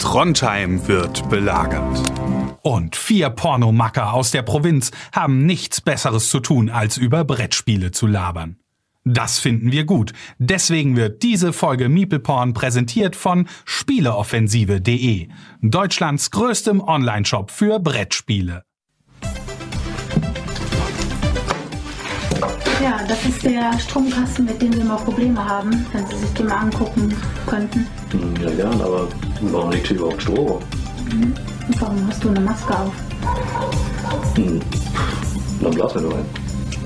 Trondheim wird belagert. Und 4 Pornomacker aus der Provinz haben nichts Besseres zu tun, als über Brettspiele zu labern. Das finden wir gut. Deswegen wird diese Folge MeeplePorn präsentiert von Spieleoffensive.de, Deutschlands größtem Onlineshop für Brettspiele. Ja, das ist der Stromkasten, mit dem wir immer Probleme haben, wenn Sie sich den mal angucken könnten. Ja, gern, aber warum liegt hier überhaupt Strom? Und warum hast du eine Maske auf? Dann blasen wir nur ein.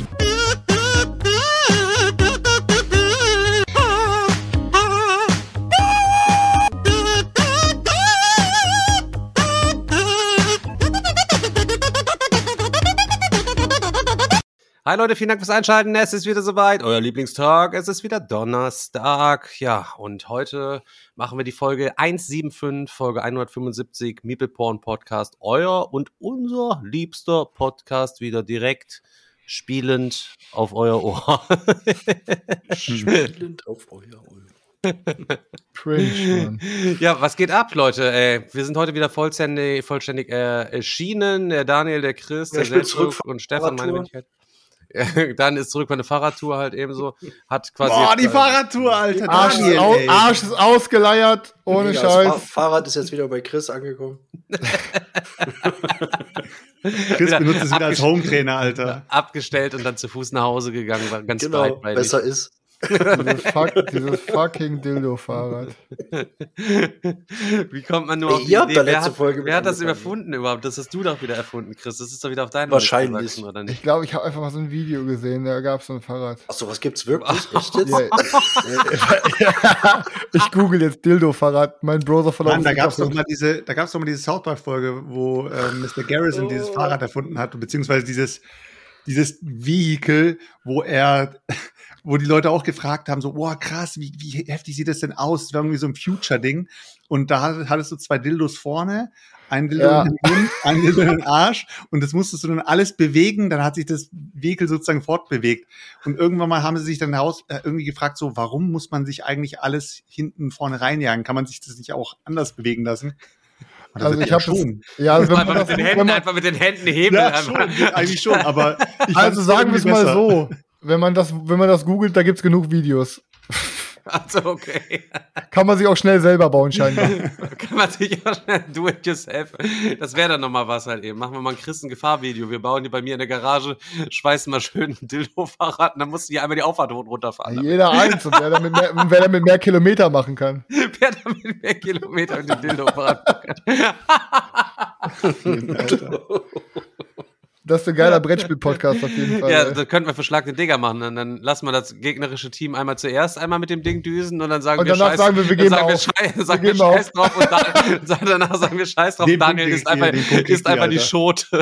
Hi Leute, vielen Dank fürs Einschalten. Es ist wieder soweit. Euer Lieblingstag. Es ist wieder Donnerstag. Ja, und heute machen wir die Folge 175, Folge 175, MeeplePorn Podcast. Euer und unser liebster Podcast wieder direkt spielend auf euer Ohr. Spielend auf euer Ohr. Cringe, Mann. Ja, was geht ab, Leute? Wir sind heute wieder vollständig erschienen. Der Daniel, der Chris, der Selbstdruck und Stefan, meine Wenigkeit. Dann ist zurück bei einer Fahrradtour halt ebenso. Hat quasi. Boah, die Fahrradtour, Alter. Arsch ist ausgeleiert, ohne Scheiß. Das Fahrrad ist jetzt wieder bei Chris angekommen. Chris benutzt es wieder als Hometrainer, Alter. Abgestellt und dann zu Fuß nach Hause gegangen. War ganz Genau, breitbeinig. besser ist. Dieses fucking Dildo-Fahrrad. Wie kommt man nur auf die ihr habt Idee? da letzte Folge Wer hat das angefangen. überfunden überhaupt? Das hast du doch wieder erfunden, Chris. Das ist doch wieder auf deinen Wahrscheinlich. Liste gewachsen, oder nicht? Ich glaube, ich habe einfach mal so ein Video gesehen, da gab es so ein Fahrrad. Achso, was gibt's wirklich? Echt jetzt? Ja. Ich google jetzt Dildo-Fahrrad. Mein Browser verlaufen. Da gab es doch mal diese South Park-Folge, wo Mr. Garrison dieses Fahrrad erfunden hat, beziehungsweise dieses Vehikel, wo die Leute auch gefragt haben, so, oh krass, wie heftig sieht das denn aus? Das war irgendwie so ein Future-Ding. Und da hattest du 2 Dildos vorne, einen Dildo in den Mund, einen Dildo in den Arsch. Und das musstest du dann alles bewegen. Dann hat sich das Vehikel sozusagen fortbewegt. Und irgendwann mal haben sie sich dann irgendwie gefragt, so, warum muss man sich eigentlich alles hinten vorne reinjagen? Kann man sich das nicht auch anders bewegen lassen? Also ich habe schon. Ja, also Einfach mit den Händen hebeln. Ja, schon, eigentlich schon, aber also sagen wir es mal so, wenn man das googelt, da gibt's genug Videos. Also okay. Kann man sich auch schnell selber bauen, scheinbar. Kann man sich auch schnell do it yourself. Das wäre dann nochmal was halt eben. Machen wir mal ein Christen-Gefahr-Video. Wir bauen die bei mir in der Garage, schweißen mal schön ein Dildo-Fahrrad und dann musst du hier einmal die Auffahrt runterfahren. Jeder eins. Und wer damit mehr Kilometer machen kann. Wer damit mehr Kilometer mit dem Dildo-Fahrrad machen kann. Das ist ein geiler Brettspiel-Podcast auf jeden Fall. Ja, ey. das könnten wir für Schlag den Digger machen. Und dann lassen wir das gegnerische Team einmal mit dem Ding düsen und dann sagen wir danach sagen wir geben auf. Scheiß drauf und danach sagen wir Scheiß drauf. Den Daniel ist einfach die Schote.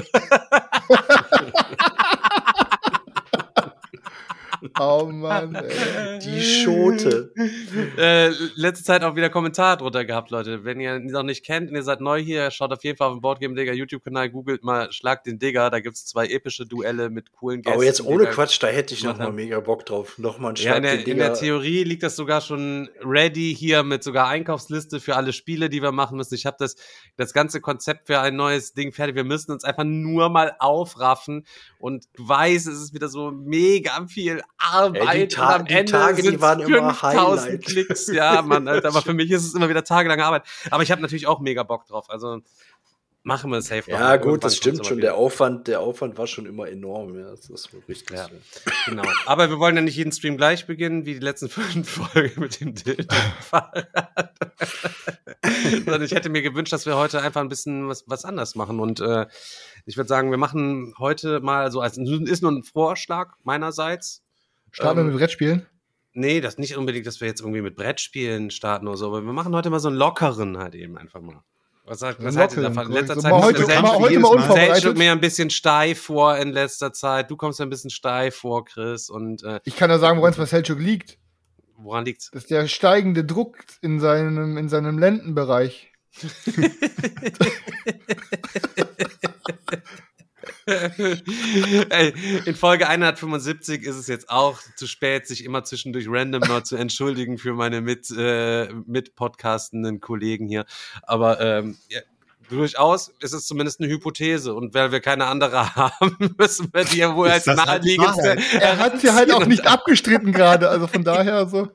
Oh Mann, ey. Die Schote. Letzte Zeit auch wieder Kommentar drunter gehabt, Leute. Wenn ihr ihn noch nicht kennt und ihr seid neu hier, schaut auf jeden Fall auf den Boardgame Digger YouTube-Kanal, googelt mal Schlag den Digger. Da gibt's 2 epische Duelle mit coolen Gästen. Aber jetzt ohne Quatsch, da hätte ich noch mal mega Bock drauf. Nochmal ein Schlag den Digger. In der Theorie liegt das sogar schon ready hier mit sogar Einkaufsliste für alle Spiele, die wir machen müssen. Ich habe das ganze Konzept für ein neues Ding fertig. Wir müssen uns einfach nur mal aufraffen und du weißt, es ist wieder so mega viel Arbeit und am Ende Tage, sind die waren immer 5000 Highlight. Klicks. Ja, Mann, Alter, aber für mich ist es immer wieder tagelange Arbeit. Aber ich habe natürlich auch mega Bock drauf. Also machen wir es safe. Ja, gut, Irgendwann das stimmt kommt's schon. aber Der Aufwand war schon immer enorm. Ja, das ist wohl richtig. Ja, genau. Aber wir wollen ja nicht jeden Stream gleich beginnen, wie die letzten 5 Folgen mit dem Dildo-Fahrrad. Sondern ich hätte mir gewünscht, dass wir heute einfach ein bisschen was anders machen. Und ich würde sagen, wir machen heute mal so, also ist nur ein Vorschlag meinerseits. Starten wir mit Brettspielen? Nee, das nicht unbedingt, dass wir jetzt irgendwie mit Brettspielen starten oder so, aber wir machen heute mal so einen lockeren halt eben einfach mal. Was haltet ihr davon? In letzter Zeit heute mal unvorbereitet. Selchuk mir ein bisschen steif vor in letzter Zeit. Du kommst mir ein bisschen steif vor, Chris. Und Ich kann ja sagen, woran es bei Selchuk liegt. woran liegt's? Das ist der steigende Druck in seinem Lendenbereich. In Folge 175 ist es jetzt auch zu spät, sich immer zwischendurch random mal zu entschuldigen für meine mitpodcastenden Kollegen hier. Aber durchaus ist es zumindest eine Hypothese. Und weil wir keine andere haben, müssen wir die ja wohl als naheliegendste. Er hat sie halt auch nicht abgestritten gerade. Also von daher so.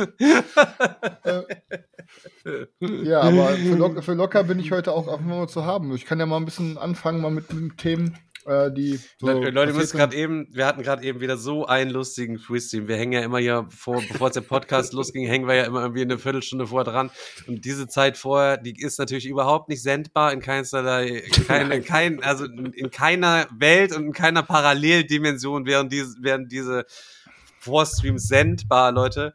Ja, aber für locker bin ich heute auch einfach mal zu haben. Ich kann ja mal ein bisschen anfangen, mal mit den Themen, die so. Leute, wir hatten gerade eben wieder so einen lustigen Freestream. Wir hängen ja immer hier bevor es der Podcast losging, hängen wir ja immer irgendwie eine Viertelstunde vorher dran. Und diese Zeit vorher, die ist natürlich überhaupt nicht sendbar in in keiner Welt und in keiner Paralleldimension wären diese Vorstreams sendbar, Leute.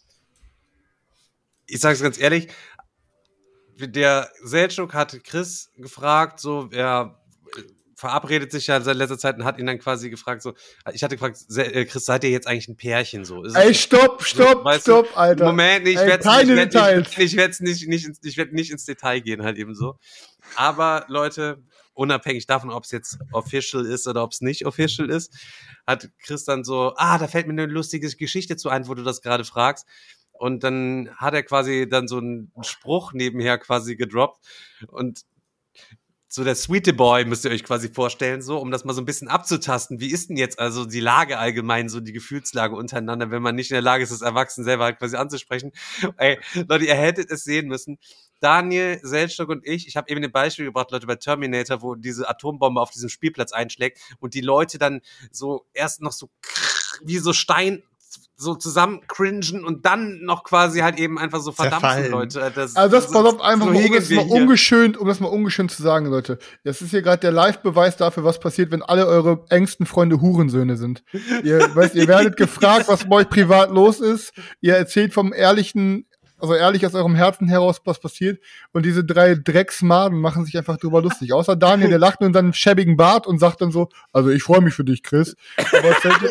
Ich sag's ganz ehrlich, der Selçuk hat Chris gefragt, so, er verabredet sich ja seit letzter Zeit und hat ihn dann quasi gefragt, so, ich hatte gefragt, Chris, seid ihr jetzt eigentlich ein Pärchen, so? Ey, stopp, Alter. Moment, ich werde nicht ins Detail gehen, halt eben so. Aber, Leute, unabhängig davon, ob es jetzt official ist oder ob es nicht official ist, hat Chris dann so, da fällt mir eine lustige Geschichte zu ein, wo du das gerade fragst. Und dann hat er quasi dann so einen Spruch nebenher quasi gedroppt. Und so der Sweetie Boy müsst ihr euch quasi vorstellen, so, um das mal so ein bisschen abzutasten. Wie ist denn jetzt also die Lage allgemein, so die Gefühlslage untereinander, wenn man nicht in der Lage ist, das Erwachsenen selber halt quasi anzusprechen? Ey, Leute, ihr hättet es sehen müssen. Daniel, Selçuk und ich habe eben ein Beispiel gebracht, Leute, bei Terminator, wo diese Atombombe auf diesem Spielplatz einschlägt und die Leute dann so erst noch so wie so Stein so zusammen cringen und dann noch quasi halt eben einfach so verdampfen, Leute. Pass auf, einfach so mal, um das mal ungeschönt zu sagen, Leute. Das ist hier gerade der Live-Beweis dafür, was passiert, wenn alle eure engsten Freunde Hurensöhne sind. Ihr werdet gefragt, was bei euch privat los ist. Ihr erzählt vom ehrlich aus eurem Herzen heraus, was passiert. Und diese 3 Drecksmaden machen sich einfach drüber lustig. Außer Daniel, der lacht nur in seinem schäbigen Bart und sagt dann so, also ich freue mich für dich, Chris. Aber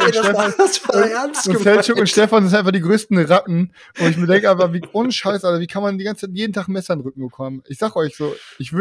Selçuk und Stefan sind einfach die größten Ratten. Und ich mir denke aber, wie unscheiß, Alter, wie kann man die ganze Zeit jeden Tag ein Messer in den Rücken bekommen? Ich sag euch so,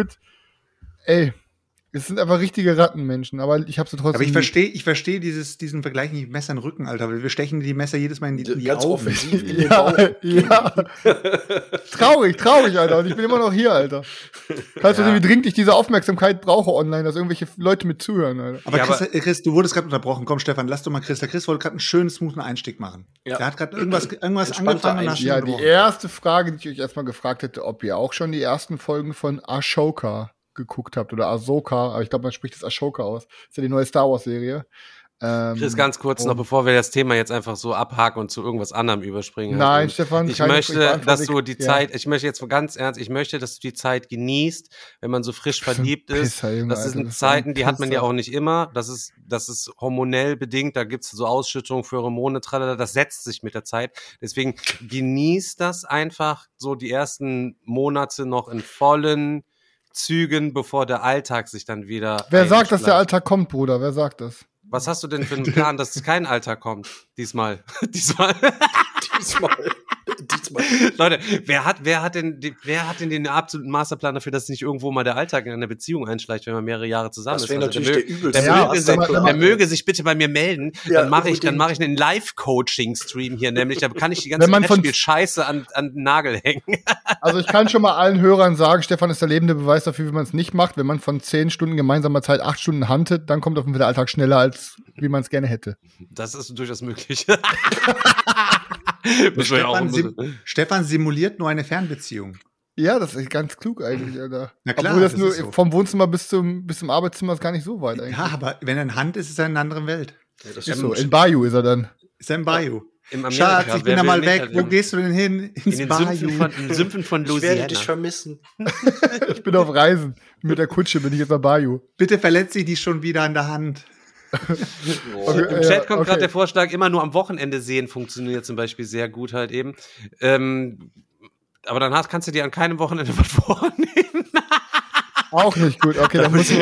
es sind einfach richtige Rattenmenschen, aber ich habe sie trotzdem. Aber ich verstehe diesen Vergleich nicht mit Messer in den Rücken, Alter, weil wir stechen die Messer jedes Mal in die ganz Augen. offensiv. Ja. Traurig, Alter. Und ich bin immer noch hier, Alter. Weißt du, wie dringend ich diese Aufmerksamkeit brauche online, dass irgendwelche Leute mit zuhören, Alter. Aber Chris, du wurdest gerade unterbrochen. Komm, Stefan, lass doch mal Chris. Der Chris wollte gerade einen schönen, smoothen Einstieg machen. Ja. Der hat gerade irgendwas angefangen. Ja, die erste Frage, die ich euch erstmal gefragt hätte, ob ihr auch schon die ersten Folgen von Ashoka geguckt habt oder Ahsoka, aber ich glaube, man spricht das Ashoka aus. Das ist ja die neue Star Wars Serie. Chris, ganz kurz noch, bevor wir das Thema jetzt einfach so abhaken und zu irgendwas anderem überspringen. Nein, Stefan, ich möchte, dass du die Zeit, ich möchte jetzt ganz ernst, ich möchte, dass du die Zeit genießt, wenn man so frisch verliebt ist. Das sind Zeiten, die hat man ja auch nicht immer. Das ist hormonell bedingt, da gibt's so Ausschüttungen, Pheromone, tralala, das setzt sich mit der Zeit. Deswegen genießt das einfach so die ersten Monate noch in vollen Zügen, bevor der Alltag sich dann wieder Wer sagt, dass der Alltag kommt, Bruder? Wer sagt das? Was hast du denn für einen Plan, dass kein Alltag kommt? Diesmal. Leute, wer hat denn den absoluten Masterplan dafür, dass nicht irgendwo mal der Alltag in einer Beziehung einschleicht, wenn man mehrere Jahre zusammen ist? Der möge sich bitte bei mir melden, dann mache ich einen Live-Coaching-Stream hier, nämlich, da kann ich die ganze Scheiße an den Nagel hängen. Also ich kann schon mal allen Hörern sagen, Stefan ist der lebende Beweis dafür, wie man es nicht macht. Wenn man von 10 Stunden gemeinsamer Zeit 8 Stunden huntet, dann kommt auf jeden Fall der Alltag schneller, als wie man es gerne hätte. Das ist durchaus möglich. Stefan simuliert nur eine Fernbeziehung. Ja, das ist ganz klug eigentlich, Alter. Na klar, obwohl das nur so. Vom Wohnzimmer bis zum Arbeitszimmer ist gar nicht so weit eigentlich. Ja, aber wenn er in Hand ist, ist er in einer anderen Welt. Ja, das ist so. In Bayou ist er dann. Ist er in Bayou. Schatz, ich bin da mal weg. Wo gehst du denn hin? In den Sümpfen von Louisiana. Ich werde dich vermissen. Ich bin auf Reisen. Mit der Kutsche bin ich jetzt bei Bayou. Bitte verletze ich dich schon wieder an der Hand. Okay, im Chat kommt gerade der Vorschlag, immer nur am Wochenende sehen funktioniert zum Beispiel sehr gut halt eben. Aber dann kannst du dir an keinem Wochenende was vornehmen. Auch nicht gut. Okay, dann muss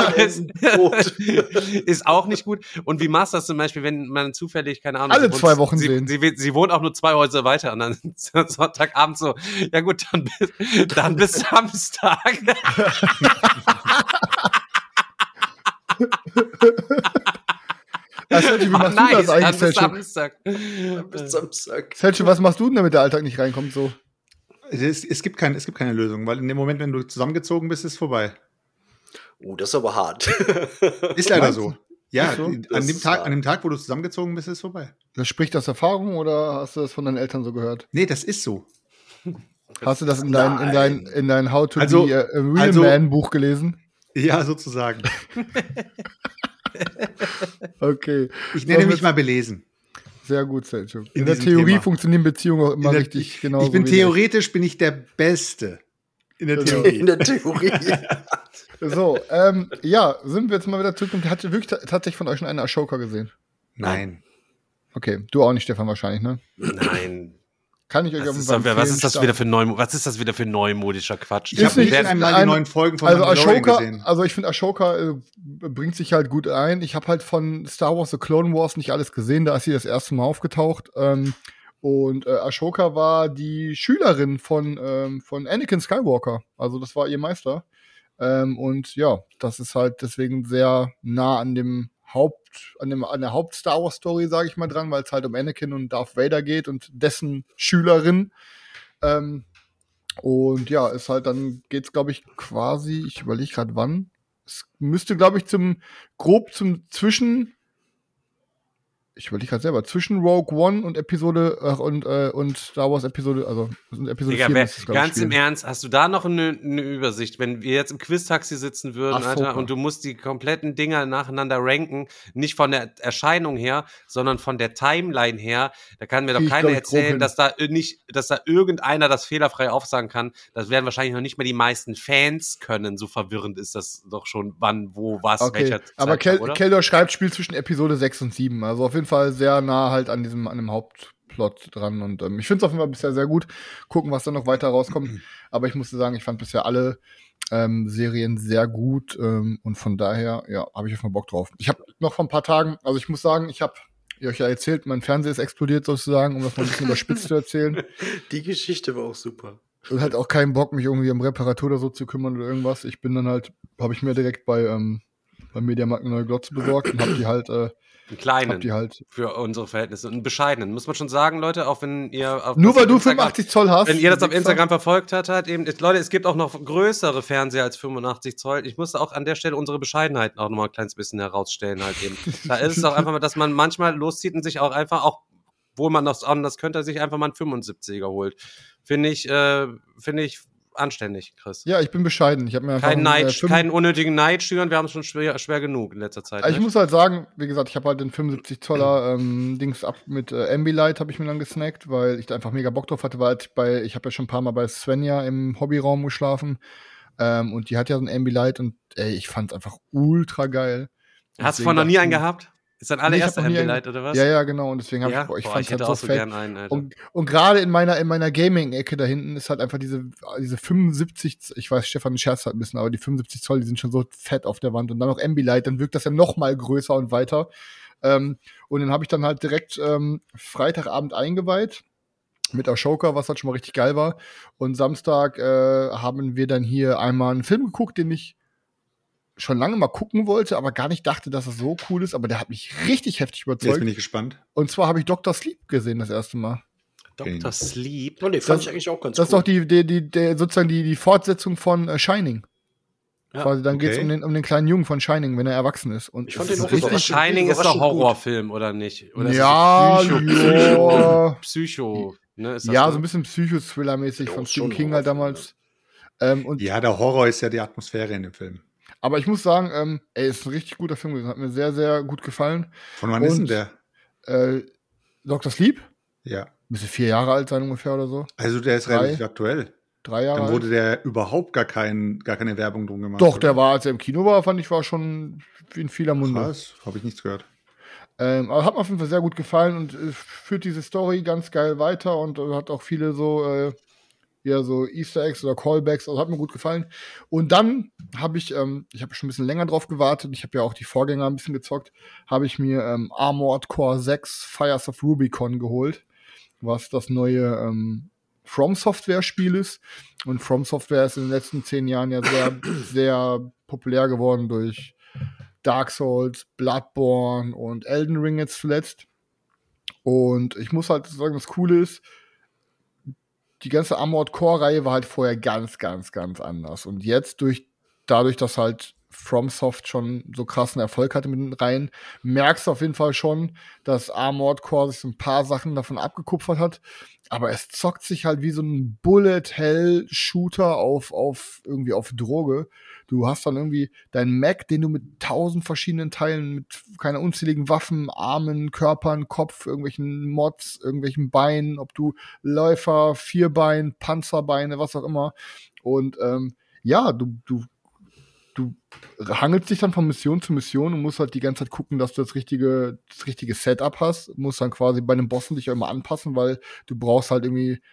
ist auch nicht gut. Und wie machst du das zum Beispiel, wenn man zufällig, keine Ahnung, alle 2 Wochen sehen. Sie wohnt auch nur 2 Häuser weiter und dann Sonntagabend so, ja gut, dann bis Samstag. Wie machst du das eigentlich, bis Selchuk? Samstag. Bis Samstag. Selchuk, was machst du denn, damit der Alltag nicht reinkommt so? Es gibt keine Lösung, weil in dem Moment, wenn du zusammengezogen bist, ist es vorbei. Das ist aber hart. Ist leider so. Ja, Ist so? an dem Tag, wo du zusammengezogen bist, ist es vorbei. Das spricht aus Erfahrung oder hast du das von deinen Eltern so gehört? Nee, das ist so. Hast du das in dein How to Also- be a Real also- Man Buch gelesen? Ja, sozusagen. Okay. Ich nenne mich mal belesen. Sehr gut, Selchuk. In In der diesem Theorie Thema. funktionieren Beziehungen auch immer In der- richtig genau. Ich bin theoretisch bin ich der Beste. In der Theorie. In der Theorie. So, sind wir jetzt mal wieder zurück und hatte wirklich tatsächlich von euch schon einen Ashoka gesehen? Nein. Okay, du auch nicht, Stefan, wahrscheinlich, ne? Nein. Kann ich euch Was auf jeden ist, Fall was empfehlen, ist das stark. wieder für neumodischer Quatsch? Ich habe nicht nicht- einmal ein- die neuen Folgen von Also Mandalorian Ashoka, gesehen. also ich finde Ashoka bringt sich halt gut ein. Ich habe halt von Star Wars The Clone Wars nicht alles gesehen, da ist sie das erste Mal aufgetaucht. Und Ashoka war die Schülerin von Anakin Skywalker. Also das war ihr Meister. Und ja, das ist halt deswegen sehr nah an dem an der Haupt-Star Wars-Story, sage ich mal, dran, weil es halt um Anakin und Darth Vader geht und dessen Schülerin. Und ja, ist halt dann geht's, glaube ich, quasi, ich überlege gerade wann. Es müsste, glaube ich, ich überlege gerade selber, zwischen Rogue One und und Star Wars Episode, also Episode Digga, 4 müsste es, glaub ich, ganz im spielen. Ernst, hast du da noch eine Übersicht? Wenn wir jetzt im Quiz-Taxi sitzen würden, Ahsoka. Alter, und du musst die kompletten Dinger nacheinander ranken, nicht von der Erscheinung her, sondern von der Timeline her, da kann mir doch Ich keiner glaub, ich grob erzählen, hin. dass da irgendeiner das fehlerfrei aufsagen kann. Das werden wahrscheinlich noch nicht mal die meisten Fans können. So verwirrend ist das doch schon, wann, wo, was, Okay, welcher aber Zeitpunkt, oder? Keldor schreibt Spiel zwischen Episode 6 und 7. Also auf jeden Fall sehr nah halt an dem Hauptplot dran. Und ich finde es auf jeden Fall bisher sehr gut. Gucken, was da noch weiter rauskommt. Aber ich musste sagen, ich fand bisher alle Serien sehr gut. Und von daher, ja, habe ich auf jeden Fall Bock drauf. Ich habe noch vor ein paar Tagen, also ich muss sagen, ich habe euch ja erzählt, mein Fernseher ist explodiert sozusagen, um das mal ein bisschen überspitzt zu erzählen. Die Geschichte war auch super. Und halt auch keinen Bock, mich irgendwie um Reparatur oder so zu kümmern oder irgendwas. Ich bin dann halt, habe ich mir direkt bei Mediamarkt eine neue Glotze besorgt und habe die halt, Einen kleinen, für unsere Verhältnisse. Einen bescheidenen, muss man schon sagen, Leute, auch wenn ihr auf nur das weil du Instagram- 85 Zoll hast. Wenn ihr das auf Wichser. Instagram verfolgt habt, halt eben, Leute, es gibt auch noch größere Fernseher als 85 Zoll. Ich musste auch an der Stelle unsere Bescheidenheit auch nochmal ein kleines bisschen herausstellen, halt eben. Da ist es auch einfach mal, dass man manchmal loszieht und sich auch einfach, auch wo man das anders könnte, sich einfach mal einen 75er holt. Finde ich anständig, Chris. Ja, ich bin bescheiden. Ich habe mir einfach Keinen unnötigen Neid schüren, wir haben es schon schwer genug in letzter Zeit. Ich muss halt sagen, wie gesagt, ich habe halt den 75 Zoller Dings ab mit Ambilight habe ich mir dann gesnackt, weil ich da einfach mega Bock drauf hatte, weil ich habe ja schon ein paar Mal bei Svenja im Hobbyraum geschlafen und die hat ja so ein Ambilight und ich fand's einfach ultra geil. Hast du Deswegen vorher noch nie dachte einen ich- gehabt? Ist dein Nee, ich allererster hab noch nie Ambilight oder was? Ja, genau, und deswegen habe Ja? ich Boah, fand's ich hätte halt auch so so fett. gern einen, Alter. Und gerade in meiner Gaming-Ecke da hinten ist halt einfach diese 75, ich weiß, Stefan scherzt halt ein bisschen, aber die 75 Zoll, die sind schon so fett auf der Wand und dann noch Ambilight, dann wirkt das ja noch mal größer und weiter. Und den habe ich dann halt direkt Freitagabend eingeweiht mit Ashoka, was halt schon mal richtig geil war. Und Samstag haben wir dann hier einmal einen Film geguckt, den ich schon lange mal gucken wollte, aber gar nicht dachte, dass es so cool ist, aber der hat mich richtig heftig Jetzt überzeugt. bin ich gespannt. Und zwar habe ich Dr. Sleep gesehen das erste Mal. Dr. Sleep. Und den fand Das- ich eigentlich auch ganz Das ist cool. doch sozusagen die Fortsetzung von Shining. Ja, Quasi, dann okay. geht's um den kleinen Jungen von Shining, wenn er erwachsen ist. Und Ich fand es den ist auch richtig. Shining ist doch überraschend gut. Horrorfilm, oder nicht? Oder Ja, ist es ja. Psycho, ne? Ist das Ja, ne? so ein bisschen Psycho-Thriller-mäßig Ja, von schon Stephen King halt Horrorfilm, damals. Ja, der Horror ist ja die Atmosphäre in dem Film. Aber ich muss sagen, ist ein richtig guter Film gewesen. Hat mir sehr, sehr gut gefallen. Von wann ist denn Und- der? Dr. Sleep? Ja. Müsste 4 Jahre alt sein ungefähr oder so. Also der ist 3. relativ aktuell. 3 Jahre Dann alt. wurde der überhaupt gar keine Werbung drum gemacht. Doch, oder? der war, als er im Kino war, fand ich, war schon in vieler Munde. Krass, habe ich nichts gehört. Aber hat mir auf jeden Fall sehr gut gefallen und führt diese Story ganz geil weiter und hat auch viele so Easter Eggs oder Callbacks, also hat mir gut gefallen. Und dann habe ich habe schon ein bisschen länger drauf gewartet, ich habe ja auch die Vorgänger ein bisschen gezockt, habe ich mir Armored Core 6 Fires of Rubicon geholt, was das neue From Software Spiel ist. Und From Software ist in den letzten 10 Jahren ja sehr, sehr populär geworden durch Dark Souls, Bloodborne und Elden Ring jetzt zuletzt. Und ich muss halt sagen, das Coole ist, die ganze Armored Core-Reihe war halt vorher ganz, ganz, ganz anders. Und jetzt dadurch, dass halt FromSoft schon so krassen Erfolg hatte mit den Reihen, merkst du auf jeden Fall schon, dass Armored Core sich so ein paar Sachen davon abgekupfert hat. Aber es zockt sich halt wie so ein Bullet-Hell-Shooter auf Droge. Du hast dann irgendwie deinen Mech, den du mit 1000 verschiedenen Teilen, mit keine unzähligen Waffen, Armen, Körpern, Kopf, irgendwelchen Mods, irgendwelchen Beinen, ob du Läufer, Vierbein, Panzerbeine, was auch immer. Und ja, du hangelst dich dann von Mission zu Mission und musst halt die ganze Zeit gucken, dass du das richtige Setup hast. Du musst dann quasi bei den Bossen dich auch immer anpassen, weil du brauchst halt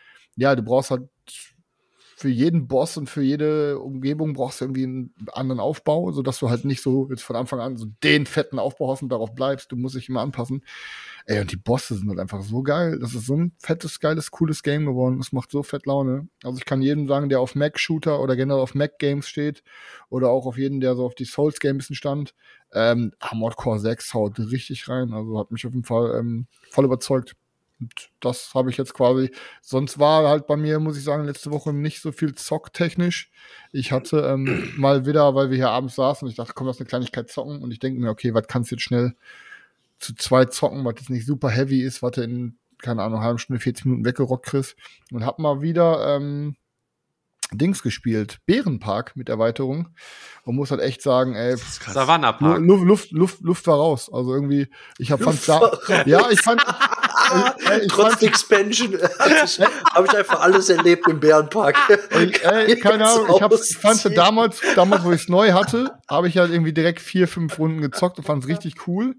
für jeden Boss und für jede Umgebung brauchst du irgendwie einen anderen Aufbau, sodass du halt nicht so jetzt von Anfang an so den fetten Aufbau hast und darauf bleibst. Du musst dich immer anpassen. Ey, und die Bosse sind halt einfach so geil. Das ist so ein fettes, geiles, cooles Game geworden. Das macht so fett Laune. Also ich kann jedem sagen, der auf Mac-Shooter oder generell auf Mac-Games steht oder auch auf jeden, der so auf die Souls-Games ein bisschen stand, Armored Core 6 haut richtig rein. Also hat mich auf jeden Fall voll überzeugt. Und das habe ich jetzt quasi. Sonst war halt bei mir, muss ich sagen, letzte Woche nicht so viel zocktechnisch. Ich hatte mal wieder, weil wir hier abends saßen und ich dachte, komm, lass eine Kleinigkeit zocken. Und ich denke mir, okay, was kannst du jetzt schnell zu zweit zocken, was jetzt nicht super heavy ist, was du in, keine Ahnung, eine halbe Stunde, 40 Minuten weggerockt kriegst. Und hab mal wieder Dings gespielt, Bärenpark mit Erweiterung. Und muss halt echt sagen, ey, Savannah-Park. Luft war raus. Also irgendwie, ich fand trotz Expansion habe ich einfach alles erlebt im Bärenpark. Keine Ahnung, ich fand damals, wo ich es neu hatte, habe ich halt irgendwie direkt 4-5 Runden gezockt und fand es richtig cool.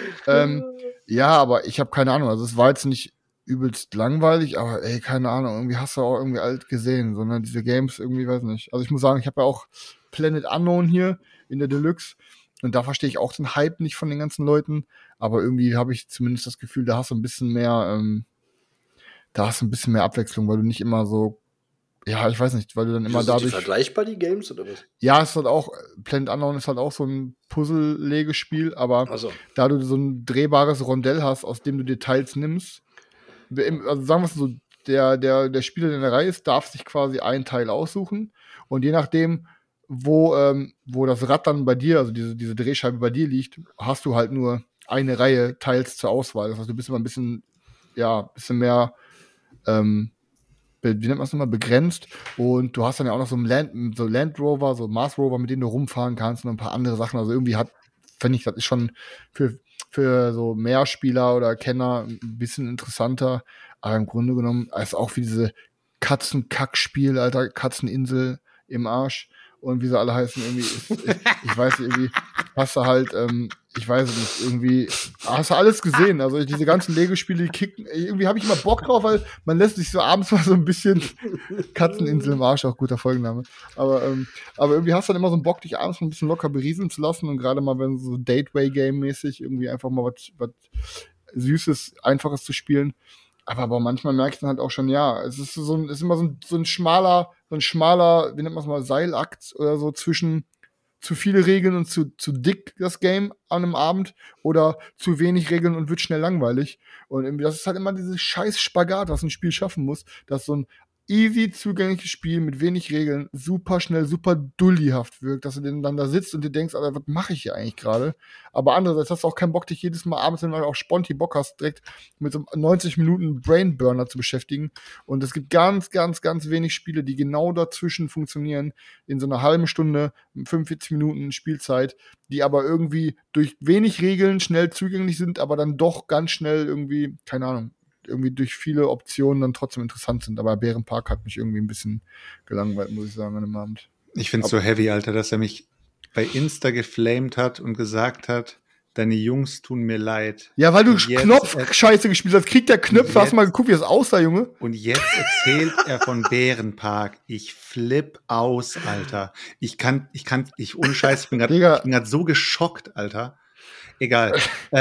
Ja, aber ich habe keine Ahnung, also es war jetzt nicht übelst langweilig, aber keine Ahnung, irgendwie hast du auch irgendwie alt gesehen, sondern diese Games irgendwie, weiß nicht. Also ich muss sagen, ich habe ja auch Planet Unknown hier in der Deluxe und da verstehe ich auch den Hype nicht von den ganzen Leuten, aber irgendwie habe ich zumindest das Gefühl, da hast du ein bisschen mehr Abwechslung, weil du nicht immer so, ja, ich weiß nicht, weil du dann immer dadurch... Sind die vergleichbar, die Games, oder was? Ja, es ist halt auch, Planet Unknown ist halt auch so ein Puzzle-Legespiel, aber da du so ein drehbares Rondell hast, aus dem du Details nimmst, also sagen wir es so, der Spieler, der in der Reihe ist, darf sich quasi einen Teil aussuchen und je nachdem, wo das Rad dann bei dir, also diese Drehscheibe bei dir liegt, hast du halt nur eine Reihe Teils zur Auswahl. Das heißt, du bist immer ein bisschen mehr, wie nennt man es nochmal, begrenzt und du hast dann ja auch noch so Land Rover, so Mars Rover, mit denen du rumfahren kannst und ein paar andere Sachen. Also irgendwie finde ich, das ist schon für so Mehrspieler oder Kenner ein bisschen interessanter. Aber im Grunde genommen ist auch wie diese Katzenkackspiel, Alter, Katzeninsel im Arsch und wie sie alle heißen, irgendwie, ich weiß nicht, irgendwie hast du halt, ich weiß nicht, irgendwie hast du alles gesehen. Also diese ganzen Lego-Spiele, die kicken, irgendwie habe ich immer Bock drauf, weil man lässt sich so abends mal so ein bisschen Katzeninsel im Arsch, auch guter Folgenname. Aber irgendwie hast du dann immer so einen Bock, dich abends mal ein bisschen locker berieseln zu lassen und gerade mal, wenn so Dateway-Game-mäßig irgendwie einfach mal was Süßes, Einfaches zu spielen. Aber manchmal merke ich dann halt auch schon, ja, es ist immer so ein schmaler, wie nennt man es mal, Seilakt oder so zwischen zu viele Regeln und zu dick das Game an einem Abend oder zu wenig Regeln und wird schnell langweilig. Und das ist halt immer dieses scheiß Spagat, was ein Spiel schaffen muss, dass so ein easy zugängliches Spiel mit wenig Regeln super schnell, super dullihaft wirkt, dass du dann da sitzt und dir denkst, Alter, was mache ich hier eigentlich gerade? Aber andererseits hast du auch keinen Bock, dich jedes Mal abends, wenn du auch spontan Bock hast, direkt mit so 90 Minuten Brainburner zu beschäftigen. Und es gibt ganz, ganz, ganz wenig Spiele, die genau dazwischen funktionieren, in so einer halben Stunde, 45 Minuten Spielzeit, die aber irgendwie durch wenig Regeln schnell zugänglich sind, aber dann doch ganz schnell irgendwie, keine Ahnung, irgendwie durch viele Optionen dann trotzdem interessant sind. Aber Bärenpark hat mich irgendwie ein bisschen gelangweilt, muss ich sagen, an dem Abend. Ich find's so heavy, Alter, dass er mich bei Insta geflamed hat und gesagt hat, deine Jungs tun mir leid. Ja, weil du Knopf-Scheiße gespielt hast. Kriegt der Knöpfe, hast du mal geguckt, wie das aussah, Junge? Und jetzt erzählt er von Bärenpark. Ich flipp aus, Alter. Ohne Scheiß, ich bin grad so geschockt, Alter. Egal.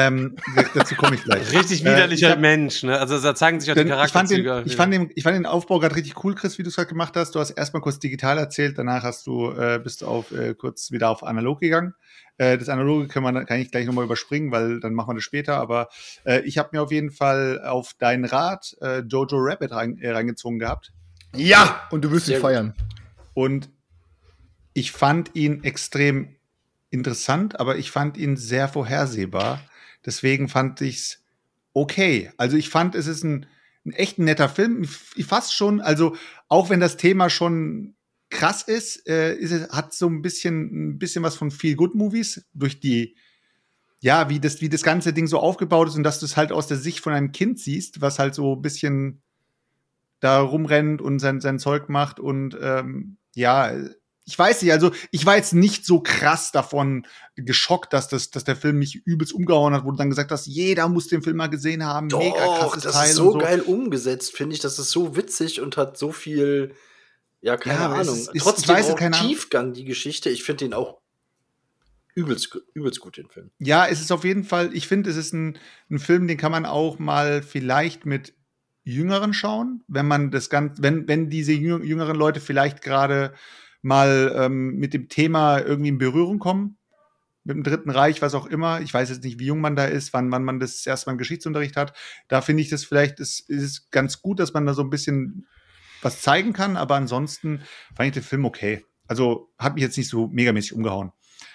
Dazu komme ich gleich. Richtig widerlicher Mensch, ne? Also da zeigen sich auch die Charakterzüge. Ich fand den Aufbau gerade richtig cool, Chris, wie du es gerade gemacht hast. Du hast erstmal kurz digital erzählt, danach bist du kurz wieder auf analog gegangen. Das Analoge kann ich gleich nochmal überspringen, weil dann machen wir das später. Aber ich habe mir auf jeden Fall auf deinen Rat Jojo Rabbit reingezogen gehabt. Ja! Und du wirst ihn feiern. Und ich fand ihn extrem interessant, aber ich fand ihn sehr vorhersehbar. Deswegen fand ich's okay. Also ich fand, es ist ein echt netter Film. Fast schon, also auch wenn das Thema schon krass ist, hat so ein bisschen was von Feel-Good-Movies durch die, ja, wie das ganze Ding so aufgebaut ist und dass du es halt aus der Sicht von einem Kind siehst, was halt so ein bisschen da rumrennt und sein Zeug macht und ja, ich weiß nicht, also ich war jetzt nicht so krass davon geschockt, dass der Film mich übelst umgehauen hat, wo du dann gesagt hast, jeder muss den Film mal gesehen haben. Doch, mega krasses das Teil ist so und geil umgesetzt, finde ich. Das ist so witzig und hat so viel, ja, keine Ahnung. Trotzdem auch Tiefgang, die Geschichte. Ich finde den auch übelst gut, den Film. Ja, es ist auf jeden Fall, ich finde, es ist ein Film, den kann man auch mal vielleicht mit Jüngeren schauen, wenn man wenn diese jüngeren Leute vielleicht gerade mal mit dem Thema irgendwie in Berührung kommen, mit dem Dritten Reich, was auch immer. Ich weiß jetzt nicht, wie jung man da ist, wann man das erstmal im Geschichtsunterricht hat. Da finde ich das vielleicht, ist es ganz gut, dass man da so ein bisschen was zeigen kann, aber ansonsten fand ich den Film okay. Also hat mich jetzt nicht so megamäßig umgehauen.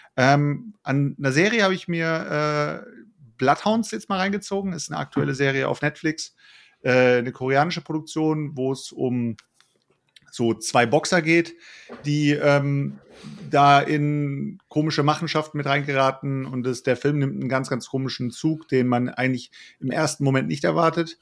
An einer Serie habe ich mir Bloodhounds jetzt mal reingezogen. Ist eine aktuelle Serie auf Netflix. Eine koreanische Produktion, wo es um so 2 Boxer geht, die da in komische Machenschaften mit reingeraten und der Film nimmt einen ganz, ganz komischen Zug, den man eigentlich im ersten Moment nicht erwartet.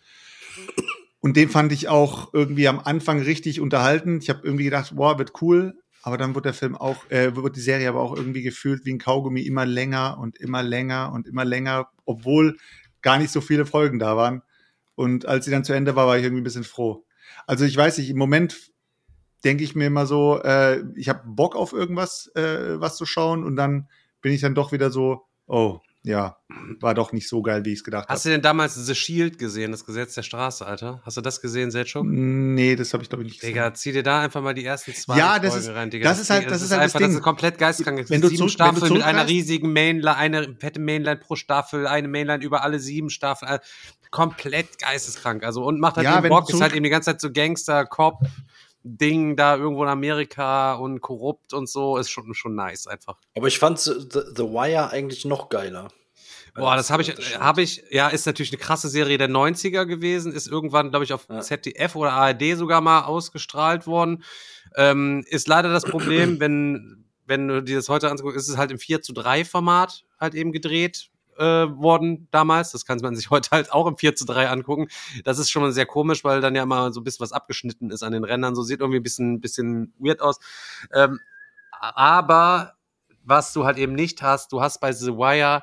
Und den fand ich auch irgendwie am Anfang richtig unterhalten. Ich habe irgendwie gedacht, boah, wird cool. Aber dann wird wird die Serie aber auch irgendwie gefühlt wie ein Kaugummi immer länger und immer länger und immer länger, obwohl gar nicht so viele Folgen da waren. Und als sie dann zu Ende war ich irgendwie ein bisschen froh. Also ich weiß nicht, im Moment denke ich mir immer so, ich habe Bock auf irgendwas, was zu schauen und dann bin ich dann doch wieder so, oh, ja, war doch nicht so geil, wie ich es gedacht habe. Hast du denn damals The Shield gesehen, das Gesetz der Straße, Alter? Hast du das gesehen, Selchuk? Nee, das habe ich, glaube ich, nicht gesehen. Digga, zieh dir da einfach mal die ersten 2 Folgen rein, Digga. Das ist halt das Ding. Das ist komplett geisteskrank. Wenn du 7 Staffeln mit einer riesigen Mainline, eine fette Mainline pro Staffel, eine Mainline über alle 7 Staffeln. Komplett geisteskrank. Also, und macht halt eben Bock, ist halt eben die ganze Zeit so Gangster-Cop- Ding da irgendwo in Amerika und korrupt und so, ist schon nice einfach. Aber ich fand The Wire eigentlich noch geiler. Boah, das habe ich, ja, ist natürlich eine krasse Serie der 90er gewesen, ist irgendwann, glaube ich, auf ZDF oder ARD sogar mal ausgestrahlt worden. Ist leider das Problem, wenn du dir das heute anguckst, ist es halt im 4:3 Format halt eben gedreht worden damals. Das kann man sich heute halt auch im 4:3 angucken. Das ist schon mal sehr komisch, weil dann ja immer so ein bisschen was abgeschnitten ist an den Rändern. So sieht irgendwie ein bisschen weird aus. Aber was du halt eben nicht hast, du hast bei The Wire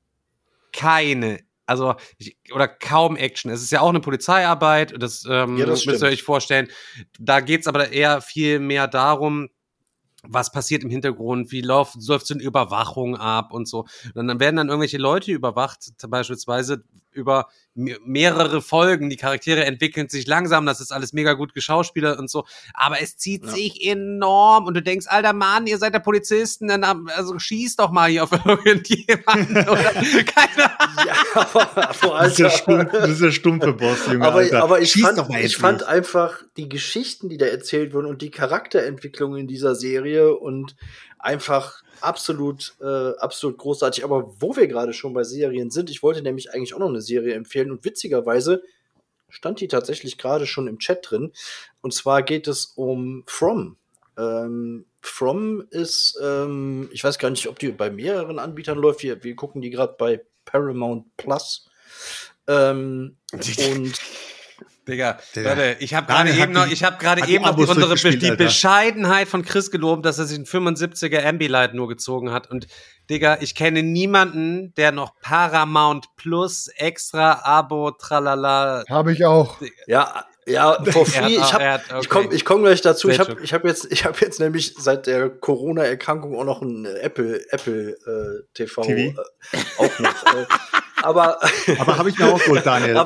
oder kaum Action. Es ist ja auch eine Polizeiarbeit, das müsst ihr euch vorstellen. Da geht's aber eher viel mehr darum, was passiert im Hintergrund, wie läuft so eine Überwachung ab und so. Und dann werden dann irgendwelche Leute überwacht, beispielsweise über mehrere Folgen. Die Charaktere entwickeln sich langsam, das ist alles mega gut geschauspielert und so. Aber es zieht sich enorm und du denkst, alter Mann, ihr seid der Polizisten, dann schießt doch mal hier auf irgendjemanden oder keine Ahnung. Ja, das ist der stumpfe Boss, Junge, aber ich fand einfach die Geschichten, die da erzählt wurden und die Charakterentwicklung in dieser Serie und einfach absolut großartig. Aber wo wir gerade schon bei Serien sind, ich wollte nämlich eigentlich auch noch eine Serie empfehlen und witzigerweise stand die tatsächlich gerade schon im Chat drin. Und zwar geht es um From. From ist, ich weiß gar nicht, ob die bei mehreren Anbietern läuft. Wir gucken die gerade bei Paramount Plus. Und Digga, Leute, ich habe gerade eben noch die Bescheidenheit von Chris gelobt, dass er sich einen 75er Ambilight nur gezogen hat. Und Digga, ich kenne niemanden, der noch Paramount Plus extra Abo tralala. Habe ich auch. Ja, Ja, for free. Ich komm gleich dazu. Ich hab jetzt nämlich seit der Corona-Erkrankung auch noch ein Apple TV auch noch. Aber habe ich mir auch geholt, Daniel.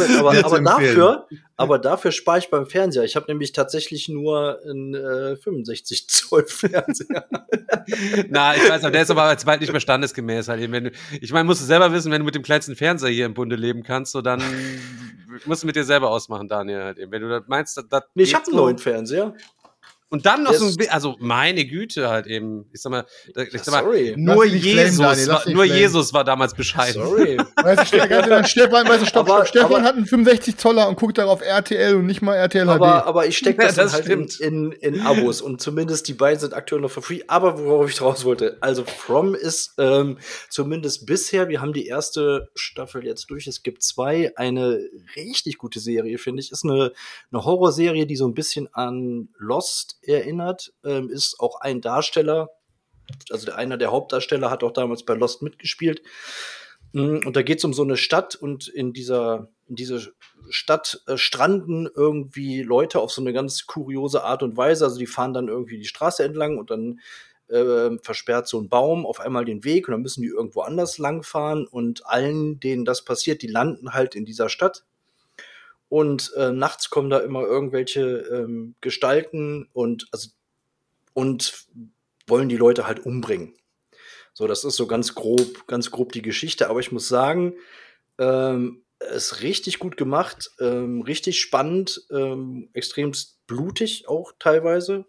Aber dafür spare ich beim Fernseher. Ich habe nämlich tatsächlich nur einen 65 Zoll Fernseher. Na, ich weiß, aber der ist aber jetzt bald nicht mehr standesgemäß. Halt. Ich meine, musst du selber wissen, wenn du mit dem kleinsten Fernseher hier im Bunde leben kannst, so dann musst du mit dir selber ausmachen, Daniel. Halt. Wenn du das meinst, nee, ich habe einen neuen Fernseher. Und dann noch also meine Güte halt eben. Ich sag mal, nur Jesus war damals bescheiden. Sorry. Stefan hat einen 65 Zoller und guckt darauf RTL und nicht mal RTL HD. Aber ich stecke das halt in Abos und zumindest die beiden sind aktuell noch for free. Aber worauf ich raus wollte, also From ist zumindest bisher, wir haben die erste Staffel jetzt durch, es gibt 2, eine richtig gute Serie, finde ich. Ist eine Horrorserie, die so ein bisschen an Lost erinnert, ist auch ein Darsteller, also einer der Hauptdarsteller hat auch damals bei Lost mitgespielt. Und da geht es um so eine Stadt und in diese Stadt stranden irgendwie Leute auf so eine ganz kuriose Art und Weise. Also die fahren dann irgendwie die Straße entlang und dann versperrt so ein Baum auf einmal den Weg und dann müssen die irgendwo anders langfahren und allen, denen das passiert, die landen halt in dieser Stadt. Und nachts kommen da immer irgendwelche Gestalten und wollen die Leute halt umbringen. So, das ist so ganz grob die Geschichte. Aber ich muss sagen, ist richtig gut gemacht, richtig spannend, extremst blutig auch teilweise.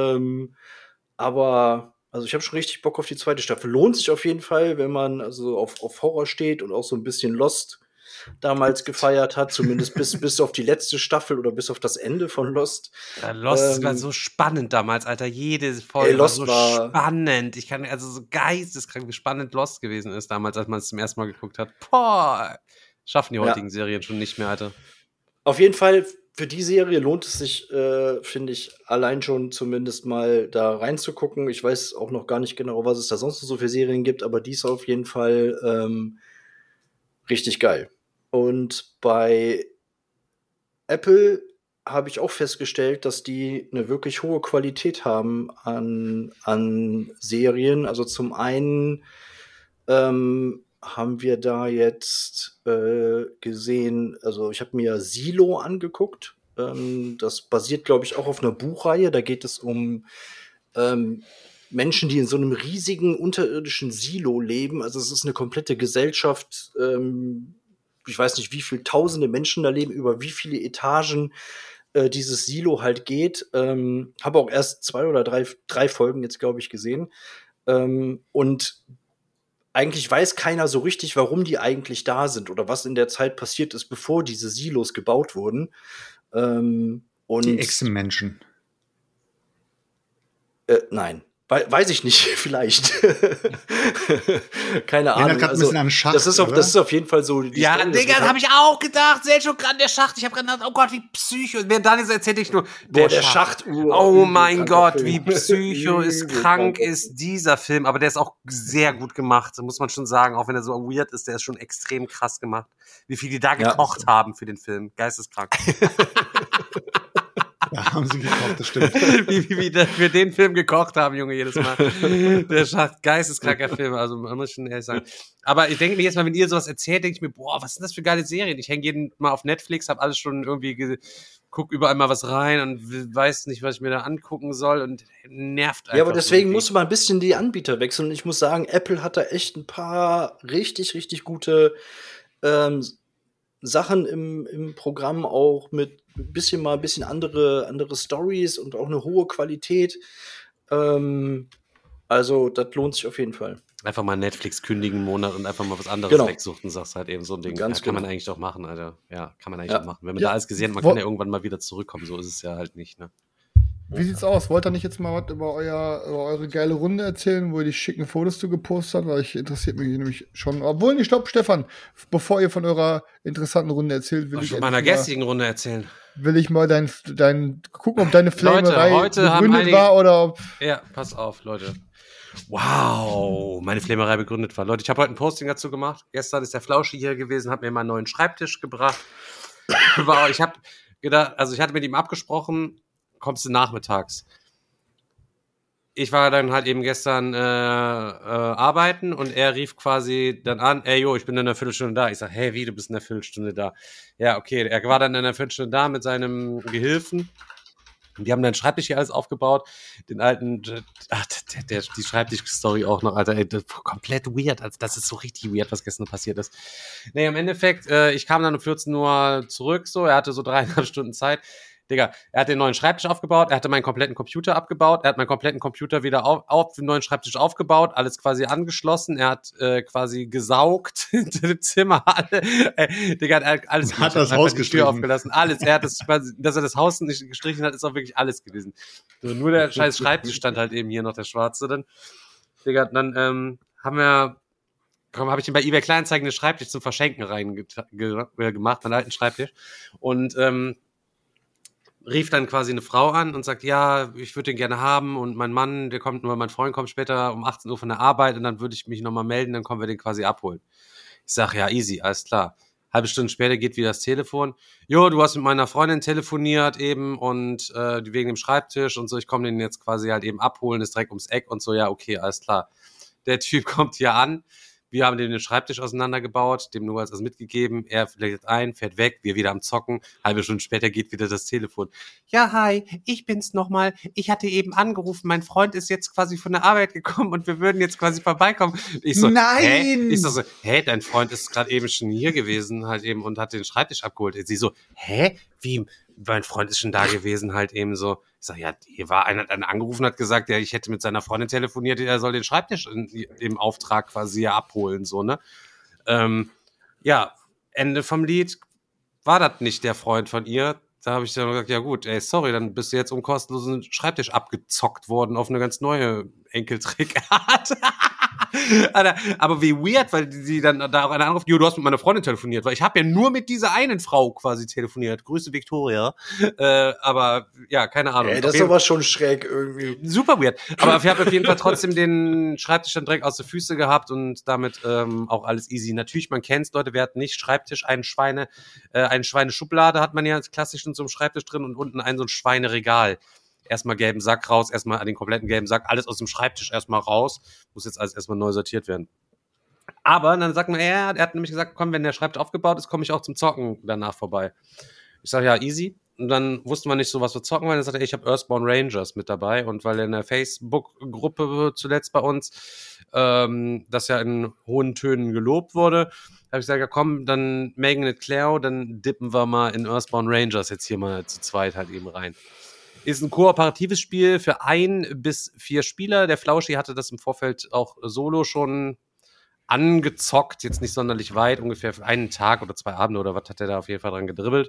Aber also ich habe schon richtig Bock auf die 2. Staffel. Lohnt sich auf jeden Fall, wenn man also auf Horror steht und auch so ein bisschen Lost damals gefeiert hat, zumindest bis auf die letzte Staffel oder bis auf das Ende von Lost. Ja, Lost war so spannend damals, Alter. Jede Folge war so spannend. Ich kann also so geisteskrank, wie spannend Lost gewesen ist damals, als man es zum ersten Mal geguckt hat. Boah, schaffen die heutigen Serien schon nicht mehr, Alter. Auf jeden Fall, für die Serie lohnt es sich, finde ich, allein schon zumindest mal da reinzugucken. Ich weiß auch noch gar nicht genau, was es da sonst noch so für Serien gibt, aber die ist auf jeden Fall richtig geil. Und bei Apple habe ich auch festgestellt, dass die eine wirklich hohe Qualität haben an Serien. Also zum einen haben wir da jetzt gesehen, also ich habe mir Silo angeguckt. Das basiert, glaube ich, auch auf einer Buchreihe. Da geht es um Menschen, die in so einem riesigen unterirdischen Silo leben. Also es ist eine komplette Gesellschaft. Ich weiß nicht, wie viele tausende Menschen da leben, über wie viele Etagen dieses Silo halt geht. Habe auch erst 2 oder 3 Folgen jetzt, glaube ich, gesehen. Und eigentlich weiß keiner so richtig, warum die eigentlich da sind oder was in der Zeit passiert ist, bevor diese Silos gebaut wurden. Und die Echsenmenschen. Nein. Weiß ich nicht, vielleicht. Keine Ahnung. Also, an Schacht, das ist auf jeden Fall so. Ja, Digga, das habe ich auch gedacht. Selchuk gerade der Schacht. Ich habe gerade gedacht, oh Gott, wie psycho. Während Daniel so erzählt, ich nur, der Schacht. Oh mein Gott, wie psycho ist krank ist dieser Film. Aber der ist auch sehr gut gemacht, muss man schon sagen. Auch wenn er so weird ist, der ist schon extrem krass gemacht. Wie viel die da gekocht haben für den Film. Geisteskrank. Ja, haben sie gekocht, das stimmt. wie die für den Film gekocht haben, Junge, jedes Mal. Der Schacht, geisteskranker Film, also man muss schon ehrlich sagen. Aber ich denke mir jetzt mal, wenn ihr sowas erzählt, denke ich mir, boah, was sind das für geile Serien? Ich hänge jeden Mal auf Netflix, habe alles schon irgendwie guck überall mal was rein und weiß nicht, was ich mir da angucken soll und nervt einfach. Ja, aber deswegen irgendwie. Musst du mal ein bisschen die Anbieter wechseln. Und ich muss sagen, Apple hat da echt ein paar richtig, richtig gute Sachen im Programm, auch mit ein bisschen andere Stories und auch eine hohe Qualität. Also, das lohnt sich auf jeden Fall. Einfach mal Netflix kündigen einen Monat und einfach mal was anderes wegsuchten, sagst halt eben so ein Ding. Ganz ja, kann man eigentlich doch machen, Alter. Ja, kann man eigentlich doch machen. Wenn man da alles gesehen hat, man kann ja irgendwann mal wieder zurückkommen. So ist es ja halt nicht, ne? Wie sieht's aus? Wollt ihr nicht jetzt mal was über eure geile Runde erzählen, wo ihr die schicken Fotos zu gepostet habt? Weil ich interessiert mich nämlich schon. Obwohl, nicht, stopp, Stefan. Bevor ihr von eurer interessanten Runde erzählt, will ich von meiner gestrigen Runde erzählen. Will ich mal gucken, ob deine Flamerei begründet war oder ob. Ja, pass auf, Leute. Wow, meine Flamerei begründet war. Leute, ich habe heute ein Posting dazu gemacht. Gestern ist der Flauschi hier gewesen, hat mir mal einen neuen Schreibtisch gebracht. Ich habe gedacht, also ich hatte mit ihm abgesprochen, kommst du nachmittags. Ich war dann halt eben gestern arbeiten und er rief quasi dann an, ey, jo, ich bin in einer Viertelstunde da. Ich sag, hey, wie, du bist in einer Viertelstunde da? Ja, okay, er war dann in einer Viertelstunde da mit seinem Gehilfen. Die haben dann Schreibtisch hier alles aufgebaut. Den alten, die Schreibtisch-Story auch noch, Alter, ey, komplett weird. Also das ist so richtig weird, was gestern passiert ist. Nee, im Endeffekt, ich kam dann um 14 Uhr zurück, so, er hatte so 3,5 Stunden Zeit. Digga, er hat den neuen Schreibtisch aufgebaut, er hatte meinen kompletten Computer abgebaut, er hat meinen kompletten Computer wieder auf den neuen Schreibtisch aufgebaut, alles quasi angeschlossen, er hat quasi gesaugt in dem Zimmer, Digga, er hat alles hat das Haus die Tür aufgelassen, alles, er hat das quasi, dass er das Haus nicht gestrichen hat, ist auch wirklich alles gewesen. So, nur der scheiß Schreibtisch stand halt eben hier noch, der schwarze dann. Digga, dann habe ich ihn bei eBay Kleinanzeigen den Schreibtisch zum Verschenken gemacht, meinen alten Schreibtisch und rief dann quasi eine Frau an und sagt, ja, ich würde den gerne haben und mein Mann, mein Freund kommt später um 18 Uhr von der Arbeit und dann würde ich mich nochmal melden, dann kommen wir den quasi abholen. Ich sag, ja, easy, alles klar. Halbe Stunde später geht wieder das Telefon. Jo, du hast mit meiner Freundin telefoniert eben und wegen dem Schreibtisch und so, ich komme den jetzt quasi halt eben abholen, ist direkt ums Eck und so, ja, okay, alles klar. Der Typ kommt hier an. Wir haben den Schreibtisch auseinandergebaut, dem nur als mitgegeben. Er fährt ein, fährt weg, wir wieder am Zocken. Halbe Stunde später geht wieder das Telefon. Ja, hi, ich bin's nochmal. Ich hatte eben angerufen, mein Freund ist jetzt quasi von der Arbeit gekommen und wir würden jetzt quasi vorbeikommen. Ich so, nein! Hä? Ich so, hey, dein Freund ist gerade eben schon hier gewesen halt eben und hat den Schreibtisch abgeholt. Sie so, hä? Wie? Mein Freund ist schon da gewesen halt eben so. Ich sag, ja, hier war einer, der angerufen hat gesagt, ja, ich hätte mit seiner Freundin telefoniert, er soll den Schreibtisch im Auftrag quasi abholen, so, ne? Ja, Ende vom Lied war das nicht der Freund von ihr. Da habe ich dann gesagt, ja gut, ey, sorry, dann bist du jetzt um kostenlosen Schreibtisch abgezockt worden auf eine ganz neue Enkeltrickart. Alter, aber wie weird, weil die dann da auch einer anruft, jo, du hast mit meiner Freundin telefoniert, weil ich habe ja nur mit dieser einen Frau quasi telefoniert. Grüße Victoria. Aber ja, keine Ahnung. Ey, das ist aber schon schräg irgendwie. Super weird. Aber ich habe auf jeden Fall trotzdem den Schreibtisch dann direkt aus den Füßen gehabt und damit auch alles easy. Natürlich, man kennt's, Leute, wer hat nicht Schreibtisch, eine Schweineschublade hat man ja klassisch in so einem Schreibtisch drin und unten so ein Schweineregal. Erstmal gelben Sack raus, erstmal den kompletten gelben Sack, alles aus dem Schreibtisch erstmal raus. Muss jetzt alles erstmal neu sortiert werden. Aber dann sagt man, er hat nämlich gesagt, komm, wenn der Schreibtisch aufgebaut ist, komme ich auch zum Zocken danach vorbei. Ich sage, ja, easy. Und dann wussten wir nicht so, was wir zocken wollen. Dann sagte er, ich habe Earthbound Rangers mit dabei. Und weil in der Facebook-Gruppe zuletzt bei uns das ja in hohen Tönen gelobt wurde, habe ich gesagt, ja komm, dann Megan et Claire, dann dippen wir mal in Earthbound Rangers jetzt hier mal zu zweit halt eben rein. Ist ein kooperatives Spiel für 1 bis 4 Spieler. Der Flauschi hatte das im Vorfeld auch solo schon angezockt, jetzt nicht sonderlich weit, ungefähr für einen Tag oder 2 Abende oder was hat er da auf jeden Fall dran gedribbelt.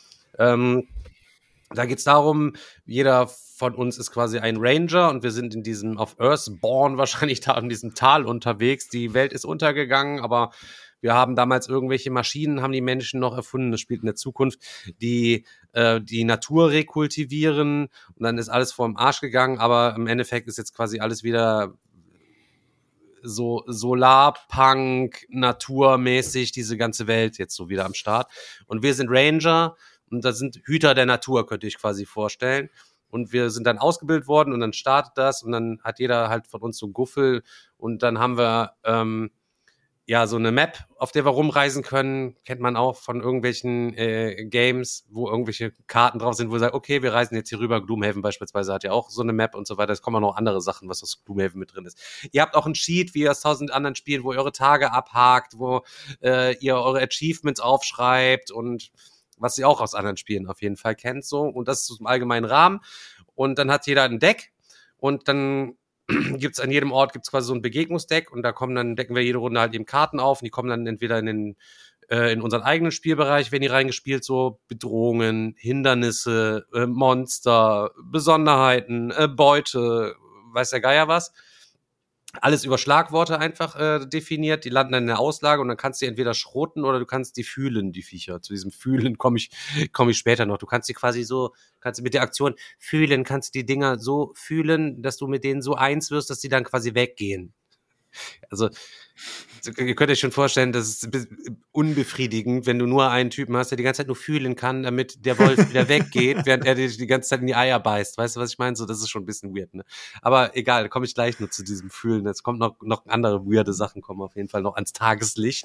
Da geht's darum, jeder von uns ist quasi ein Ranger und wir sind in diesem, auf Earthborn wahrscheinlich da in diesem Tal unterwegs. Die Welt ist untergegangen, aber wir haben damals irgendwelche Maschinen, haben die Menschen noch erfunden, das spielt in der Zukunft, die die Natur rekultivieren und dann ist alles vor dem Arsch gegangen, aber im Endeffekt ist jetzt quasi alles wieder so Solarpunk, naturmäßig, diese ganze Welt jetzt so wieder am Start. Und wir sind Ranger und das sind Hüter der Natur, könnte ich quasi vorstellen. Und wir sind dann ausgebildet worden und dann startet das und dann hat jeder halt von uns so einen Guffel und dann haben wir ja so eine Map, auf der wir rumreisen können, kennt man auch von irgendwelchen Games, wo irgendwelche Karten drauf sind, wo ihr sagt, okay, wir reisen jetzt hier rüber. Gloomhaven beispielsweise hat ja auch so eine Map und so weiter. Es kommen auch noch andere Sachen, was aus Gloomhaven mit drin ist. Ihr habt auch einen Sheet, wie aus 1000 anderen Spielen, wo ihr eure Tage abhakt, wo ihr eure Achievements aufschreibt und was ihr auch aus anderen Spielen auf jeden Fall kennt. So. Und das ist im allgemeinen Rahmen. Und dann hat jeder ein Deck und dann gibt's an jedem Ort quasi so ein Begegnungsdeck und da decken wir jede Runde halt eben Karten auf und die kommen dann entweder in unseren eigenen Spielbereich, werden die reingespielt, so Bedrohungen, Hindernisse, Monster, Besonderheiten, Beute, weiß der Geier was. Alles über Schlagworte einfach definiert, die landen dann in der Auslage und dann kannst du die entweder schroten oder du kannst die fühlen, die Viecher. Zu diesem Fühlen komme ich später noch. Du kannst die quasi so, kannst du mit der Aktion fühlen, kannst du die Dinger so fühlen, dass du mit denen so eins wirst, dass die dann quasi weggehen. Also, ihr könnt euch schon vorstellen, das ist unbefriedigend, wenn du nur einen Typen hast, der die ganze Zeit nur fühlen kann, damit der Wolf wieder weggeht, während er dir die ganze Zeit in die Eier beißt. Weißt du, was ich meine? So, das ist schon ein bisschen weird, ne? Aber egal, da komme ich gleich nur zu diesem Fühlen. Jetzt kommt noch andere weirde Sachen, kommen auf jeden Fall noch ans Tageslicht.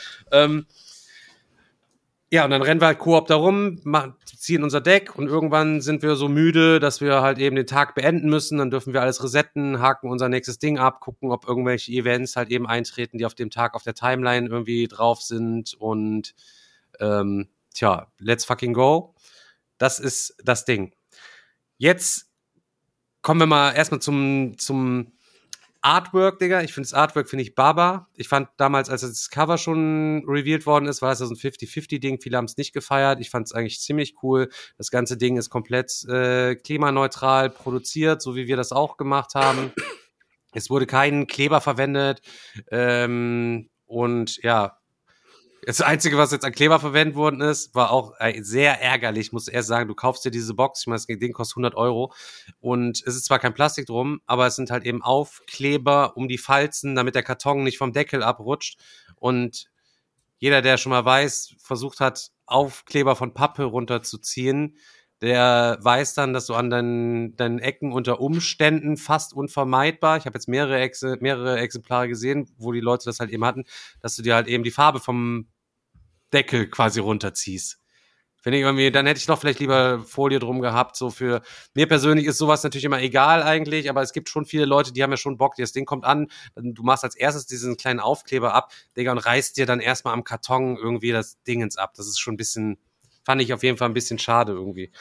Ja, und dann rennen wir halt Koop da rum, ziehen unser Deck und irgendwann sind wir so müde, dass wir halt eben den Tag beenden müssen. Dann dürfen wir alles resetten, haken unser nächstes Ding ab, gucken, ob irgendwelche Events halt eben eintreten, die auf dem Tag auf der Timeline irgendwie drauf sind und let's fucking go. Das ist das Ding. Jetzt kommen wir mal erstmal zum Artwork, Digga. Ich finde das Artwork, Baba. Ich fand damals, als das Cover schon revealed worden ist, war es ja so ein 50-50-Ding. Viele haben es nicht gefeiert. Ich fand es eigentlich ziemlich cool. Das ganze Ding ist komplett klimaneutral produziert, so wie wir das auch gemacht haben. Es wurde kein Kleber verwendet. Und ja, das Einzige, was jetzt an Kleber verwendet worden ist, war auch sehr ärgerlich, muss ich erst sagen. Du kaufst dir diese Box, ich meine, das Ding kostet 100 € und es ist zwar kein Plastik drum, aber es sind halt eben Aufkleber um die Falzen, damit der Karton nicht vom Deckel abrutscht. Und jeder, der schon mal versucht hat, Aufkleber von Pappe runterzuziehen, der weiß dann, dass du an deinen Ecken unter Umständen fast unvermeidbar, ich habe jetzt mehrere Exemplare gesehen, wo die Leute das halt eben hatten, dass du dir halt eben die Farbe vom Deckel quasi runterziehst. Finde ich irgendwie, dann hätte ich doch vielleicht lieber Folie drum gehabt. So, für mir persönlich ist sowas natürlich immer egal eigentlich, aber es gibt schon viele Leute, die haben ja schon Bock, das Ding kommt an, du machst als erstes diesen kleinen Aufkleber ab, Digga, und reißt dir dann erstmal am Karton irgendwie das Dingens ab. Das ist schon ein bisschen, fand ich auf jeden Fall ein bisschen schade irgendwie.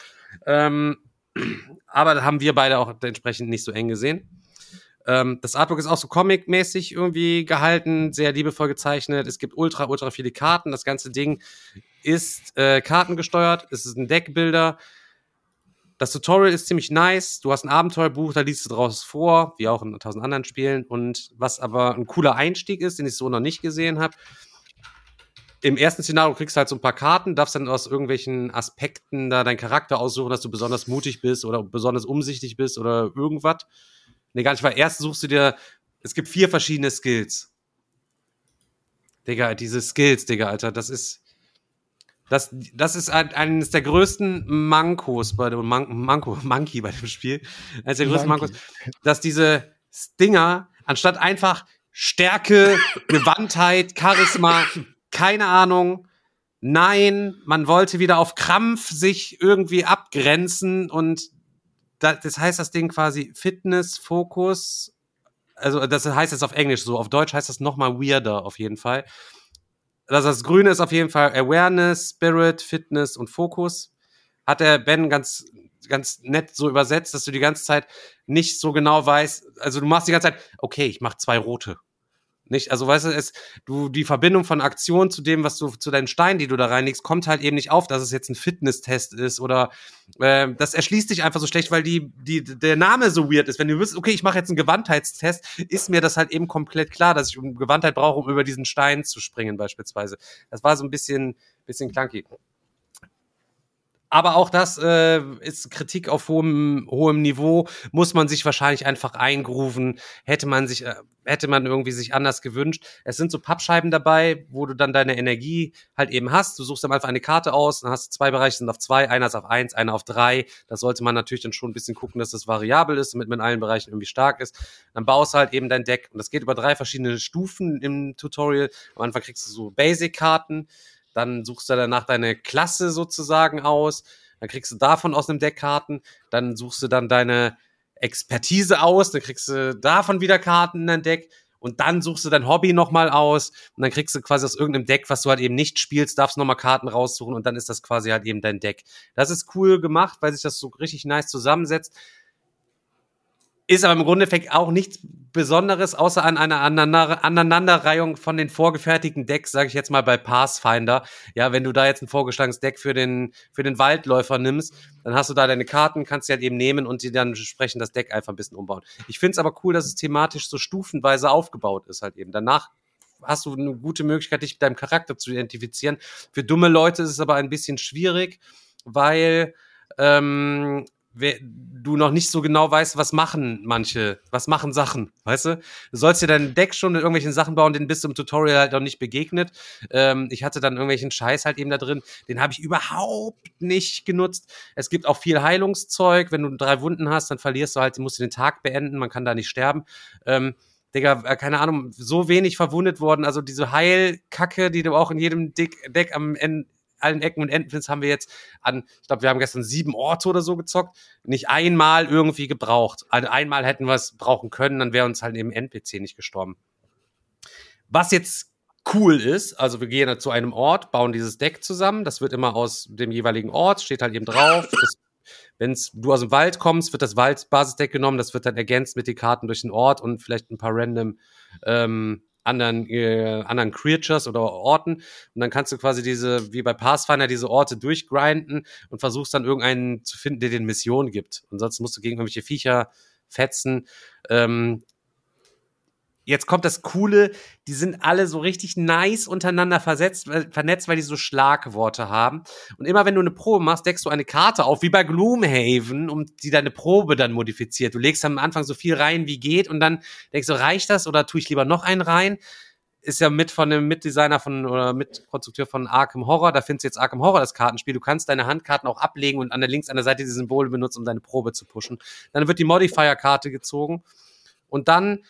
Aber da haben wir beide auch entsprechend nicht so eng gesehen. Das Artwork ist auch so comic-mäßig irgendwie gehalten, sehr liebevoll gezeichnet. Es gibt ultra viele Karten. Das ganze Ding ist kartengesteuert. Es ist ein Deckbuilder. Das Tutorial ist ziemlich nice. Du hast ein Abenteuerbuch, da liest du draus vor, wie auch in 1000 anderen Spielen. Und was aber ein cooler Einstieg ist, den ich so noch nicht gesehen habe, im ersten Szenario kriegst du halt so ein paar Karten, darfst dann aus irgendwelchen Aspekten da deinen Charakter aussuchen, dass du besonders mutig bist oder besonders umsichtig bist oder irgendwas. Nee, gar nicht, weil erst suchst du dir, es gibt 4 verschiedene Skills. Digga, diese Skills, Digga, Alter, das ist eines der größten Mankos bei dem Monkey bei dem Spiel. Eines der größten Mankos, dass diese Stinger, anstatt einfach Stärke, Gewandtheit, Charisma, keine Ahnung, nein, man wollte wieder auf Krampf sich irgendwie abgrenzen und das heißt das Ding quasi Fitness, Fokus, also das heißt jetzt auf Englisch so, auf Deutsch heißt das nochmal weirder auf jeden Fall. Also das Grüne ist auf jeden Fall Awareness, Spirit, Fitness und Fokus. Hat der Ben ganz nett so übersetzt, dass du die ganze Zeit nicht so genau weißt, also du machst die ganze Zeit, okay, ich mach 2 rote. Nicht, also weißt du, die Verbindung von Aktion zu dem, was du, zu deinen Steinen, die du da reinlegst, kommt halt eben nicht auf, dass es jetzt ein Fitness-Test ist oder das erschließt sich einfach so schlecht, weil der Name so weird ist. Wenn du wüsstest, okay, ich mache jetzt einen Gewandheitstest, ist mir das halt eben komplett klar, dass ich Gewandheit brauche, um über diesen Stein zu springen beispielsweise. Das war so ein bisschen clunky. Aber auch das ist Kritik auf hohem Niveau, muss man sich wahrscheinlich einfach eingrooven, hätte man irgendwie sich anders gewünscht. Es sind so Pappscheiben dabei, wo du dann deine Energie halt eben hast. Du suchst dann einfach eine Karte aus, dann hast du 2 Bereiche, sind auf 2, einer ist auf 1, einer auf 3. Das sollte man natürlich dann schon ein bisschen gucken, dass das variabel ist, damit man in allen Bereichen irgendwie stark ist. Dann baust du halt eben dein Deck und das geht über 3 verschiedene Stufen im Tutorial. Am Anfang kriegst du so Basic-Karten, dann suchst du danach deine Klasse sozusagen aus, dann kriegst du davon aus einem Deck Karten, dann suchst du dann deine Expertise aus, dann kriegst du davon wieder Karten in dein Deck und dann suchst du dein Hobby nochmal aus und dann kriegst du quasi aus irgendeinem Deck, was du halt eben nicht spielst, darfst nochmal Karten raussuchen und dann ist das quasi halt eben dein Deck. Das ist cool gemacht, weil sich das so richtig nice zusammensetzt. Ist aber im Grundeffekt auch nichts Besonderes, außer an einer Aneinanderreihung von den vorgefertigten Decks, sage ich jetzt mal bei Pathfinder. Ja, wenn du da jetzt ein vorgeschlagenes Deck für den Waldläufer nimmst, dann hast du da deine Karten, kannst du halt eben nehmen und dir dann entsprechend das Deck einfach ein bisschen umbauen. Ich finde es aber cool, dass es thematisch so stufenweise aufgebaut ist halt eben. Danach hast du eine gute Möglichkeit, dich mit deinem Charakter zu identifizieren. Für dumme Leute ist es aber ein bisschen schwierig, weil du noch nicht so genau weißt, was machen Sachen, weißt du? Du sollst dir dein Deck schon mit irgendwelchen Sachen bauen, denen bist du im Tutorial halt noch nicht begegnet. Ich hatte dann irgendwelchen Scheiß halt eben da drin, den habe ich überhaupt nicht genutzt. Es gibt auch viel Heilungszeug, wenn du 3 Wunden hast, dann verlierst du halt, musst du den Tag beenden, man kann da nicht sterben. Digga, keine Ahnung, so wenig verwundet worden, also diese Heilkacke, die du auch in jedem Deck am Ende allen Ecken und Enden findest, haben wir jetzt ich glaube, wir haben gestern 7 Orte oder so gezockt, nicht einmal irgendwie gebraucht. Also einmal hätten wir es brauchen können, dann wäre uns halt eben NPC nicht gestorben. Was jetzt cool ist, also wir gehen zu einem Ort, bauen dieses Deck zusammen, das wird immer aus dem jeweiligen Ort, steht halt eben drauf, wenn du aus dem Wald kommst, wird das Wald-Basisdeck genommen, das wird dann ergänzt mit den Karten durch den Ort und vielleicht ein paar random anderen Creatures oder Orten. Und dann kannst du quasi wie bei Pathfinder, diese Orte durchgrinden und versuchst dann irgendeinen zu finden, der dir eine Mission gibt. Und sonst musst du gegen irgendwelche Viecher fetzen. Jetzt kommt das Coole, die sind alle so richtig nice untereinander vernetzt, weil die so Schlagworte haben. Und immer wenn du eine Probe machst, deckst du eine Karte auf, wie bei Gloomhaven, die deine Probe dann modifiziert. Du legst am Anfang so viel rein, wie geht, und dann denkst du, reicht das oder tue ich lieber noch einen rein? Ist ja von dem Mitdesigner oder Mitkonstrukteur von Arkham Horror. Da findest du jetzt Arkham Horror, das Kartenspiel. Du kannst deine Handkarten auch ablegen und links an der Seite die Symbole benutzen, um deine Probe zu pushen. Dann wird die Modifier-Karte gezogen und dann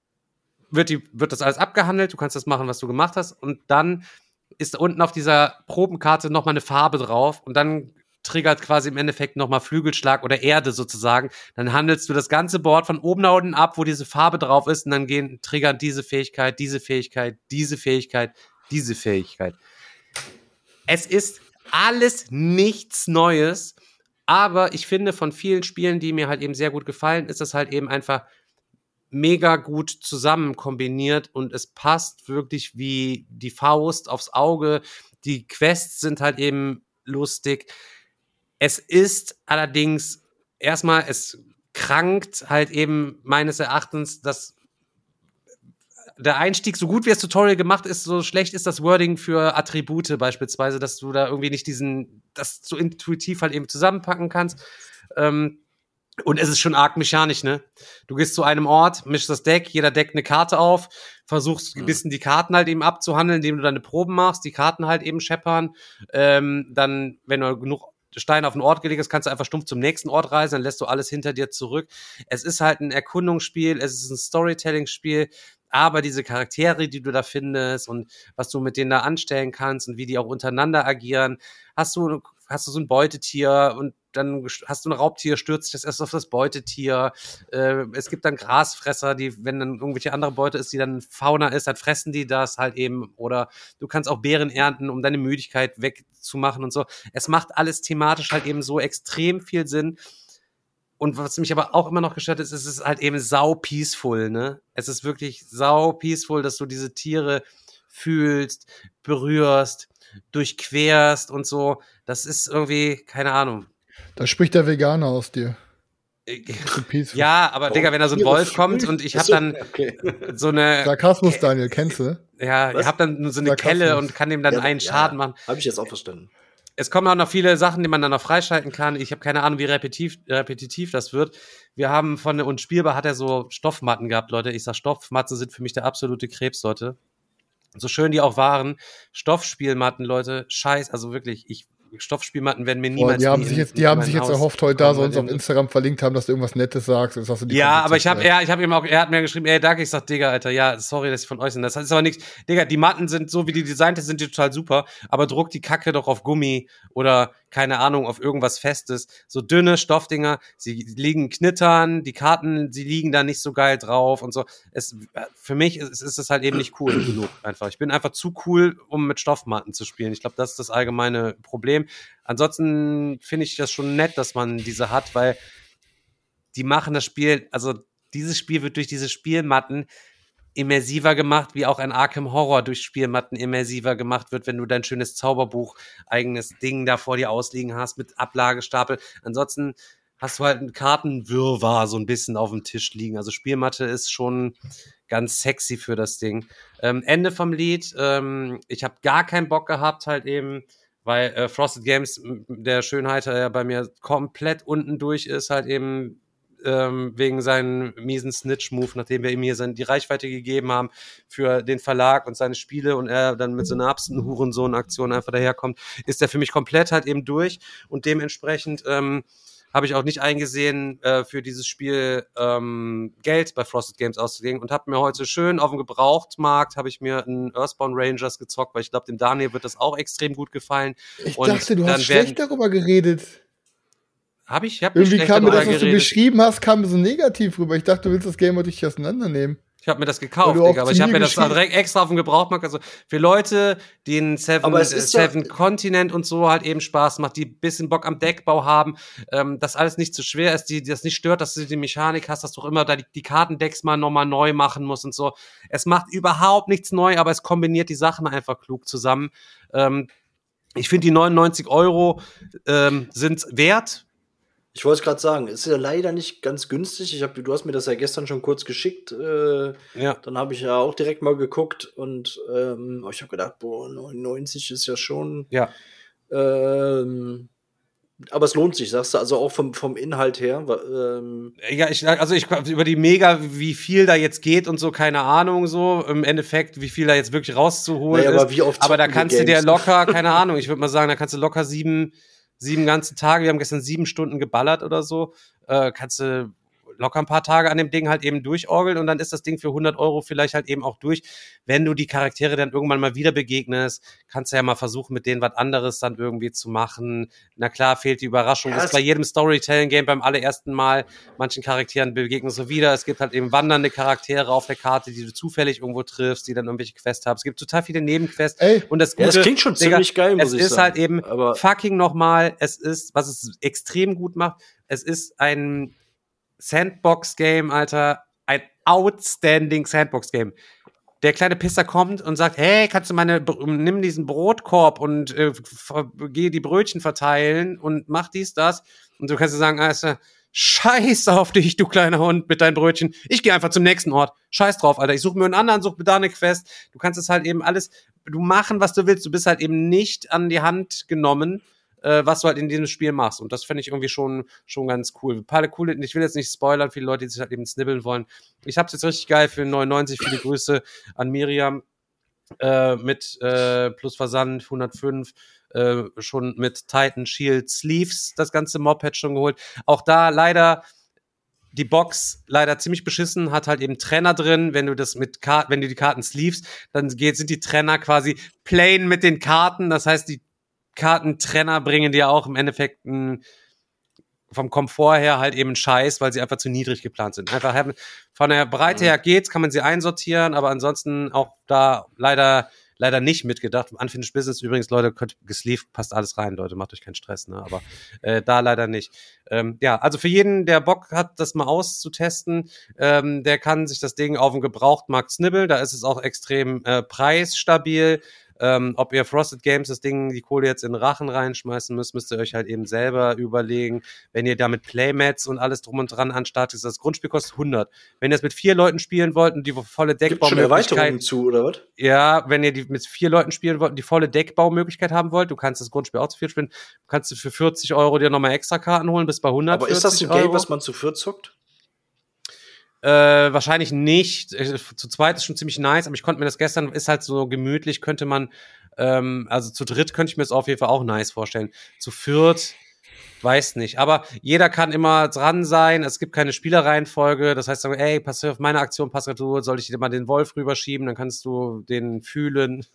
wird das alles abgehandelt, du kannst das machen, was du gemacht hast, und dann ist unten auf dieser Probenkarte nochmal eine Farbe drauf und dann triggert quasi im Endeffekt nochmal Flügelschlag oder Erde sozusagen. Dann handelst du das ganze Board von oben nach unten ab, wo diese Farbe drauf ist, und dann triggern diese Fähigkeit, diese Fähigkeit, diese Fähigkeit, diese Fähigkeit. Es ist alles nichts Neues, aber ich finde, von vielen Spielen, die mir halt eben sehr gut gefallen, ist das halt eben einfach mega gut zusammen kombiniert und es passt wirklich wie die Faust aufs Auge. Die Quests sind halt eben lustig. Es ist allerdings erstmal, es krankt halt eben meines Erachtens, dass der Einstieg, so gut wie das Tutorial gemacht ist, so schlecht ist das Wording für Attribute beispielsweise, dass du da irgendwie nicht das so intuitiv halt eben zusammenpacken kannst. Und es ist schon arg mechanisch, ne? Du gehst zu einem Ort, mischst das Deck, jeder deckt eine Karte auf, versuchst ein bisschen die Karten halt eben abzuhandeln, indem du deine Proben machst, die Karten halt eben scheppern. Dann, wenn du genug Steine auf den Ort gelegt hast, kannst du einfach stumpf zum nächsten Ort reisen, dann lässt du alles hinter dir zurück. Es ist halt ein Erkundungsspiel, es ist ein Storytelling-Spiel, aber diese Charaktere, die du da findest und was du mit denen da anstellen kannst und wie die auch untereinander agieren, hast du so ein Beutetier und dann hast du ein Raubtier, stürzt das erst auf das Beutetier. Es gibt dann Grasfresser, wenn dann irgendwelche andere Beute ist, die dann Fauna ist, dann fressen die das halt eben. Oder du kannst auch Beeren ernten, um deine Müdigkeit wegzumachen und so. Es macht alles thematisch halt eben so extrem viel Sinn. Und was mich aber auch immer noch gestört ist, es ist halt eben sau peaceful, ne? Es ist wirklich sau peaceful, dass du diese Tiere fühlst, berührst, durchquerst und so. Das ist irgendwie, keine Ahnung. Da spricht der Veganer aus dir. Ja, aber Digga, wenn da so ein Wolf kommt und ich hab dann so eine... Sarkasmus, Daniel, kennst du? Ja, ich hab dann so eine Kelle und kann dem dann einen Schaden machen. Hab ich jetzt auch verstanden. Es kommen auch noch viele Sachen, die man dann noch freischalten kann. Ich habe keine Ahnung, wie repetitiv das wird. Wir haben und Spielbar hat er so Stoffmatten gehabt, Leute. Ich sag, Stoffmatten sind für mich der absolute Krebs, Leute. So schön die auch waren. Stoffspielmatten, Leute, scheiß, also wirklich, Stoffspielmatten werden mir niemals... Die haben sich jetzt erhofft, heute da so uns auf Instagram verlinkt haben, dass du irgendwas Nettes sagst. Jetzt hast du aber er hat mir geschrieben, ey, danke, ich sag, Digga, Alter, ja, sorry, dass ich von euch sind. Das ist aber nichts. Digga, die Matten sind so, wie die designt sind, die total super, aber druck die Kacke doch auf Gummi oder, keine Ahnung, auf irgendwas Festes. So dünne Stoffdinger, sie liegen knittern, die Karten, sie liegen da nicht so geil drauf und so. Für mich ist es halt eben nicht cool genug, einfach. Ich bin einfach zu cool, um mit Stoffmatten zu spielen. Ich glaube, das ist das allgemeine Problem. Ansonsten finde ich das schon nett, dass man diese hat, weil die machen das Spiel, also dieses Spiel wird durch diese Spielmatten immersiver gemacht, wie auch ein Arkham Horror durch Spielmatten immersiver gemacht wird, wenn du dein schönes Zauberbuch, eigenes Ding da vor dir ausliegen hast mit Ablagestapel. Ansonsten hast du halt einen Kartenwirrwarr so ein bisschen auf dem Tisch liegen. Also Spielmatte ist schon ganz sexy für das Ding. Ende vom Lied. Ich habe gar keinen Bock gehabt, halt eben weil Frosted Games, der Schönheit ja bei mir komplett unten durch ist, halt eben wegen seinen miesen Snitch-Move, nachdem wir ihm hier die Reichweite gegeben haben für den Verlag und seine Spiele und er dann mit so einer absoluten Hurensohn-Aktion einfach daherkommt, ist er für mich komplett halt eben durch und dementsprechend habe ich auch nicht eingesehen, für dieses Spiel Geld bei Frosted Games auszugeben und habe mir heute schön auf dem Gebrauchtmarkt habe ich mir einen Earthbound Rangers gezockt, weil ich glaube, dem Daniel wird das auch extrem gut gefallen. Ich dachte, du hast schlecht darüber geredet. Hab ich nicht irgendwie kam mir das, was du beschrieben hast, kam mir so negativ rüber. Ich dachte, du willst das Game heute richtig auseinandernehmen. Ich habe mir das gekauft, Digga, aber ich habe mir das direkt extra auf dem Gebrauchtmarkt, also für Leute, die einen Seven Continent und so halt eben Spaß macht, die ein bisschen Bock am Deckbau haben, dass alles nicht zu schwer ist, die das nicht stört, dass du die Mechanik hast, dass du auch immer da die Kartendecks mal nochmal neu machen musst und so. Es macht überhaupt nichts neu, aber es kombiniert die Sachen einfach klug zusammen. Ich finde, die 99 € sind wert. Ich wollte es gerade sagen, ist ja leider nicht ganz günstig. Du hast mir das ja gestern schon kurz geschickt. Dann habe ich ja auch direkt mal geguckt und ich habe gedacht, 99 ist ja schon. Ja. Aber es lohnt sich, sagst du, also auch vom Inhalt her. Ja, ich über die Mega, wie viel da jetzt geht und so, keine Ahnung, so im Endeffekt, wie viel da jetzt wirklich rauszuholen ist. Aber wie oft aber da kannst du dir locker, keine Ahnung, ich würde mal sagen, da kannst du locker 7 ganze Tage, wir haben gestern 7 Stunden geballert oder so, kannst du locker ein paar Tage an dem Ding halt eben durchorgeln und dann ist das Ding für 100 € vielleicht halt eben auch durch. Wenn du die Charaktere dann irgendwann mal wieder begegnest, kannst du ja mal versuchen, mit denen was anderes dann irgendwie zu machen. Na klar, fehlt die Überraschung. Das ist bei jedem Storytelling-Game beim allerersten Mal. Manchen Charakteren begegnest du wieder. Es gibt halt eben wandernde Charaktere auf der Karte, die du zufällig irgendwo triffst, die dann irgendwelche Quests haben. Es gibt total viele Nebenquests. Und das Gute, das klingt schon ziemlich geil, muss ich sagen. Es ist halt eben fucking nochmal, was es extrem gut macht, es ist ein Sandbox-Game, Alter. Ein outstanding Sandbox-Game. Der kleine Pisser kommt und sagt, hey, nimm diesen Brotkorb und geh die Brötchen verteilen und mach dies, das. Und du kannst dir sagen, scheiß auf dich, du kleiner Hund, mit deinen Brötchen. Ich gehe einfach zum nächsten Ort. Scheiß drauf, Alter. Ich suche mir einen anderen, suche mir da eine Quest. Du kannst es halt eben alles, du machen, was du willst. Du bist halt eben nicht an die Hand genommen, was du halt in diesem Spiel machst. Und das finde ich irgendwie schon ganz cool. Ein paar coole, ich will jetzt nicht spoilern, viele Leute, die sich halt eben snibbeln wollen. Ich hab's jetzt richtig geil für 99. Viele Grüße an Miriam mit plus Versand 105. Schon mit Titan Shield Sleeves das ganze Moped schon geholt. Auch da leider die Box leider ziemlich beschissen, hat halt eben Trenner drin. Wenn du die Karten sleevest, dann sind die Trenner quasi plain mit den Karten. Das heißt, die Kartentrenner bringen dir auch im Endeffekt vom Komfort her halt eben Scheiß, weil sie einfach zu niedrig geplant sind. Einfach von der Breite her geht's, kann man sie einsortieren, aber ansonsten auch da leider nicht mitgedacht. Unfinished Business übrigens, Leute, gesleeved, passt alles rein, Leute, macht euch keinen Stress, ne? Aber da leider nicht. Also für jeden, der Bock hat, das mal auszutesten, der kann sich das Ding auf dem Gebrauchtmarkt snibbeln. Da ist es auch extrem preisstabil. Ob ihr Frosted Games das Ding, die Kohle jetzt in den Rachen reinschmeißen müsst ihr euch halt eben selber überlegen. Wenn ihr da mit Playmats und alles drum und dran anstartet, das Grundspiel kostet 100. Wenn ihr es mit 4 Leuten spielen wollt und die volle Deckbaumöglichkeit... Schon Erweiterungen zu, oder was? Ja, wenn ihr die mit 4 Leuten spielen wollt und die volle Deckbaumöglichkeit haben wollt, du kannst das Grundspiel auch zu 4 spielen, kannst du für 40 € dir nochmal extra Karten holen, bis bei 100. Aber ist das ein Game, was man zu 4 zockt? Wahrscheinlich nicht. Zu zweit ist schon ziemlich nice, aber ich konnte mir das gestern, ist halt so gemütlich, könnte man, also zu dritt könnte ich mir das auf jeden Fall auch nice vorstellen. Zu viert, weiß nicht. Aber jeder kann immer dran sein, es gibt keine Spielerreihenfolge, das heißt, ey, pass auf meine Aktion, pass auf, soll ich dir mal den Wolf rüberschieben, dann kannst du den fühlen.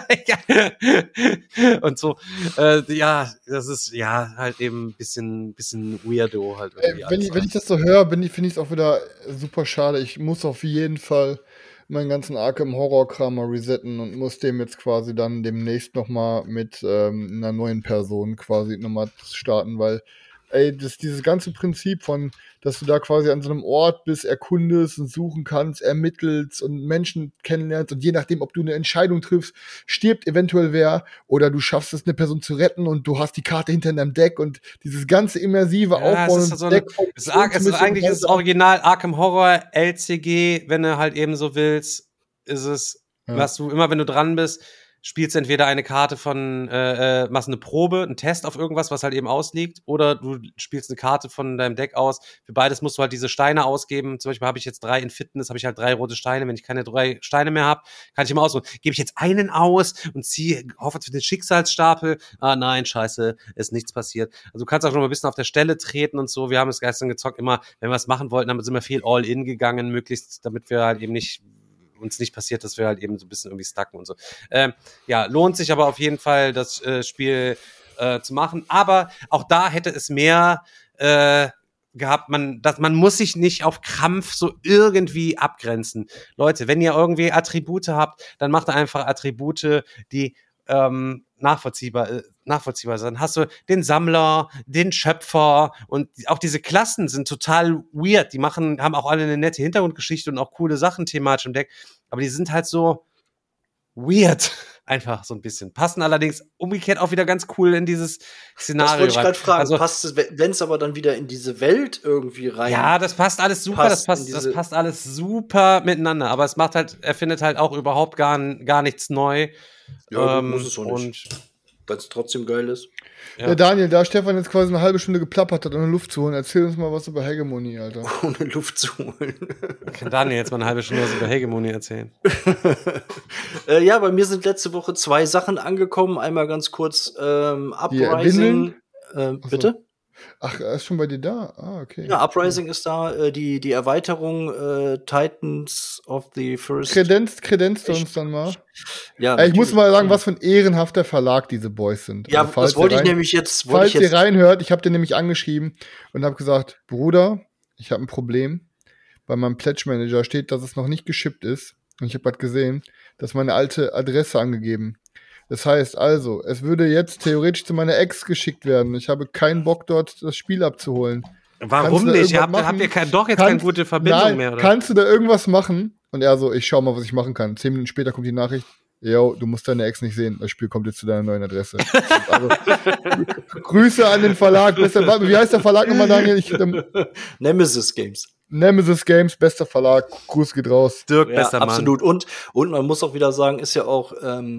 Und so, das ist ja halt eben ein bisschen weirdo halt. Wenn ich das so höre, finde ich es auch wieder super schade. Ich muss auf jeden Fall meinen ganzen Arkham Horror-Kram mal resetten und muss dem jetzt quasi dann demnächst nochmal mit einer neuen Person quasi nochmal starten, weil dieses ganze Prinzip von, dass du da quasi an so einem Ort bist, erkundest und suchen kannst, ermittelst und Menschen kennenlernst und je nachdem, ob du eine Entscheidung triffst, stirbt eventuell wer oder du schaffst es, eine Person zu retten und du hast die Karte hinter deinem Deck und dieses ganze immersive Aufbauen und es ist eigentlich das Original Arkham Horror LCG, wenn du halt eben so willst, ist es, was du immer, wenn du dran bist, spielst entweder eine Karte von, machst eine Probe, einen Test auf irgendwas, was halt eben ausliegt, oder du spielst eine Karte von deinem Deck aus. Für beides musst du halt diese Steine ausgeben. Zum Beispiel habe ich jetzt 3 in Fitness, habe ich halt 3 rote Steine. Wenn ich keine 3 Steine mehr habe, kann ich immer aussuchen. Gebe ich jetzt einen aus und hoffe für den Schicksalsstapel. Ah nein, scheiße, ist nichts passiert. Also du kannst auch noch mal ein bisschen auf der Stelle treten und so. Wir haben es gestern gezockt, immer, wenn wir es machen wollten, dann sind wir viel All-In gegangen, möglichst, damit wir halt eben uns nicht passiert, dass wir halt eben so ein bisschen irgendwie stucken und so. Ja, lohnt sich aber auf jeden Fall, das Spiel zu machen. Aber auch da hätte es mehr gehabt, man muss sich nicht auf Krampf so irgendwie abgrenzen. Leute, wenn ihr irgendwie Attribute habt, dann macht einfach Attribute, die nachvollziehbar sind. Dann hast du den Sammler, den Schöpfer und auch diese Klassen sind total weird. Die haben auch alle eine nette Hintergrundgeschichte und auch coole Sachen thematisch im Deck, aber die sind halt so weird. Einfach so ein bisschen. Passen allerdings umgekehrt auch wieder ganz cool in dieses Szenario. Das wollte ich gerade fragen. Also, passt es, wenn es aber dann wieder in diese Welt irgendwie rein? Ja, das passt alles super. Das passt alles super miteinander. Aber er findet halt auch überhaupt gar nichts neu. Ja, muss es auch nicht. Weil es trotzdem geil ist. Ja, Daniel, da Stefan jetzt quasi eine halbe Stunde geplappert hat, ohne Luft zu holen, erzähl uns mal was über Hegemonie, Alter. Ohne Luft zu holen. Kann Daniel jetzt mal eine halbe Stunde was über Hegemonie erzählen? Ja, bei mir sind letzte Woche 2 Sachen angekommen. Einmal ganz kurz Uprising. Bitte? Ach, er ist schon bei dir da? Ah, okay. Ja, Uprising ist da, die Erweiterung Titans of the First. Kredenzt uns dann mal. Ja, ich muss mal sagen, was für ein ehrenhafter Verlag diese Boys sind. Ja, also, das wollte ich nämlich jetzt. Falls ihr reinhört, ich habe den nämlich angeschrieben und habe gesagt, Bruder, ich habe ein Problem. Bei meinem Pledge Manager steht, dass es noch nicht geschippt ist. Und ich habe gerade gesehen, dass meine alte Adresse angegeben. Das heißt also, es würde jetzt theoretisch zu meiner Ex geschickt werden. Ich habe keinen Bock, dort das Spiel abzuholen. Warum nicht? Habt ihr keine gute Verbindung mehr, oder? Kannst du da irgendwas machen? Und er so, ich schau mal, was ich machen kann. 10 Minuten später kommt die Nachricht, yo, du musst deine Ex nicht sehen. Das Spiel kommt jetzt zu deiner neuen Adresse. Also, Grüße an den Verlag. Wie heißt der Verlag nochmal, Daniel? Nemesis Games. Nemesis Games, bester Verlag. Gruß geht raus. Dirk, bester Mann. Absolut. Und man muss auch wieder sagen, ist ja auch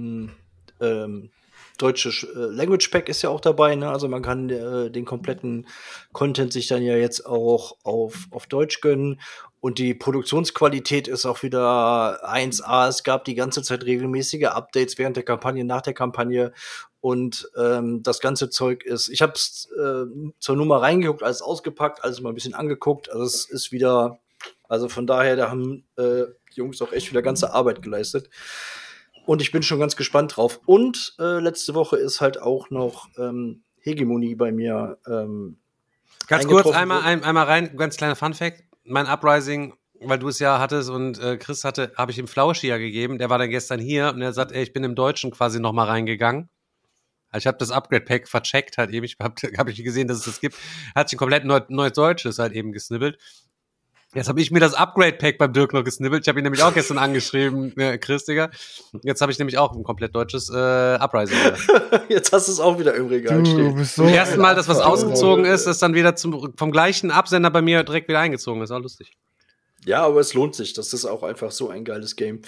deutsche Language Pack ist ja auch dabei, ne? Also man kann den kompletten Content sich dann ja jetzt auch auf Deutsch gönnen. Und die Produktionsqualität ist auch wieder 1A. Es gab die ganze Zeit regelmäßige Updates während der Kampagne, nach der Kampagne. Und das ganze Zeug ist, ich habe es zur Nummer reingeguckt, alles ausgepackt, alles mal ein bisschen angeguckt. Also es ist wieder, also von daher, da haben die Jungs auch echt wieder ganze Arbeit geleistet. Und ich bin schon ganz gespannt drauf. Und letzte Woche ist halt auch noch Hegemonie bei mir. Ganz kurz, einmal rein, ganz kleiner Funfact. Mein Uprising, weil du es ja hattest und Chris hatte, habe ich ihm Flauschi ja gegeben. Der war dann gestern hier und er sagt, ey, ich bin im Deutschen quasi noch mal reingegangen. Also ich habe das Upgrade-Pack vercheckt halt eben. Ich hab nicht gesehen, dass es das gibt. Hat sich ein komplett neues Deutsches halt eben gesnibbelt. Jetzt habe ich mir das Upgrade-Pack beim Dirk noch gesnibbelt. Ich habe ihn nämlich auch gestern angeschrieben, Chris, Digga. Jetzt habe ich nämlich auch ein komplett deutsches Uprising. Jetzt hast du es auch wieder im Regal stehen. So das erste Mal, dass was ausgezogen ist, das dann wieder vom gleichen Absender bei mir direkt wieder eingezogen ist. Auch lustig. Ja, aber es lohnt sich. Das ist auch einfach so ein geiles Game.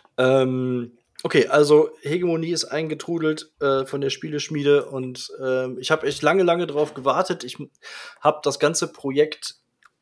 Okay, also Hegemonie ist eingetrudelt von der Spieleschmiede und ich habe echt lange drauf gewartet. Ich habe das ganze Projekt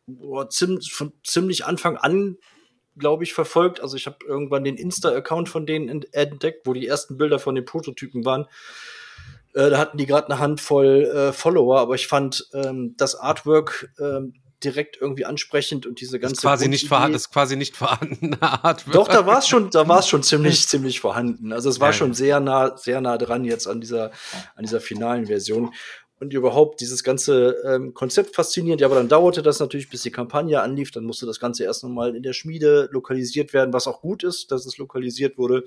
von ziemlich Anfang an, glaube ich, verfolgt. Also ich habe irgendwann den Insta-Account von denen entdeckt, wo die ersten Bilder von den Prototypen waren. Da hatten die gerade eine Handvoll Follower, aber ich fand das Artwork direkt irgendwie ansprechend und diese ganze das ist quasi nicht vorhandene Artwork. Doch, da war es schon ziemlich vorhanden. Also es war schon sehr nah dran jetzt an dieser finalen Version. Und überhaupt dieses ganze Konzept faszinierend. Ja, aber dann dauerte das natürlich, bis die Kampagne anlief. Dann musste das Ganze erst nochmal in der Schmiede lokalisiert werden, was auch gut ist, dass es lokalisiert wurde.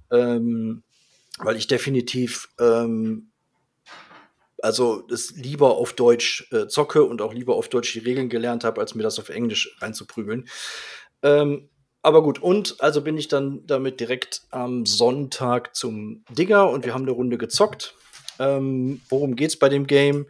Weil ich definitiv also das lieber auf Deutsch zocke und auch lieber auf Deutsch die Regeln gelernt habe, als mir das auf Englisch reinzuprügeln. Aber gut, und also bin ich dann damit direkt am Sonntag zum Digger und wir haben eine Runde gezockt. Worum geht's bei dem Game?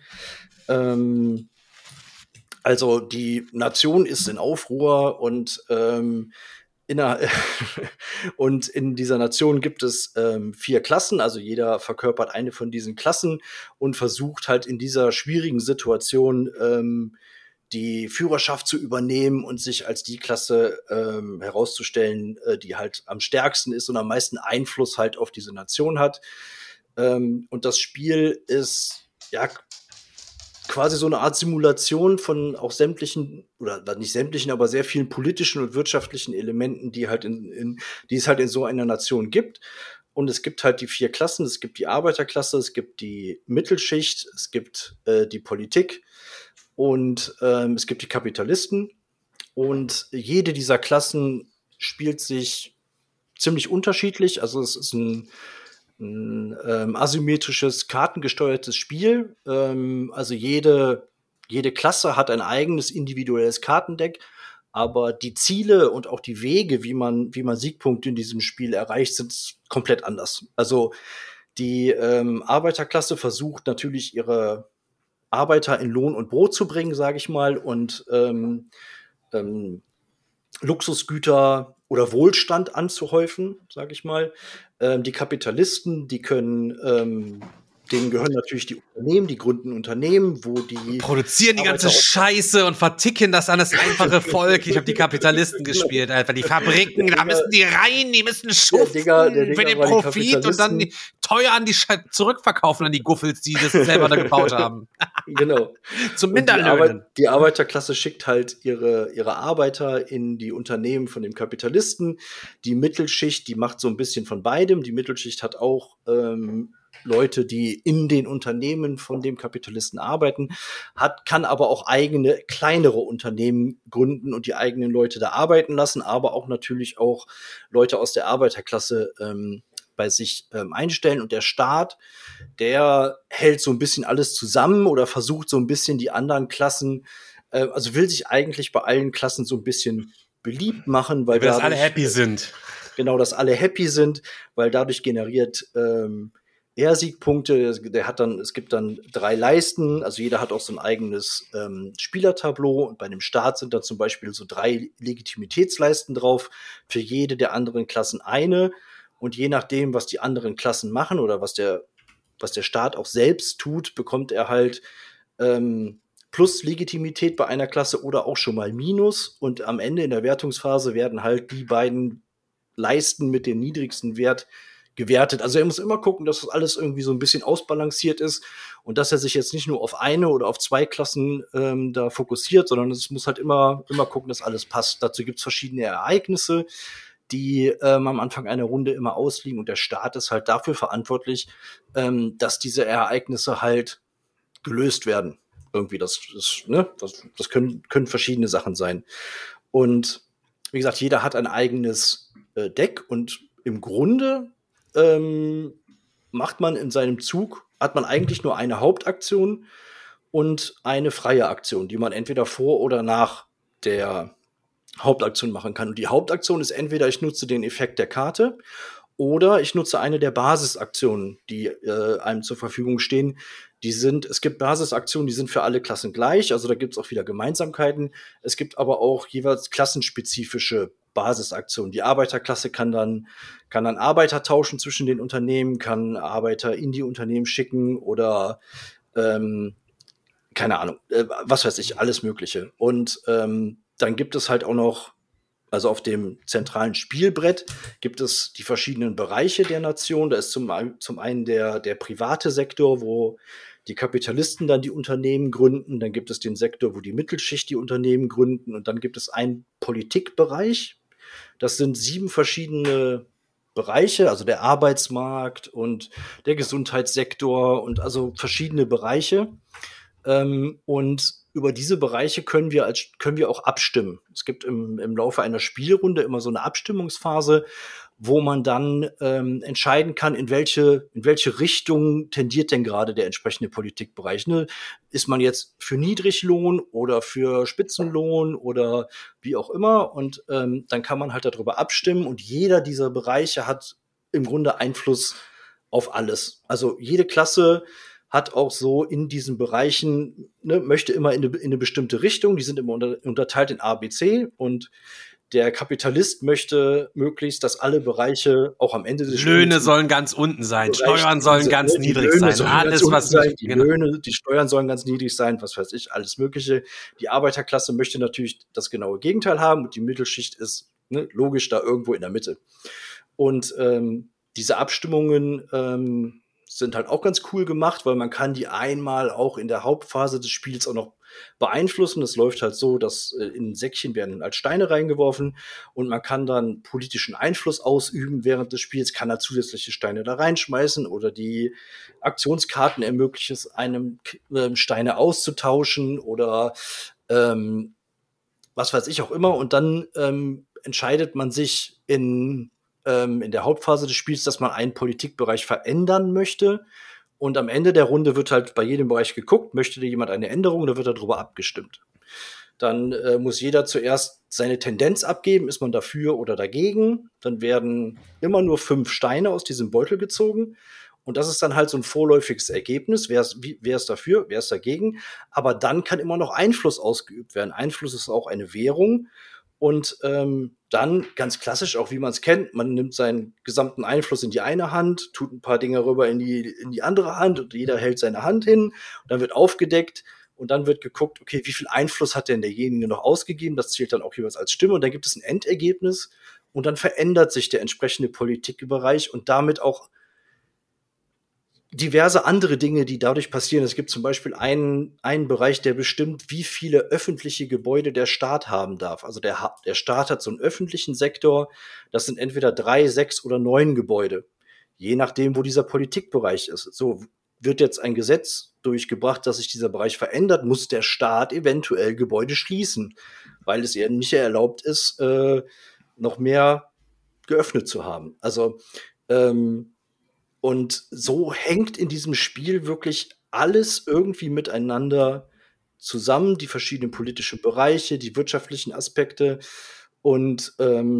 Also die Nation ist in Aufruhr und Und in dieser Nation gibt es 4 Klassen, also jeder verkörpert eine von diesen Klassen und versucht halt in dieser schwierigen Situation die Führerschaft zu übernehmen und sich als die Klasse herauszustellen, die halt am stärksten ist und am meisten Einfluss halt auf diese Nation hat. Und das Spiel ist ja quasi so eine Art Simulation von auch sämtlichen, oder nicht sämtlichen, aber sehr vielen politischen und wirtschaftlichen Elementen, die halt die es halt in so einer Nation gibt. Und es gibt halt die 4 Klassen. Es gibt die Arbeiterklasse, es gibt die Mittelschicht, es gibt die Politik und es gibt die Kapitalisten. Und jede dieser Klassen spielt sich ziemlich unterschiedlich. Also es ist ein asymmetrisches, kartengesteuertes Spiel. Also jede Klasse hat ein eigenes individuelles Kartendeck, aber die Ziele und auch die Wege, wie man Siegpunkte in diesem Spiel erreicht, sind komplett anders. Also die Arbeiterklasse versucht natürlich ihre Arbeiter in Lohn und Brot zu bringen, sage ich mal, und Luxusgüter oder Wohlstand anzuhäufen, sage ich mal. Die Kapitalisten, denen gehören natürlich die Unternehmen, die gründen Unternehmen, wo die produzieren die ganze Scheiße und verticken das an das einfache Volk. Ich habe die Kapitalisten gespielt, einfach die Fabriken, da müssen die rein, die müssen schuften für den Profit und dann teuer an die zurückverkaufen an die Guffels, die das selber da gebaut haben. Genau. Zum Minderlöhnen. Die Arbeiterklasse schickt halt ihre Arbeiter in die Unternehmen von dem Kapitalisten. Die Mittelschicht, die macht so ein bisschen von beidem. Die Mittelschicht hat auch Leute, die in den Unternehmen von dem Kapitalisten arbeiten, kann aber auch eigene, kleinere Unternehmen gründen und die eigenen Leute da arbeiten lassen, aber auch natürlich auch Leute aus der Arbeiterklasse bei sich einstellen. Und der Staat, der hält so ein bisschen alles zusammen oder versucht so ein bisschen die anderen Klassen, also will sich eigentlich bei allen Klassen so ein bisschen beliebt machen, weil dass alle happy sind. Genau, dass alle happy sind, weil dadurch generiert er Siegpunkte. Es gibt dann 3 Leisten, also jeder hat auch so ein eigenes Spielertableau und bei dem Staat sind da zum Beispiel so 3 Legitimitätsleisten drauf, für jede der anderen Klassen eine. Und je nachdem, was die anderen Klassen machen oder was der Staat auch selbst tut, bekommt er halt plus Legitimität bei einer Klasse oder auch schon mal Minus. Und am Ende in der Wertungsphase werden halt die beiden Leisten mit dem niedrigsten Wert gewertet. Also er muss immer gucken, dass das alles irgendwie so ein bisschen ausbalanciert ist und dass er sich jetzt nicht nur auf eine oder auf 2 Klassen da fokussiert, sondern es muss halt immer gucken, dass alles passt. Dazu gibt's verschiedene Ereignisse, die am Anfang einer Runde immer ausliegen und der Staat ist halt dafür verantwortlich, dass diese Ereignisse halt gelöst werden. Irgendwie, das können verschiedene Sachen sein. Und wie gesagt, jeder hat ein eigenes Deck und im Grunde macht man in seinem Zug, hat man eigentlich nur eine Hauptaktion und eine freie Aktion, die man entweder vor oder nach der Hauptaktion machen kann. Und die Hauptaktion ist entweder, ich nutze den Effekt der Karte oder ich nutze eine der Basisaktionen, die einem zur Verfügung stehen. Es gibt Basisaktionen, die sind für alle Klassen gleich, also da gibt es auch wieder Gemeinsamkeiten. Es gibt aber auch jeweils klassenspezifische Basisaktionen. Die Arbeiterklasse kann dann Arbeiter tauschen zwischen den Unternehmen, kann Arbeiter in die Unternehmen schicken oder keine Ahnung, was weiß ich, alles Mögliche. Und dann gibt es halt auch noch, also auf dem zentralen Spielbrett gibt es die verschiedenen Bereiche der Nation. Da ist zum einen der private Sektor, wo die Kapitalisten dann die Unternehmen gründen. Dann gibt es den Sektor, wo die Mittelschicht die Unternehmen gründen. Und dann gibt es einen Politikbereich. Das sind 7 verschiedene Bereiche, also der Arbeitsmarkt und der Gesundheitssektor und also verschiedene Bereiche. Und über diese Bereiche können wir auch abstimmen. Es gibt im Laufe einer Spielrunde immer so eine Abstimmungsphase, wo man dann entscheiden kann, in welche Richtung tendiert denn gerade der entsprechende Politikbereich. Ne? Ist man jetzt für Niedriglohn oder für Spitzenlohn oder wie auch immer? Und dann kann man halt darüber abstimmen und jeder dieser Bereiche hat im Grunde Einfluss auf alles. Also jede Klasse hat auch so in diesen Bereichen, möchte immer in eine bestimmte Richtung. Die sind immer unterteilt in A, B, C und der Kapitalist möchte möglichst, dass alle Bereiche auch am Ende des Löhne sollen ganz unten sein, Steuern sollen ganz niedrig sein, alles was nicht, Löhne, die Steuern sollen ganz niedrig sein, was weiß ich, alles Mögliche. Die Arbeiterklasse möchte natürlich das genaue Gegenteil haben und die Mittelschicht ist logisch da irgendwo in der Mitte. Und diese Abstimmungen sind halt auch ganz cool gemacht, weil man kann die einmal auch in der Hauptphase des Spiels auch noch beeinflussen. Das läuft halt so, dass in ein Säckchen werden halt Steine reingeworfen und man kann dann politischen Einfluss ausüben während des Spiels, kann da zusätzliche Steine da reinschmeißen oder die Aktionskarten ermöglichen es einem, Steine auszutauschen oder was weiß ich auch immer. Und dann entscheidet man sich in der Hauptphase des Spiels, dass man einen Politikbereich verändern möchte. Und am Ende der Runde wird halt bei jedem Bereich geguckt, möchte jemand eine Änderung, da wird darüber abgestimmt. Dann muss jeder zuerst seine Tendenz abgeben, ist man dafür oder dagegen. Dann werden immer nur 5 Steine aus diesem Beutel gezogen. Und das ist dann halt so ein vorläufiges Ergebnis. Wer ist dafür, wer ist dagegen? Aber dann kann immer noch Einfluss ausgeübt werden. Einfluss ist auch eine Währung. Und dann ganz klassisch, auch wie man es kennt, man nimmt seinen gesamten Einfluss in die eine Hand, tut ein paar Dinge rüber in die andere Hand und jeder hält seine Hand hin. Und dann wird aufgedeckt und dann wird geguckt, okay, wie viel Einfluss hat denn derjenige noch ausgegeben? Das zählt dann auch jeweils als Stimme und dann gibt es ein Endergebnis und dann verändert sich der entsprechende Politikbereich und damit auch diverse andere Dinge, die dadurch passieren. Es gibt zum Beispiel einen Bereich, der bestimmt, wie viele öffentliche Gebäude der Staat haben darf. Also der Staat hat so einen öffentlichen Sektor. Das sind entweder 3, 6 oder 9 Gebäude. Je nachdem, wo dieser Politikbereich ist. So wird jetzt ein Gesetz durchgebracht, dass sich dieser Bereich verändert, muss der Staat eventuell Gebäude schließen, weil es ihr nicht erlaubt ist, noch mehr geöffnet zu haben. Also, und so hängt in diesem Spiel wirklich alles irgendwie miteinander zusammen, die verschiedenen politischen Bereiche, die wirtschaftlichen Aspekte. Und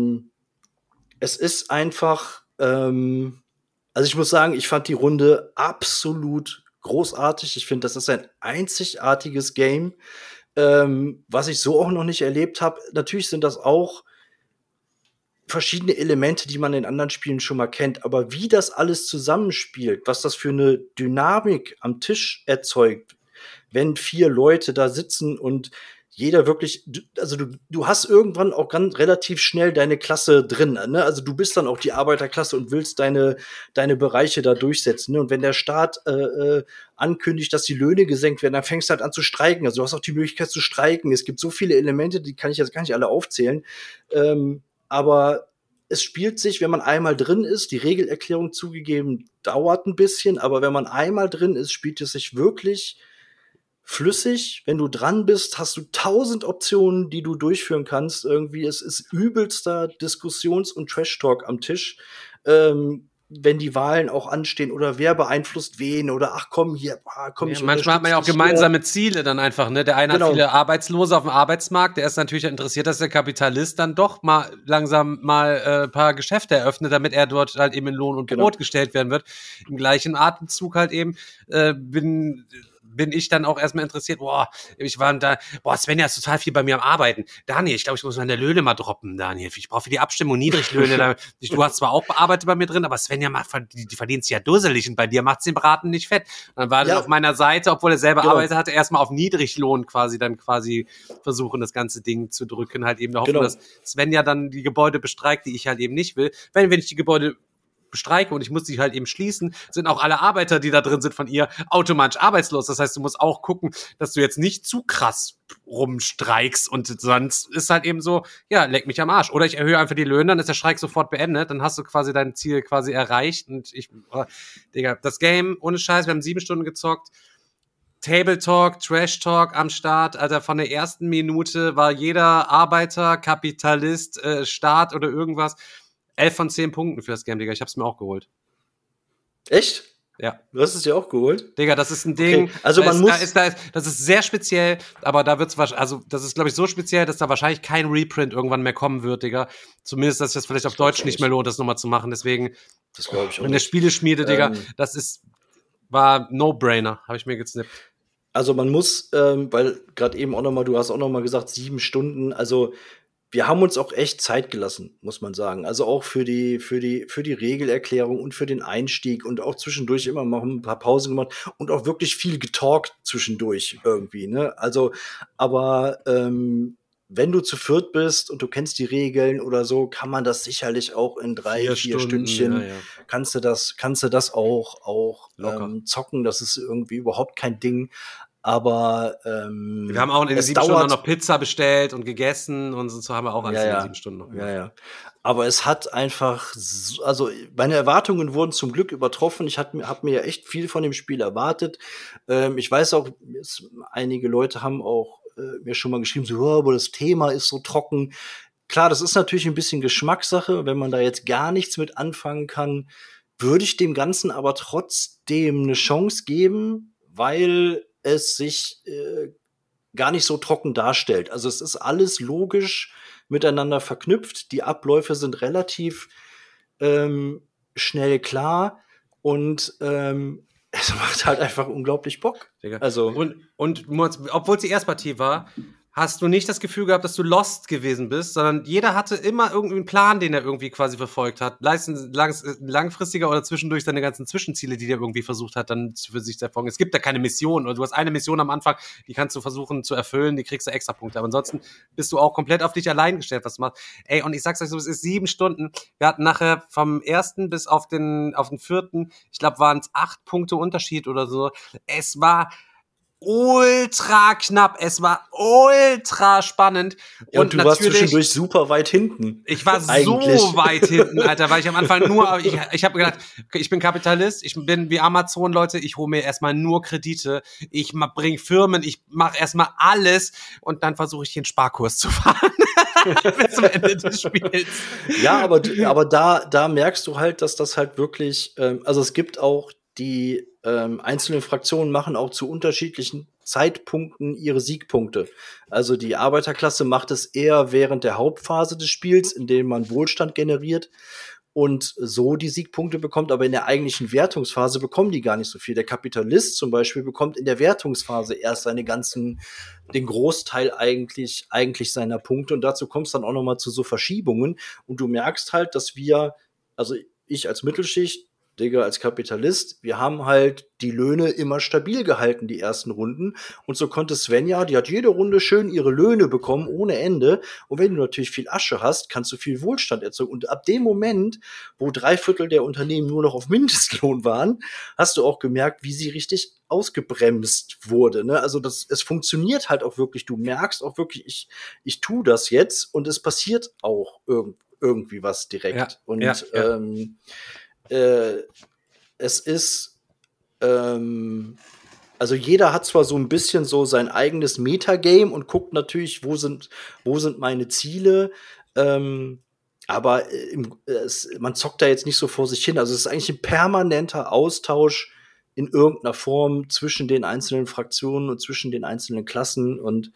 es ist einfach, also ich muss sagen, ich fand die Runde absolut großartig. Ich finde, das ist ein einzigartiges Game, was ich so auch noch nicht erlebt habe. Natürlich sind das auch verschiedene Elemente, die man in anderen Spielen schon mal kennt, aber wie das alles zusammenspielt, was das für eine Dynamik am Tisch erzeugt, wenn 4 Leute da sitzen und jeder wirklich, also du hast irgendwann auch ganz relativ schnell deine Klasse drin, ne? Also du bist dann auch die Arbeiterklasse und willst deine Bereiche da durchsetzen, ne? Und wenn der Staat ankündigt, dass die Löhne gesenkt werden, dann fängst du halt an zu streiken. Also du hast auch die Möglichkeit zu streiken. Es gibt so viele Elemente, die kann ich jetzt gar nicht alle aufzählen. Aber es spielt sich, wenn man einmal drin ist, die Regelerklärung zugegeben dauert ein bisschen, aber wenn man einmal drin ist, spielt es sich wirklich flüssig. Wenn du dran bist, hast du 1000 Optionen, die du durchführen kannst. Irgendwie, es ist übelster Diskussions- und Trash-Talk am Tisch. Wenn die Wahlen auch anstehen oder wer beeinflusst wen oder ach komm, hier, komm ich. Ja, manchmal hat man ja auch gemeinsame Ziele dann einfach, ne? Der eine hat viele Arbeitslose auf dem Arbeitsmarkt, der ist natürlich interessiert, dass der Kapitalist dann doch mal langsam mal ein paar Geschäfte eröffnet, damit er dort halt eben in Lohn und Brot gestellt werden wird. Im gleichen Atemzug halt eben bin ich dann auch erstmal interessiert, Svenja ist total viel bei mir am Arbeiten. Daniel, ich glaube, ich muss meine Löhne mal droppen, Daniel. Ich brauche für die Abstimmung Niedriglöhne. Du hast zwar auch bearbeitet bei mir drin, aber Svenja die verdient es ja dusselig und bei dir macht es den Braten nicht fett. Und dann war er auf meiner Seite, obwohl er selber Arbeit hatte, erstmal auf Niedriglohn quasi versuchen, das ganze Ding zu drücken, halt eben hoffen, dass Svenja dann die Gebäude bestreikt, die ich halt eben nicht will. Wenn ich die Gebäude bestreike und ich muss die halt eben schließen, sind auch alle Arbeiter, die da drin sind von ihr, automatisch arbeitslos. Das heißt, du musst auch gucken, dass du jetzt nicht zu krass rumstreikst und sonst ist halt eben so, ja, leck mich am Arsch. Oder ich erhöhe einfach die Löhne, dann ist der Streik sofort beendet, dann hast du quasi dein Ziel quasi erreicht und Digga, das Game, ohne Scheiß, wir haben 7 Stunden gezockt, Table Talk, Trash Talk am Start, Alter, von der ersten Minute war jeder Arbeiter, Kapitalist, Staat oder irgendwas 11 von 10 Punkten für das Game, Digga. Ich hab's mir auch geholt. Echt? Ja. Du hast es dir auch geholt? Digga, das ist ein Ding. Okay. Also das ist sehr speziell, aber da wird's das ist, glaube ich, so speziell, dass da wahrscheinlich kein Reprint irgendwann mehr kommen wird, Digga. Zumindest, dass sich das vielleicht auf Deutsch nicht mehr lohnt, das nochmal zu machen. Deswegen, das glaube ich auch. In der Spieleschmiede, Digga, war No-Brainer, habe ich mir gesnippt. Also man muss, weil gerade eben auch nochmal, du hast auch nochmal gesagt, 7 Stunden, also wir haben uns auch echt Zeit gelassen, muss man sagen. Also auch für die Regelerklärung und für den Einstieg und auch zwischendurch immer mal ein paar Pausen gemacht und auch wirklich viel getalkt zwischendurch irgendwie, ne? Also, aber wenn du zu viert bist und du kennst die Regeln oder so, kann man das sicherlich auch in 3-4 Stündchen, kannst du das auch zocken. Das ist irgendwie überhaupt kein Ding. Aber wir haben auch in den 7 Stunden noch Pizza bestellt und gegessen und so haben wir auch alles in den 7 Stunden noch gemacht. Ja. Aber es hat einfach, also meine Erwartungen wurden zum Glück übertroffen. Ich hab mir ja echt viel von dem Spiel erwartet. Ich weiß auch, einige Leute haben auch mir schon mal geschrieben, so, aber das Thema ist so trocken. Klar, das ist natürlich ein bisschen Geschmackssache. Wenn man da jetzt gar nichts mit anfangen kann, würde ich dem Ganzen aber trotzdem eine Chance geben, weil es sich gar nicht so trocken darstellt. Also es ist alles logisch miteinander verknüpft. Die Abläufe sind relativ schnell klar und es macht halt einfach unglaublich Bock. Also und obwohl es die Erstpartie war, hast du nicht das Gefühl gehabt, dass du lost gewesen bist, sondern jeder hatte immer irgendwie einen Plan, den er irgendwie quasi verfolgt hat. Langfristiger oder zwischendurch seine ganzen Zwischenziele, die der irgendwie versucht hat, dann für sich zu erfolgen. Es gibt da keine Mission. Oder du hast eine Mission am Anfang, die kannst du versuchen zu erfüllen, die kriegst du extra Punkte. Aber ansonsten bist du auch komplett auf dich allein gestellt, was du machst. Ey, und ich sag's euch so, es ist 7 Stunden. Wir hatten nachher vom 1. bis auf den 4., ich glaube, waren es 8 Punkte Unterschied oder so. Es war ultra knapp, es war ultra spannend. Ja, und du warst zwischendurch super weit hinten. Ich war eigentlich so weit hinten, Alter, weil ich am Anfang nur, ich habe gedacht, ich bin Kapitalist, ich bin wie Amazon, Leute, ich hole mir erstmal nur Kredite, ich bring Firmen, ich mache erstmal alles und dann versuche ich den Sparkurs zu fahren. Bis zum Ende des Spiels. Ja, aber da merkst du halt, dass das halt wirklich, also es gibt auch die einzelnen Fraktionen machen auch zu unterschiedlichen Zeitpunkten ihre Siegpunkte. Also die Arbeiterklasse macht es eher während der Hauptphase des Spiels, in dem man Wohlstand generiert und so die Siegpunkte bekommt, aber in der eigentlichen Wertungsphase bekommen die gar nicht so viel. Der Kapitalist zum Beispiel bekommt in der Wertungsphase erst den Großteil eigentlich seiner Punkte und dazu kommt es dann auch noch mal zu so Verschiebungen und du merkst halt, dass also ich als Mittelschicht, Digga, als Kapitalist, wir haben halt die Löhne immer stabil gehalten, die ersten Runden. Und so konnte Svenja, die hat jede Runde schön ihre Löhne bekommen, ohne Ende. Und wenn du natürlich viel Asche hast, kannst du viel Wohlstand erzeugen. Und ab dem Moment, wo 3/4 der Unternehmen nur noch auf Mindestlohn waren, hast du auch gemerkt, wie sie richtig ausgebremst wurde. Ne? Also es funktioniert halt auch wirklich. Du merkst auch wirklich, ich tue das jetzt und es passiert auch irgendwie was direkt. Ja, und es ist, also jeder hat zwar so ein bisschen so sein eigenes Metagame und guckt natürlich, wo sind meine Ziele, aber man zockt da jetzt nicht so vor sich hin. Also es ist eigentlich ein permanenter Austausch in irgendeiner Form zwischen den einzelnen Fraktionen und zwischen den einzelnen Klassen und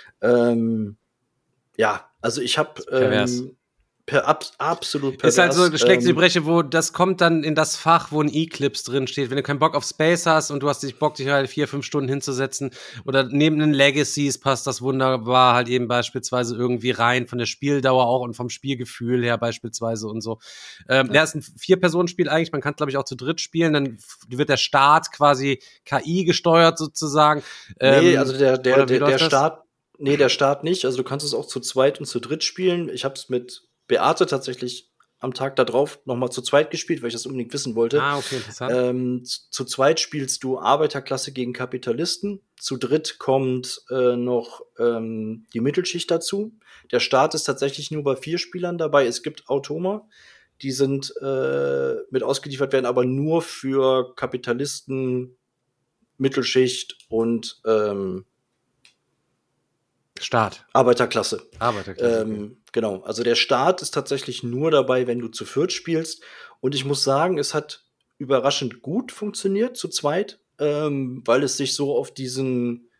also ich habe absolut pervers. Ist halt so schlechte Breche, wo das kommt dann in das Fach, wo ein Eclipse drin steht. Wenn du keinen Bock auf Space hast und du hast dich Bock, dich halt 4-5 Stunden hinzusetzen oder neben den Legacies passt das wunderbar halt eben beispielsweise irgendwie rein, von der Spieldauer auch und vom Spielgefühl her beispielsweise und so. Der ist ein 4-Personen-Spiel eigentlich, man kann glaube ich auch zu dritt spielen, dann wird der Start quasi KI gesteuert sozusagen. Also der Start, der Start nicht, also du kannst es auch zu zweit und zu dritt spielen. Ich hab's mit Beate tatsächlich am Tag da drauf nochmal zu zweit gespielt, weil ich das unbedingt wissen wollte. Ah, okay, interessant. Zu zweit spielst du Arbeiterklasse gegen Kapitalisten. Zu dritt kommt noch die Mittelschicht dazu. Der Start ist tatsächlich nur bei 4 Spielern dabei. Es gibt Automa, die sind mit ausgeliefert werden, aber nur für Kapitalisten, Mittelschicht und Start. Arbeiterklasse. Okay. Genau, also der Start ist tatsächlich nur dabei, wenn du zu viert spielst. Und ich muss sagen, es hat überraschend gut funktioniert zu zweit, weil es sich so auf diesen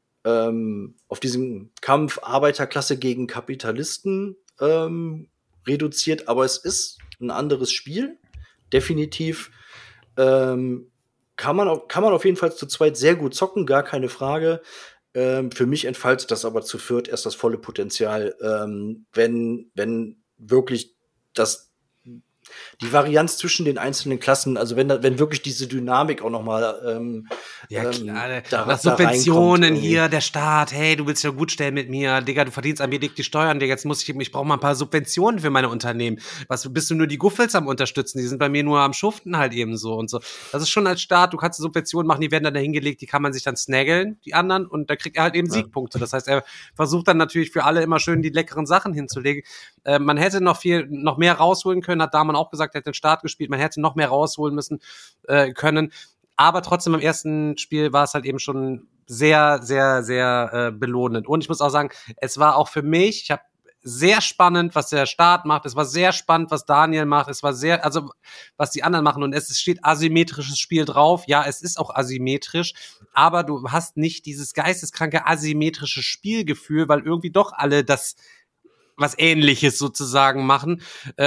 Kampf Arbeiterklasse gegen Kapitalisten reduziert. Aber es ist ein anderes Spiel, definitiv. Kann man auf jeden Fall zu zweit sehr gut zocken, gar keine Frage. Für mich entfaltet das aber zu viert erst das volle Potenzial, wenn wirklich die Varianz zwischen den einzelnen Klassen, also wenn wirklich diese Dynamik auch noch mal nach Subventionen hier, der Staat, hey, du willst ja gut stellen mit mir, Digga, du verdienst an mir dick die Steuern, Digga, jetzt ich brauche mal ein paar Subventionen für meine Unternehmen. Was, bist du nur die Guffels am unterstützen? Die sind bei mir nur am Schuften halt eben so und so. Das ist schon als Staat, du kannst Subventionen machen, die werden dann dahingelegt, die kann man sich dann snaggeln, die anderen, und da kriegt er halt eben Siegpunkte. Das heißt, er versucht dann natürlich für alle immer schön die leckeren Sachen hinzulegen. Man hätte noch mehr rausholen können, hat Daman auch gesagt, er hat den Start gespielt, man hätte noch mehr rausholen müssen können. Aber trotzdem im ersten Spiel war es halt eben schon sehr, sehr, sehr belohnend. Und ich muss auch sagen, es war auch für mich, ich habe sehr spannend, was der Start macht. Es war sehr spannend, was Daniel macht. Es war was die anderen machen. Und es steht asymmetrisches Spiel drauf. Ja, es ist auch asymmetrisch. Aber du hast nicht dieses geisteskranke asymmetrische Spielgefühl, weil irgendwie doch alle was Ähnliches sozusagen machen,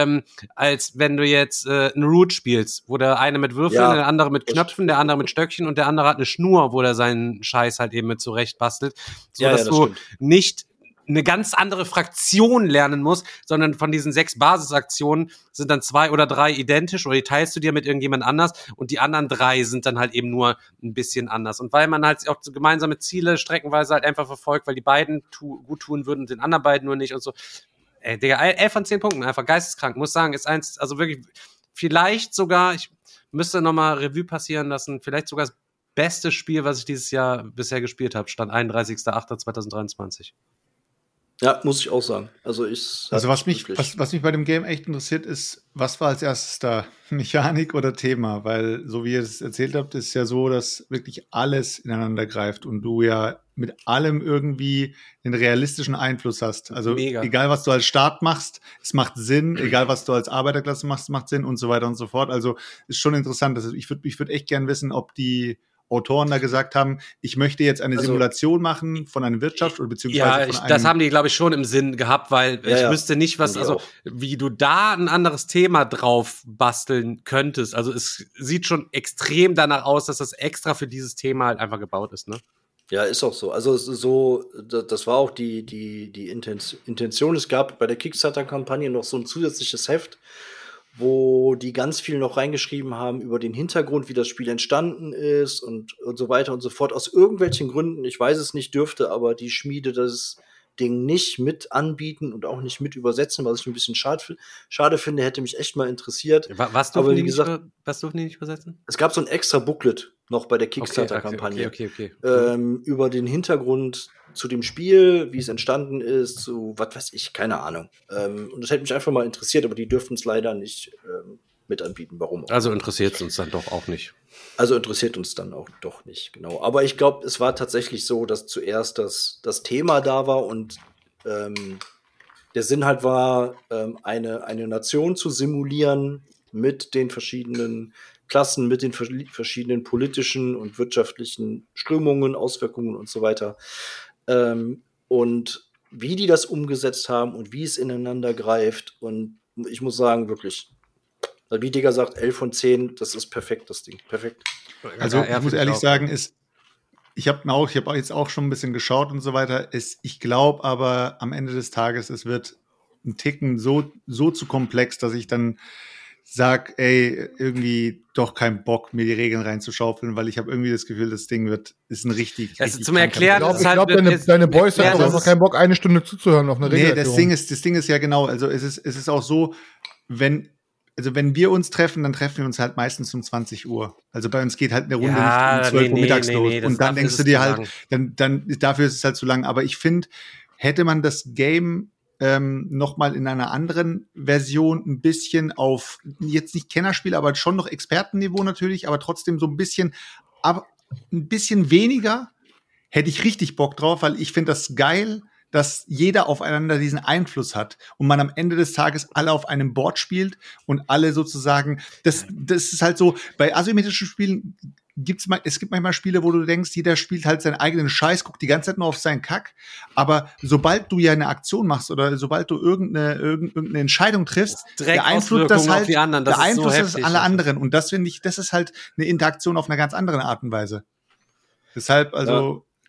als wenn du jetzt ein Root spielst, wo der eine mit Würfeln, der andere mit Knöpfen, der andere mit Stöckchen und der andere hat eine Schnur, wo der seinen Scheiß halt eben mit zurecht bastelt, so dass du nicht eine ganz andere Fraktion lernen musst, sondern von diesen 6 Basisaktionen sind dann 2 oder 3 identisch oder die teilst du dir mit irgendjemand anders und die anderen 3 sind dann halt eben nur ein bisschen anders. Und weil man halt auch so gemeinsame Ziele streckenweise halt einfach verfolgt, weil die beiden gut tun würden und den anderen beiden nur nicht und so. Ey, Digga, 11 von 10 Punkten, einfach geisteskrank. Muss sagen, ist eins, also wirklich, vielleicht sogar, ich müsste nochmal Revue passieren lassen, vielleicht sogar das beste Spiel, was ich dieses Jahr bisher gespielt habe, stand 31.08.2023. Ja, muss ich auch sagen. Also was mich bei dem Game echt interessiert ist, was war als erstes da? Mechanik oder Thema? Weil, so wie ihr es erzählt habt, ist ja so, dass wirklich alles ineinander greift und du ja mit allem irgendwie den realistischen Einfluss hast. Also egal, was du als Staat machst, es macht Sinn. Egal, was du als Arbeiterklasse machst, macht Sinn und so weiter und so fort. Also ist schon interessant. Also ich würd echt gern wissen, ob die Autoren da gesagt haben, ich möchte jetzt eine Simulation machen von einer Wirtschaft oder beziehungsweise von einem... Das haben die, glaube ich, schon im Sinn gehabt, weil ich wüsste nicht, wie du da ein anderes Thema drauf basteln könntest. Also es sieht schon extrem danach aus, dass das extra für dieses Thema halt einfach gebaut ist, ne? Ja, ist auch so. Also das war auch die Intention. Es gab bei der Kickstarter-Kampagne noch so ein zusätzliches Heft, wo die ganz viel noch reingeschrieben haben über den Hintergrund, wie das Spiel entstanden ist und so weiter und so fort. Aus irgendwelchen Gründen, ich weiß es nicht, dürfte aber die Schmiede das Ding nicht mit anbieten und auch nicht mit übersetzen, was ich ein bisschen schade finde, hätte mich echt mal interessiert. Was dürfen die nicht übersetzen? Es gab so ein extra Booklet noch bei der Kickstarter-Kampagne. Okay. Über den Hintergrund zu dem Spiel, wie es entstanden ist, zu was weiß ich, keine Ahnung. Und das hätte mich einfach mal interessiert, aber die dürften es leider nicht mit anbieten. Warum auch? Also interessiert es uns dann doch auch nicht. Also interessiert uns dann auch doch nicht, genau. Aber ich glaube, es war tatsächlich so, dass zuerst das Thema da war und der Sinn halt war, eine Nation zu simulieren mit den verschiedenen Klassen, mit den verschiedenen politischen und wirtschaftlichen Strömungen, Auswirkungen und so weiter. Und wie die das umgesetzt haben und wie es ineinander greift. Und ich muss sagen, wirklich, wie Digga sagt, 11 von 10, das ist perfekt, das Ding. Perfekt. Also ich muss ehrlich sagen, ich habe jetzt auch schon ein bisschen geschaut und so weiter. Ich glaube aber am Ende des Tages, es wird ein Ticken so zu komplex, dass ich dann sag, ey, irgendwie doch keinen Bock, mir die Regeln reinzuschaufeln, weil ich habe irgendwie das Gefühl, das Ding ist ein richtig zum Erklären. Ich glaube, deine Boys haben auch noch keinen Bock, eine Stunde zuzuhören auf eine Regel. Nee, das Ding ist ja genau, also es ist auch so, wenn wir uns treffen, dann treffen wir uns halt meistens um 20 Uhr. Also bei uns geht halt eine Runde nicht um 12 Uhr mittags los. Und dann denkst du dir halt, dann dafür ist es halt zu lang. Aber ich finde, hätte man das Game noch mal in einer anderen Version ein bisschen auf, jetzt nicht Kennerspiel, aber schon noch Expertenniveau natürlich, aber trotzdem so ein bisschen weniger, hätte ich richtig Bock drauf, weil ich finde das geil, dass jeder aufeinander diesen Einfluss hat und man am Ende des Tages alle auf einem Board spielt und alle sozusagen, das ist halt so, bei asymmetrischen Spielen es gibt manchmal Spiele, wo du denkst, jeder spielt halt seinen eigenen Scheiß, guckt die ganze Zeit nur auf seinen Kack, aber sobald du ja eine Aktion machst oder sobald du irgendeine Entscheidung triffst, beeinflusst das halt, beeinflusst das alle anderen und das finde ich, das ist halt eine Interaktion auf einer ganz anderen Art und Weise. Deshalb, also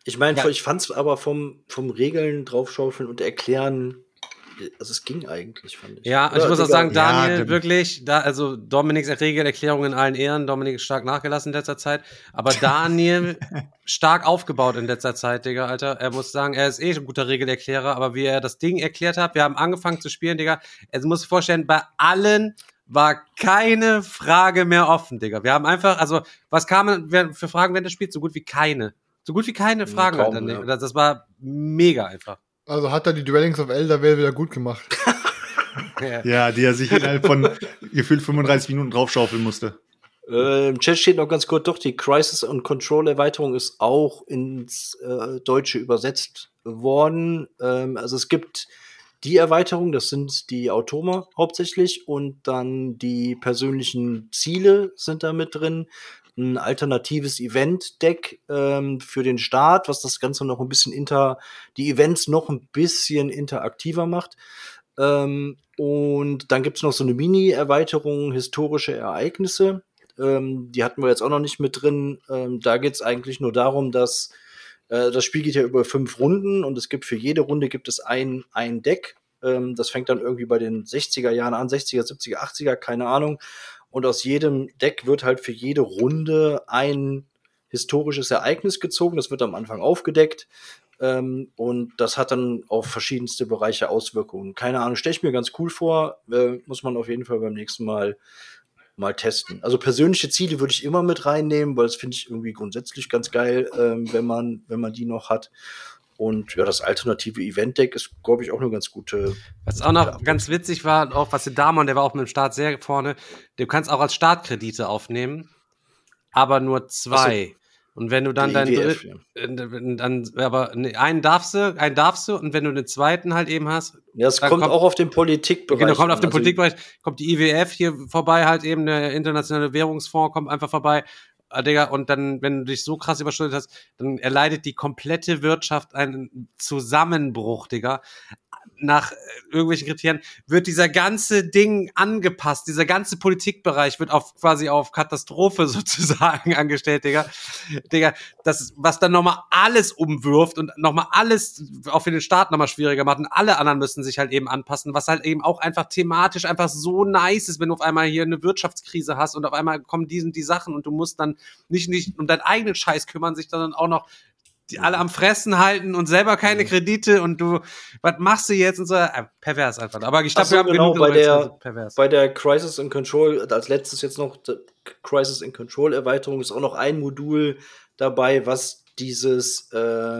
Ich meine, ich fand es aber vom Regeln draufschaufeln und erklären, also es ging eigentlich, fand ich. Ja, ich muss auch sagen, Daniel, wirklich, also Dominiks Regelerklärung in allen Ehren, Dominik ist stark nachgelassen in letzter Zeit, aber Daniel stark aufgebaut in letzter Zeit, Digga, Alter. Er muss sagen, er ist ein guter Regelerklärer, aber wie er das Ding erklärt hat, wir haben angefangen zu spielen, Digga, er muss sich vorstellen, bei allen war keine Frage mehr offen, Digga. Wir haben einfach, also, was kamen für Fragen während des Spiels? So gut wie keine. So gut wie keine Fragen. Kaum, ja. Das war mega einfach. Also hat er die Dwellings of Eldervale wieder gut gemacht. Ja, die er sich innerhalb von gefühlt 35 Minuten draufschaufeln musste. Im Chat steht noch ganz kurz, doch, die Crisis und Control Erweiterung ist auch ins Deutsche übersetzt worden. Also es gibt die Erweiterung, das sind die Automa hauptsächlich und dann die persönlichen Ziele sind da mit drin. Ein alternatives Event-Deck für den Start, was das Ganze noch ein bisschen die Events noch ein bisschen interaktiver macht. Und dann gibt's noch so eine Mini-Erweiterung, historische Ereignisse. Die hatten wir jetzt auch noch nicht mit drin. Da geht's eigentlich nur darum, dass das Spiel geht ja über 5 Runden und es gibt für jede Runde gibt es ein Deck. Das fängt dann irgendwie bei den 60er Jahren an, 60er, 70er, 80er, keine Ahnung. Und aus jedem Deck wird halt für jede Runde ein historisches Ereignis gezogen. Das wird am Anfang aufgedeckt. Und das hat dann auf verschiedenste Bereiche Auswirkungen. Keine Ahnung, stelle ich mir ganz cool vor. Muss man auf jeden Fall beim nächsten Mal testen. Also persönliche Ziele würde ich immer mit reinnehmen, weil das finde ich irgendwie grundsätzlich ganz geil, wenn man die noch hat. Und ja, das alternative Event-Deck ist, glaube ich, auch eine ganz gute. Was auch noch ganz witzig war, auch was der Damon, der war auch mit dem Start sehr vorne, du kannst auch als Startkredite aufnehmen, aber nur 2. Und wenn du dann einen darfst du, und wenn du den zweiten halt eben hast. Ja, es kommt auch auf den Politikbereich. Genau, kommt auf den Politikbereich, kommt die IWF hier vorbei, halt eben, der Internationale Währungsfonds kommt einfach vorbei. Digga, und dann, wenn du dich so krass überschuldet hast, dann erleidet die komplette Wirtschaft einen Zusammenbruch, Digga. Nach irgendwelchen Kriterien wird dieser ganze Ding angepasst, dieser ganze Politikbereich wird quasi auf Katastrophe sozusagen angestellt, Digga. Das, was dann nochmal alles umwirft und nochmal alles auch für den Staat nochmal schwieriger macht und alle anderen müssen sich halt eben anpassen, was halt eben auch einfach thematisch einfach so nice ist, wenn du auf einmal hier eine Wirtschaftskrise hast und auf einmal kommen die Sachen und du musst dann nicht um deinen eigenen Scheiß kümmern, sich dann auch noch die alle am Fressen halten und selber keine Kredite und du, was machst du jetzt und so, pervers einfach. Aber ich glaube, wir haben genau, genug bei der Crisis and Control, als letztes jetzt noch die Crisis and Control Erweiterung ist auch noch ein Modul dabei, was dieses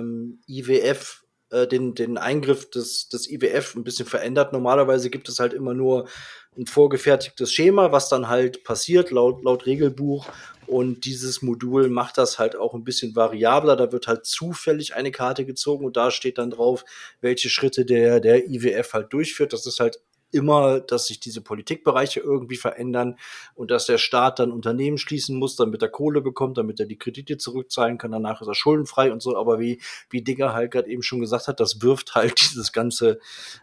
IWF, den Eingriff des IWF ein bisschen verändert. Normalerweise gibt es halt immer nur ein vorgefertigtes Schema, was dann halt passiert, laut Regelbuch. Und dieses Modul macht das halt auch ein bisschen variabler. Da wird halt zufällig eine Karte gezogen und da steht dann drauf, welche Schritte der IWF halt durchführt. Das ist halt immer, dass sich diese Politikbereiche irgendwie verändern und dass der Staat dann Unternehmen schließen muss, damit er Kohle bekommt, damit er die Kredite zurückzahlen kann. Danach ist er schuldenfrei und so. Aber wie Digger halt gerade eben schon gesagt hat, das wirft halt dieses ganze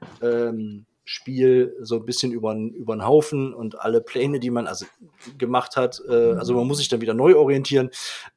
Spiel so ein bisschen über den Haufen und alle Pläne, die man also gemacht hat, also man muss sich dann wieder neu orientieren.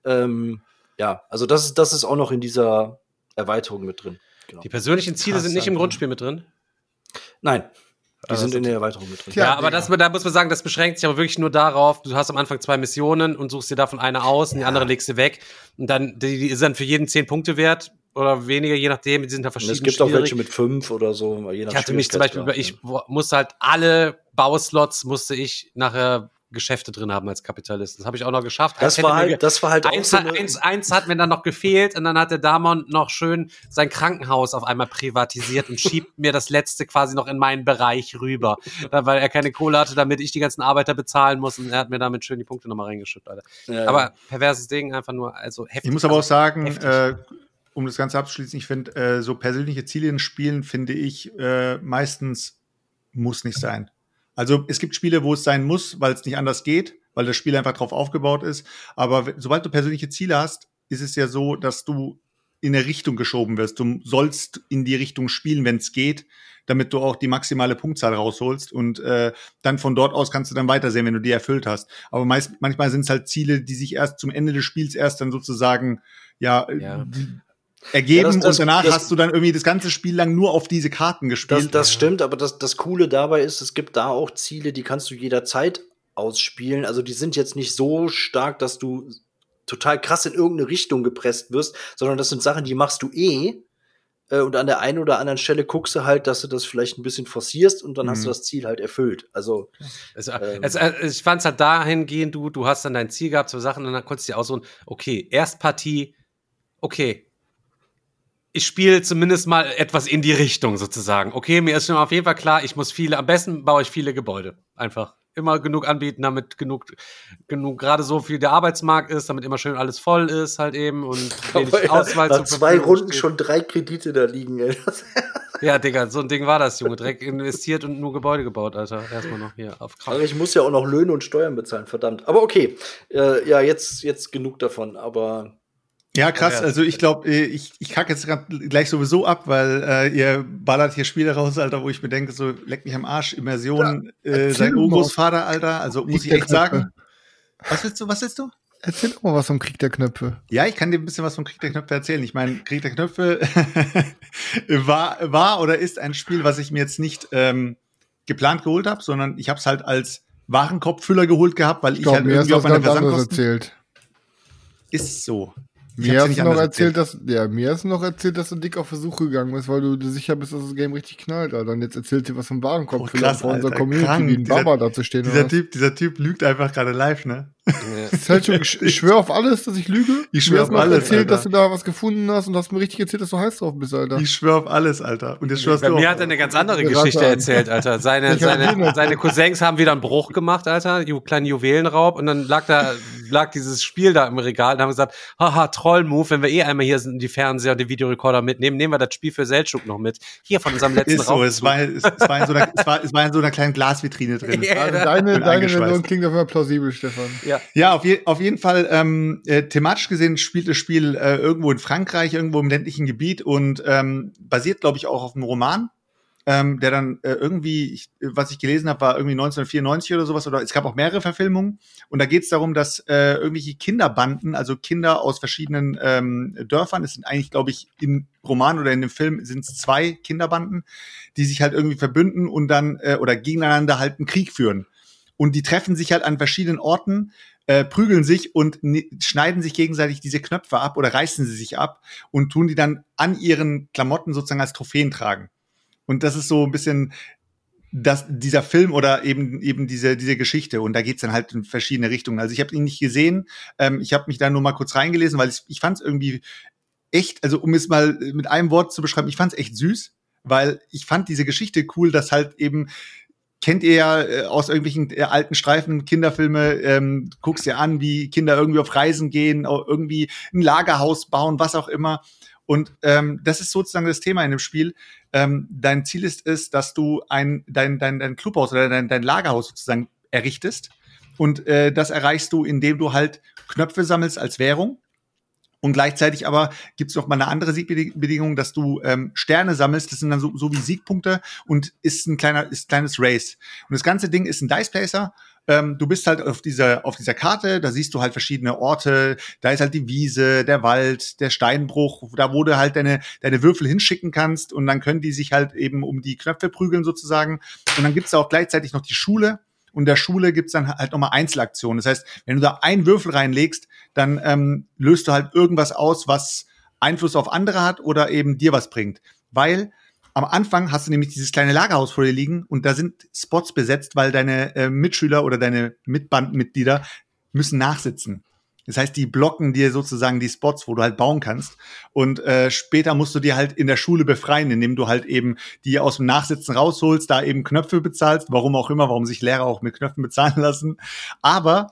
Ja, also das ist auch noch in dieser Erweiterung mit drin. Genau. Die persönlichen Ziele sind nicht im Grundspiel mit drin? Nein, die sind in der Erweiterung mit drin. Ja, aber da muss man sagen, das beschränkt sich aber wirklich nur darauf, du hast am Anfang 2 Missionen und suchst dir davon eine aus und die andere legst du weg und dann, die ist dann für jeden 10 Punkte wert. Oder weniger, je nachdem, die sind da verschieden. Es gibt auch welche mit 5 oder so, je nach Ich hatte mich zum Beispiel, ich musste halt alle Bauslots nachher Geschäfte drin haben als Kapitalist. Das habe ich auch noch geschafft. Das war halt eins hat mir dann noch gefehlt und dann hat der Damon noch schön sein Krankenhaus auf einmal privatisiert und schiebt mir das letzte quasi noch in meinen Bereich rüber, weil er keine Kohle hatte, damit ich die ganzen Arbeiter bezahlen muss und er hat mir damit schön die Punkte nochmal reingeschüttet, Alter. Ja, aber perverses Ding, einfach nur, also heftig. Ich muss aber auch sagen, um das Ganze abzuschließen, ich finde, so persönliche Ziele in Spielen, finde ich, meistens muss nicht sein. Also es gibt Spiele, wo es sein muss, weil es nicht anders geht, weil das Spiel einfach drauf aufgebaut ist. Aber sobald du persönliche Ziele hast, ist es ja so, dass du in eine Richtung geschoben wirst. Du sollst in die Richtung spielen, wenn es geht, damit du auch die maximale Punktzahl rausholst. Und dann von dort aus kannst du dann weitersehen, wenn du die erfüllt hast. Aber manchmal sind es halt Ziele, die sich erst zum Ende des Spiels erst dann sozusagen, ergeben und danach hast du dann irgendwie das ganze Spiel lang nur auf diese Karten gespielt. Das stimmt, aber das Coole dabei ist, es gibt da auch Ziele, die kannst du jederzeit ausspielen. Also die sind jetzt nicht so stark, dass du total krass in irgendeine Richtung gepresst wirst, sondern das sind Sachen, die machst du und an der einen oder anderen Stelle guckst du halt, dass du das vielleicht ein bisschen forcierst und dann hast du das Ziel halt erfüllt. Also ich fand's halt dahingehend, du hast dann dein Ziel gehabt, so Sachen, und dann konntest du dir aussuchen, okay, Erstpartie, okay, ich spiele zumindest mal etwas in die Richtung sozusagen. Okay, mir ist schon auf jeden Fall klar, am besten baue ich viele Gebäude. Einfach immer genug anbieten, damit genug gerade so viel der Arbeitsmarkt ist, damit immer schön alles voll ist halt eben und wenig Auswahl nach 2 Runden schon 3 Kredite da liegen, ey. Ja, Digga, so ein Ding war das, Junge. Direkt investiert und nur Gebäude gebaut, Alter. Erstmal noch hier auf Kraft. Aber ich muss ja auch noch Löhne und Steuern bezahlen, verdammt. Aber okay, ja, jetzt genug davon, aber ja, krass. Also ich glaube, ich kacke jetzt gleich sowieso ab, weil ihr ballert hier Spiele raus, Alter, wo ich mir denke, so leck mich am Arsch, Immersion, sein Urgroßvater, Alter. Also muss ich echt sagen. Was willst du? Erzähl doch mal was vom Krieg der Knöpfe. Ja, ich kann dir ein bisschen was vom Krieg der Knöpfe erzählen. Ich meine, Krieg der Knöpfe war oder ist ein Spiel, was ich mir jetzt nicht geplant geholt habe, sondern ich habe es halt als Warenkorbfüller geholt gehabt, weil ich halt irgendwie auf meine Versandkosten erzählt. Ist so. Mir hast du noch erzählt, dass du dick auf Versuche gegangen bist, weil du sicher bist, dass das Game richtig knallt, Alter. Und jetzt erzählt dir was vom Warenkorb vor unserer Community, wie ein Baba da zu stehen. Dieser Typ lügt einfach gerade live, ne? Das ist halt schon, ich schwöre auf alles, dass ich lüge. Ich schwöre auf alles, erzählt, Alter, dass du da was gefunden hast und hast mir richtig erzählt, dass du heiß drauf bist, Alter. Ich schwöre auf alles, Alter. Und jetzt schwörst du Bei mir hat er eine ganz andere Geschichte erzählt, Alter. Seine Cousins haben wieder einen Bruch gemacht, Alter, kleinen Juwelenraub, und dann lag dieses Spiel da im Regal und haben gesagt, haha, Troll-Move, wenn wir einmal hier sind, die Fernseher und die Videorekorder mitnehmen, nehmen wir das Spiel für Seltschuk noch mit. Hier von unserem letzten Raub. Es war in so einer kleinen Glasvitrine drin. Also deine Version klingt auf jeden Fall plausibel, Stefan. Ja, auf jeden Fall, thematisch gesehen spielt das Spiel irgendwo in Frankreich, irgendwo im ländlichen Gebiet und basiert, glaube ich, auch auf einem Roman, der dann was ich gelesen habe, war irgendwie 1994 oder sowas, oder es gab auch mehrere Verfilmungen. Und da geht es darum, dass irgendwelche Kinderbanden, also Kinder aus verschiedenen Dörfern, es sind eigentlich, glaube ich, im Roman oder in dem Film sind es 2 Kinderbanden, die sich halt irgendwie verbünden und dann oder gegeneinander halt einen Krieg führen. Und die treffen sich halt an verschiedenen Orten, prügeln sich und schneiden sich gegenseitig diese Knöpfe ab oder reißen sie sich ab und tun die dann an ihren Klamotten sozusagen als Trophäen tragen. Und das ist so ein bisschen dieser Film oder eben diese Geschichte. Und da geht's dann halt in verschiedene Richtungen. Also ich habe ihn nicht gesehen. Ich habe mich da nur mal kurz reingelesen, weil ich fand es irgendwie echt, also um es mal mit einem Wort zu beschreiben, ich fand es echt süß, weil ich fand diese Geschichte cool, dass halt eben, kennt ihr ja aus irgendwelchen alten Streifen Kinderfilme, guckst dir an, wie Kinder irgendwie auf Reisen gehen, irgendwie ein Lagerhaus bauen, was auch immer. Und das ist sozusagen das Thema in dem Spiel. Dein Ziel ist es, dass du dein Clubhaus oder dein Lagerhaus sozusagen errichtest. Und das erreichst du, indem du halt Knöpfe sammelst als Währung. Und gleichzeitig aber gibt's noch mal eine andere Siegbedingung, dass du Sterne sammelst. Das sind dann so wie Siegpunkte und ist ein kleines Race. Und das ganze Ding ist ein Dice Placer. Du bist halt auf dieser Karte, da siehst du halt verschiedene Orte, da ist halt die Wiese, der Wald, der Steinbruch, da wo du halt deine Würfel hinschicken kannst und dann können die sich halt eben um die Knöpfe prügeln sozusagen. Und dann gibt's da auch gleichzeitig noch die Schule. Und in der Schule gibt's dann halt nochmal Einzelaktionen. Das heißt, wenn du da einen Würfel reinlegst, dann löst du halt irgendwas aus, was Einfluss auf andere hat oder eben dir was bringt. Weil am Anfang hast du nämlich dieses kleine Lagerhaus vor dir liegen und da sind Spots besetzt, weil deine Mitschüler oder deine Mitbandmitglieder müssen nachsitzen. Das heißt, die blocken dir sozusagen die Spots, wo du halt bauen kannst. Und später musst du dir halt in der Schule befreien, indem du halt eben die aus dem Nachsitzen rausholst, da eben Knöpfe bezahlst, warum auch immer, warum sich Lehrer auch mit Knöpfen bezahlen lassen. Aber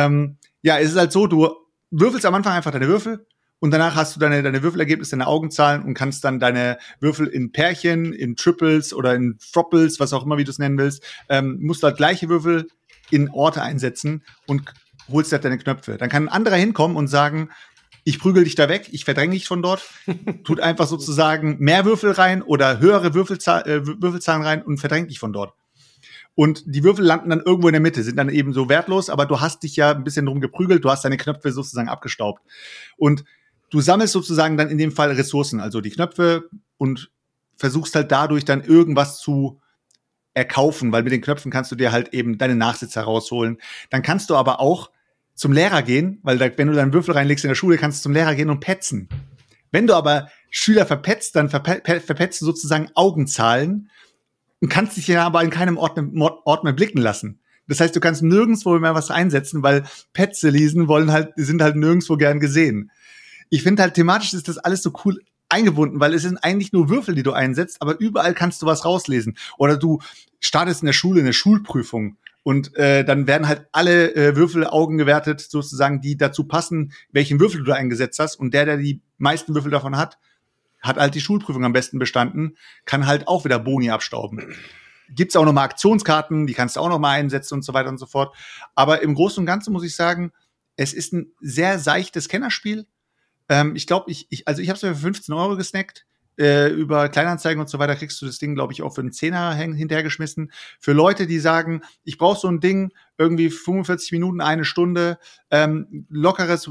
es ist halt so, du würfelst am Anfang einfach deine Würfel und danach hast du deine Würfelergebnisse, deine Augenzahlen und kannst dann deine Würfel in Pärchen, in Triples oder in Thropples, was auch immer, wie du es nennen willst, musst du halt gleiche Würfel in Orte einsetzen und holst halt deine Knöpfe. Dann kann ein anderer hinkommen und sagen, ich prügel dich da weg, ich verdränge dich von dort, tut einfach sozusagen mehr Würfel rein oder höhere Würfelzahlen rein und verdrängt dich von dort. Und die Würfel landen dann irgendwo in der Mitte, sind dann eben so wertlos, aber du hast dich ja ein bisschen drum geprügelt, du hast deine Knöpfe sozusagen abgestaubt. Und du sammelst sozusagen dann in dem Fall Ressourcen, also die Knöpfe, und versuchst halt dadurch dann irgendwas zu erkaufen, weil mit den Knöpfen kannst du dir halt eben deine Nachsitzer rausholen. Dann kannst du aber auch zum Lehrer gehen, weil wenn du deinen Würfel reinlegst in der Schule, kannst du zum Lehrer gehen und petzen. Wenn du aber Schüler verpetzt, dann verpetzt du sozusagen Augenzahlen und kannst dich ja aber in keinem Ort mehr blicken lassen. Das heißt, du kannst nirgendwo mehr was einsetzen, weil Petzelisen sind halt nirgendwo gern gesehen. Ich finde halt, thematisch ist das alles so cool eingebunden, weil es sind eigentlich nur Würfel, die du einsetzt, aber überall kannst du was rauslesen. Oder du startest in der Schule eine Schulprüfung und dann werden halt alle Würfelaugen gewertet, sozusagen, die dazu passen, welchen Würfel du eingesetzt hast. Und der die meisten Würfel davon hat halt die Schulprüfung am besten bestanden, kann halt auch wieder Boni abstauben. Gibt's auch noch mal Aktionskarten, die kannst du auch noch mal einsetzen und so weiter und so fort. Aber im Großen und Ganzen muss ich sagen, es ist ein sehr seichtes Kennerspiel. Ich glaube, ich habe es mir für 15 € gesnackt. Über Kleinanzeigen und so weiter kriegst du das Ding, glaube ich, auch für einen 10er hinterhergeschmissen. Für Leute, die sagen, ich brauche so ein Ding, irgendwie 45 Minuten, 1 Stunde, lockeres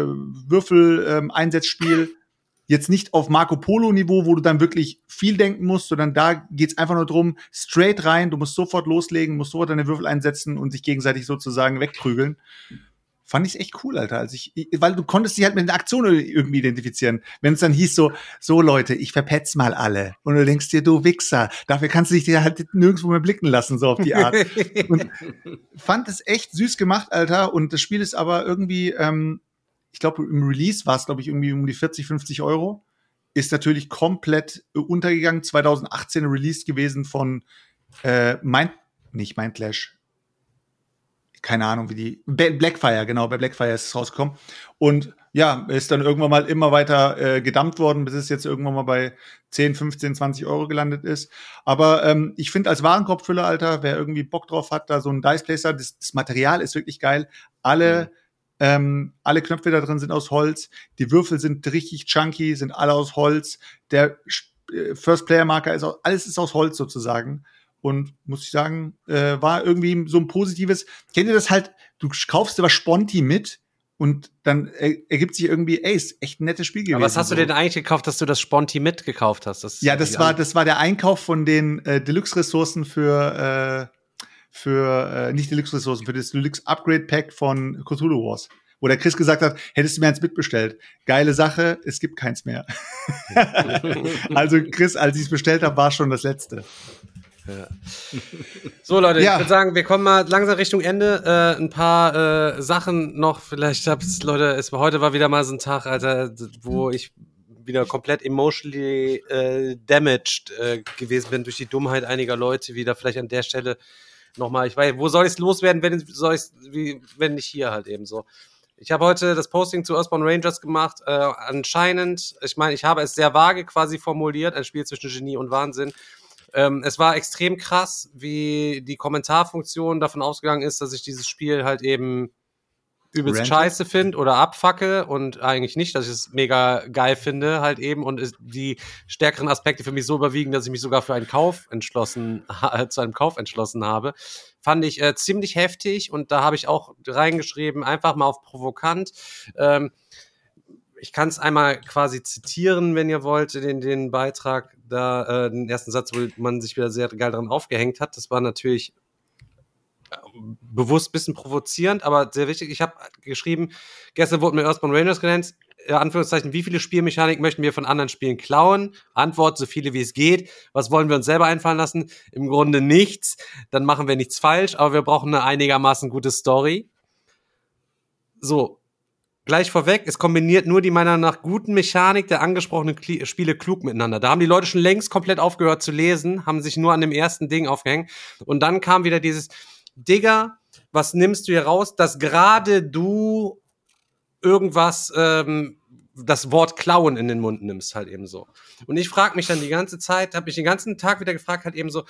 Würfel-Einsatzspiel, jetzt nicht auf Marco Polo-Niveau, wo du dann wirklich viel denken musst, sondern da geht's einfach nur drum, straight rein, du musst sofort loslegen, musst sofort deine Würfel einsetzen und sich gegenseitig sozusagen wegprügeln. Fand ich echt cool, Alter. Weil du konntest dich halt mit den Aktionen irgendwie identifizieren. Wenn es dann hieß so Leute, ich verpetz mal alle. Und du denkst dir, du Wichser, dafür kannst du dich dir halt nirgendwo mehr blicken lassen, so auf die Art. Und fand es echt süß gemacht, Alter. Und das Spiel ist aber irgendwie, ich glaube, im Release war es, glaube ich, irgendwie um die 40, 50 €. Ist natürlich komplett untergegangen. 2018 Release gewesen von nicht Mindclash. Keine Ahnung, wie die Blackfire, genau, bei Blackfire ist es rausgekommen. Und ja, ist dann irgendwann mal immer weiter gedumpt worden, bis es jetzt irgendwann mal bei 10, 15, 20 € gelandet ist. Aber ich finde, als Warenkorbfüller, Alter, wer irgendwie Bock drauf hat, da so ein Dice Placer, das Material ist wirklich geil. Alle Knöpfe da drin sind aus Holz. Die Würfel sind richtig chunky, sind alle aus Holz. Der First-Player-Marker alles ist aus Holz sozusagen. Und muss ich sagen, war irgendwie so ein positives. Kennt ihr das halt? Du kaufst dir was Sponti mit und dann ergibt sich irgendwie, ist echt ein nettes Spiel gewesen. Aber was hast du denn eigentlich gekauft, dass du das Sponti mitgekauft hast? Das war der Einkauf von den Deluxe-Ressourcen für nicht Deluxe-Ressourcen, für das Deluxe-Upgrade-Pack von Cthulhu Wars. Wo der Chris gesagt hat, hättest du mir eins mitbestellt. Geile Sache, es gibt keins mehr. Also Chris, als ich es bestellt habe, war schon das letzte. Ja. So, Leute, ich würde sagen, wir kommen mal langsam Richtung Ende. Ein paar Sachen noch. Vielleicht Leute, heute war wieder mal so ein Tag, Alter, wo ich wieder komplett emotionally damaged gewesen bin durch die Dummheit einiger Leute. Wieder vielleicht an der Stelle nochmal, ich weiß, wo soll ich es loswerden, wenn nicht hier halt eben so. Ich habe heute das Posting zu Earthbound Rangers gemacht. Anscheinend, ich meine, ich habe es sehr vage quasi formuliert, ein Spiel zwischen Genie und Wahnsinn. Es war extrem krass, wie die Kommentarfunktion davon ausgegangen ist, dass ich dieses Spiel halt eben übelst scheiße finde oder abfacke und eigentlich nicht, dass ich es mega geil finde halt eben und die stärkeren Aspekte für mich so überwiegen, dass ich mich sogar zu einem Kauf entschlossen habe. Fand ich ziemlich heftig und da habe ich auch reingeschrieben, einfach mal auf provokant. Ich kann es einmal quasi zitieren, wenn ihr wollt, den Beitrag da, den ersten Satz, wo man sich wieder sehr geil dran aufgehängt hat. Das war natürlich bewusst ein bisschen provozierend, aber sehr wichtig. Ich habe geschrieben, gestern wurde mir Earthbound Rangers genannt, Anführungszeichen, wie viele Spielmechanik möchten wir von anderen Spielen klauen? Antwort, so viele wie es geht. Was wollen wir uns selber einfallen lassen? Im Grunde nichts. Dann machen wir nichts falsch, aber wir brauchen eine einigermaßen gute Story. So. Gleich vorweg, es kombiniert nur die meiner nach guten Mechanik der angesprochenen Spiele klug miteinander. Da haben die Leute schon längst komplett aufgehört zu lesen, haben sich nur an dem ersten Ding aufgehängt. Und dann kam wieder dieses, Digga, was nimmst du hier raus, dass gerade du irgendwas, das Wort klauen in den Mund nimmst, halt eben so. Und ich frage mich dann die ganze Zeit, habe mich den ganzen Tag wieder gefragt, halt eben so,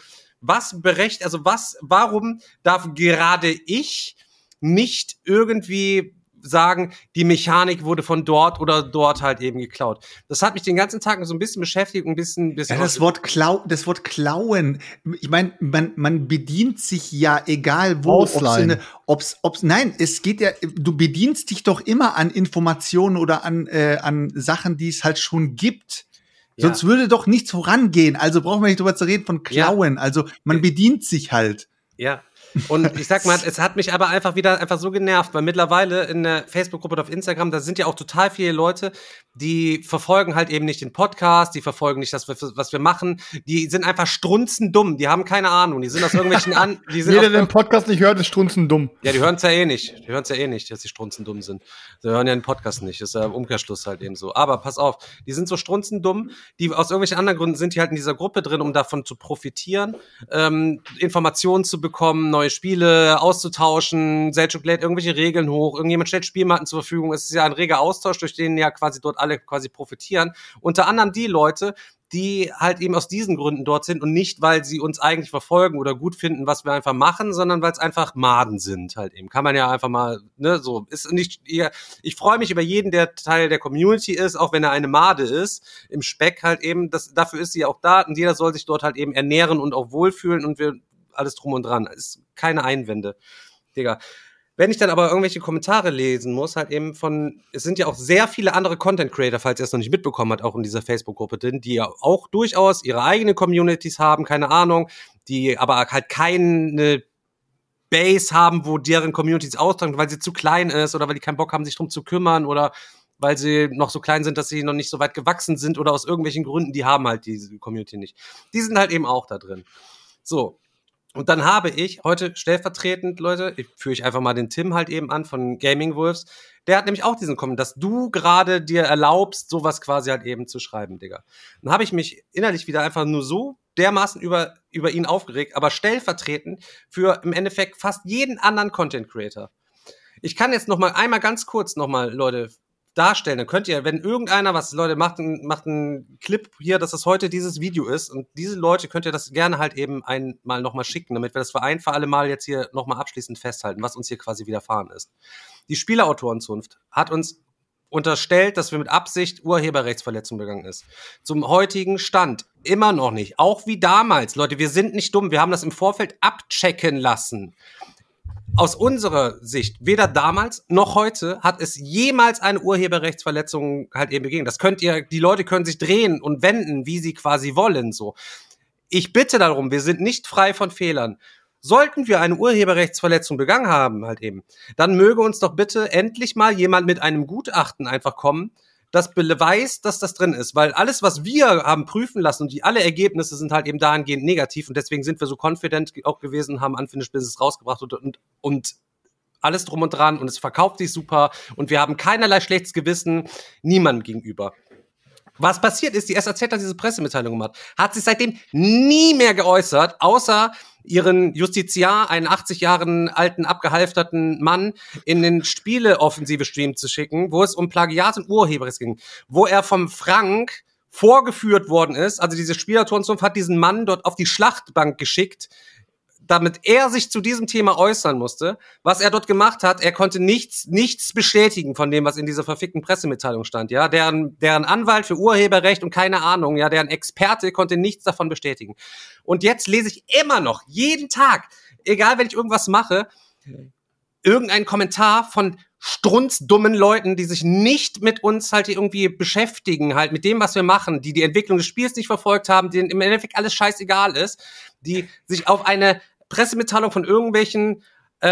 warum darf gerade ich nicht irgendwie sagen, die Mechanik wurde von dort oder dort halt eben geklaut. Das hat mich den ganzen Tag so ein bisschen beschäftigt, ein bisschen ja, das Wort klauen. Ich meine, man bedient sich ja egal wo. Nein, es geht ja, du bedienst dich doch immer an Informationen oder an Sachen, die es halt schon gibt. Ja. Sonst würde doch nichts vorangehen. Also brauchen wir nicht drüber zu reden von klauen. Ja. Also man bedient sich halt. Ja. Und ich sag mal, es hat mich aber einfach so genervt, weil mittlerweile in der Facebook-Gruppe und auf Instagram, da sind ja auch total viele Leute, die verfolgen halt eben nicht den Podcast, die verfolgen nicht das, was wir machen, die sind einfach strunzendumm, die haben keine Ahnung, die sind aus irgendwelchen Jeder, der den Podcast nicht hört, ist strunzendumm. Ja, die hören es ja eh nicht, dass die strunzendumm sind. Sie hören ja den Podcast nicht, das ist ja im Umkehrschluss halt eben so. Aber pass auf, die sind so strunzendumm, die aus irgendwelchen anderen Gründen sind die halt in dieser Gruppe drin, um davon zu profitieren, Informationen zu bekommen, neue Spiele auszutauschen, Selchuk lädt irgendwelche Regeln hoch, irgendjemand stellt Spielmatten zur Verfügung. Es ist ja ein reger Austausch, durch den ja quasi dort alle quasi profitieren. Unter anderem die Leute, die halt eben aus diesen Gründen dort sind und nicht, weil sie uns eigentlich verfolgen oder gut finden, was wir einfach machen, sondern weil es einfach Maden sind halt eben. Kann man ja einfach mal, ne, so, ist nicht, ich freue mich über jeden, der Teil der Community ist, auch wenn er eine Made ist, im Speck halt eben, dafür ist sie ja auch da und jeder soll sich dort halt eben ernähren und auch wohlfühlen und wir alles drum und dran. Ist keine Einwände. Digga. Wenn ich dann aber irgendwelche Kommentare lesen muss, halt eben es sind ja auch sehr viele andere Content-Creator, falls ihr es noch nicht mitbekommen habt, auch in dieser Facebook-Gruppe drin, die ja auch durchaus ihre eigenen Communities haben, keine Ahnung, die aber halt keine Base haben, wo deren Communities austragen, weil sie zu klein ist oder weil die keinen Bock haben, sich drum zu kümmern oder weil sie noch so klein sind, dass sie noch nicht so weit gewachsen sind oder aus irgendwelchen Gründen, die haben halt diese Community nicht. Die sind halt eben auch da drin. So. Und dann habe ich heute stellvertretend, Leute, führe ich einfach mal den Tim halt eben an von Gaming Wolves, der hat nämlich auch diesen Kommentar, dass du gerade dir erlaubst, sowas quasi halt eben zu schreiben, Digga. Dann habe ich mich innerlich wieder einfach nur so dermaßen über ihn aufgeregt, aber stellvertretend für im Endeffekt fast jeden anderen Content Creator. Ich kann jetzt einmal ganz kurz Leute, darstellen, dann könnt ihr, wenn irgendeiner Leute, macht einen Clip hier, dass das heute dieses Video ist und diese Leute könnt ihr das gerne halt eben einmal nochmal schicken, damit wir das für ein für alle Mal jetzt hier nochmal abschließend festhalten, was uns hier quasi widerfahren ist. Die Spieleautorenzunft hat uns unterstellt, dass wir mit Absicht Urheberrechtsverletzung begangen ist. Zum heutigen Stand immer noch nicht. Auch wie damals. Leute, wir sind nicht dumm. Wir haben das im Vorfeld abchecken lassen. Aus unserer Sicht, weder damals noch heute hat es jemals eine Urheberrechtsverletzung halt eben begegnet. Die Leute können sich drehen und wenden, wie sie quasi wollen, so. Ich bitte darum, wir sind nicht frei von Fehlern. Sollten wir eine Urheberrechtsverletzung begangen haben, halt eben, dann möge uns doch bitte endlich mal jemand mit einem Gutachten einfach kommen, das beweist, dass das drin ist. Weil alles, was wir haben prüfen lassen und alle Ergebnisse sind halt eben dahingehend negativ und deswegen sind wir so confident auch gewesen, haben Unfinished Business rausgebracht und alles drum und dran und es verkauft sich super und wir haben keinerlei schlechtes Gewissen niemandem gegenüber. Was passiert ist, die SAZ hat diese Pressemitteilung gemacht, hat sich seitdem nie mehr geäußert, außer ihren Justiziar, einen 80 Jahren alten, abgehalfterten Mann, in den Spiele-Offensive-Stream zu schicken, wo es um Plagiat und Urheberrecht ging, wo er vom Frank vorgeführt worden ist, also diese Spielautorenzunft hat diesen Mann dort auf die Schlachtbank geschickt, damit er sich zu diesem Thema äußern musste. Was er dort gemacht hat, er konnte nichts bestätigen von dem, was in dieser verfickten Pressemitteilung stand, ja. Deren Anwalt für Urheberrecht und keine Ahnung, ja, deren Experte konnte nichts davon bestätigen. Und jetzt lese ich immer noch, jeden Tag, egal wenn ich irgendwas mache, irgendeinen Kommentar von strunzdummen Leuten, die sich nicht mit uns halt irgendwie beschäftigen, halt mit dem, was wir machen, die Entwicklung des Spiels nicht verfolgt haben, denen im Endeffekt alles scheißegal ist, die sich auf eine Pressemitteilung von irgendwelchen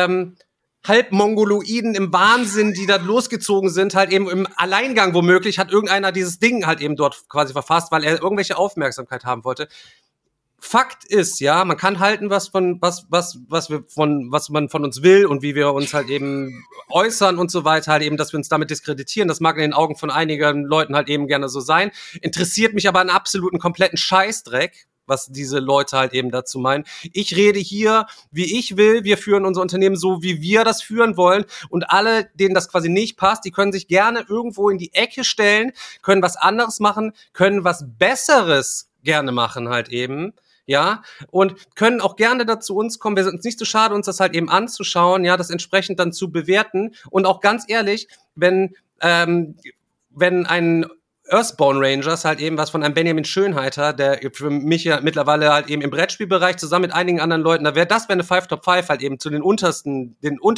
Halbmongoloiden im Wahnsinn, die da losgezogen sind, halt eben im Alleingang womöglich, hat irgendeiner dieses Ding halt eben dort quasi verfasst, weil er irgendwelche Aufmerksamkeit haben wollte. Fakt ist, ja, man kann halten, was man von uns will und wie wir uns halt eben äußern und so weiter, halt eben, dass wir uns damit diskreditieren. Das mag in den Augen von einigen Leuten halt eben gerne so sein. Interessiert mich aber einen absoluten, kompletten Scheißdreck, was diese Leute halt eben dazu meinen. Ich rede hier, wie ich will. Wir führen unser Unternehmen so, wie wir das führen wollen. Und alle, denen das quasi nicht passt, die können sich gerne irgendwo in die Ecke stellen, können was anderes machen, können was Besseres gerne machen halt eben. ja, und können auch gerne dazu uns kommen. Wir sind uns nicht so schade, uns das halt eben anzuschauen, ja, das entsprechend dann zu bewerten. Und auch ganz ehrlich, wenn ein Earthbound Rangers halt eben was von einem Benjamin Schönheiter, der für mich ja mittlerweile halt eben im Brettspielbereich zusammen mit einigen anderen Leuten, da wäre eine 5 Top 5 halt eben zu den untersten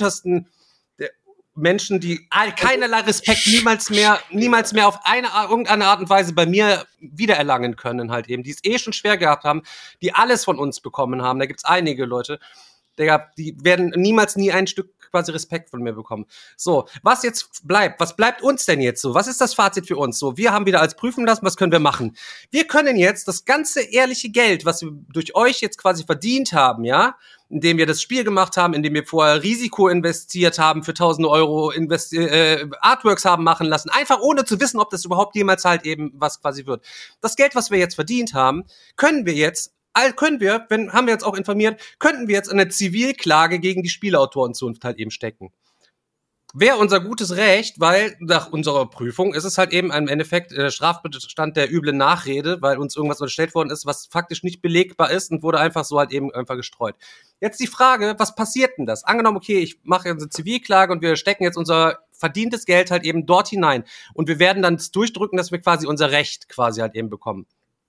der Menschen, die keinerlei Respekt niemals mehr auf irgendeine Art und Weise bei mir wiedererlangen können halt eben, die es schon schwer gehabt haben, die alles von uns bekommen haben. Da gibt's einige Leute, die werden niemals nie ein Stück quasi Respekt von mir bekommen. So, was jetzt bleibt? Was bleibt uns denn jetzt so? Was ist das Fazit für uns? So, wir haben wieder alles prüfen lassen, was können wir machen? Wir können jetzt das ganze ehrliche Geld, was wir durch euch jetzt quasi verdient haben, ja, indem wir das Spiel gemacht haben, indem wir vorher Risiko investiert haben, für 1.000 Euro Artworks haben machen lassen, einfach ohne zu wissen, ob das überhaupt jemals halt eben was quasi wird. Das Geld, was wir jetzt verdient haben, haben wir jetzt auch informiert, könnten wir jetzt eine Zivilklage gegen die Spieleautorenzunft halt eben stecken. Wäre unser gutes Recht, weil nach unserer Prüfung ist es halt eben im Endeffekt Strafbestand der üblen Nachrede, weil uns irgendwas unterstellt worden ist, was faktisch nicht belegbar ist und wurde einfach so halt eben einfach gestreut. Jetzt die Frage, was passiert denn das? Angenommen, okay, ich mache jetzt eine Zivilklage und wir stecken jetzt unser verdientes Geld halt eben dort hinein und wir werden dann durchdrücken, dass wir quasi unser Recht quasi halt eben bekommen.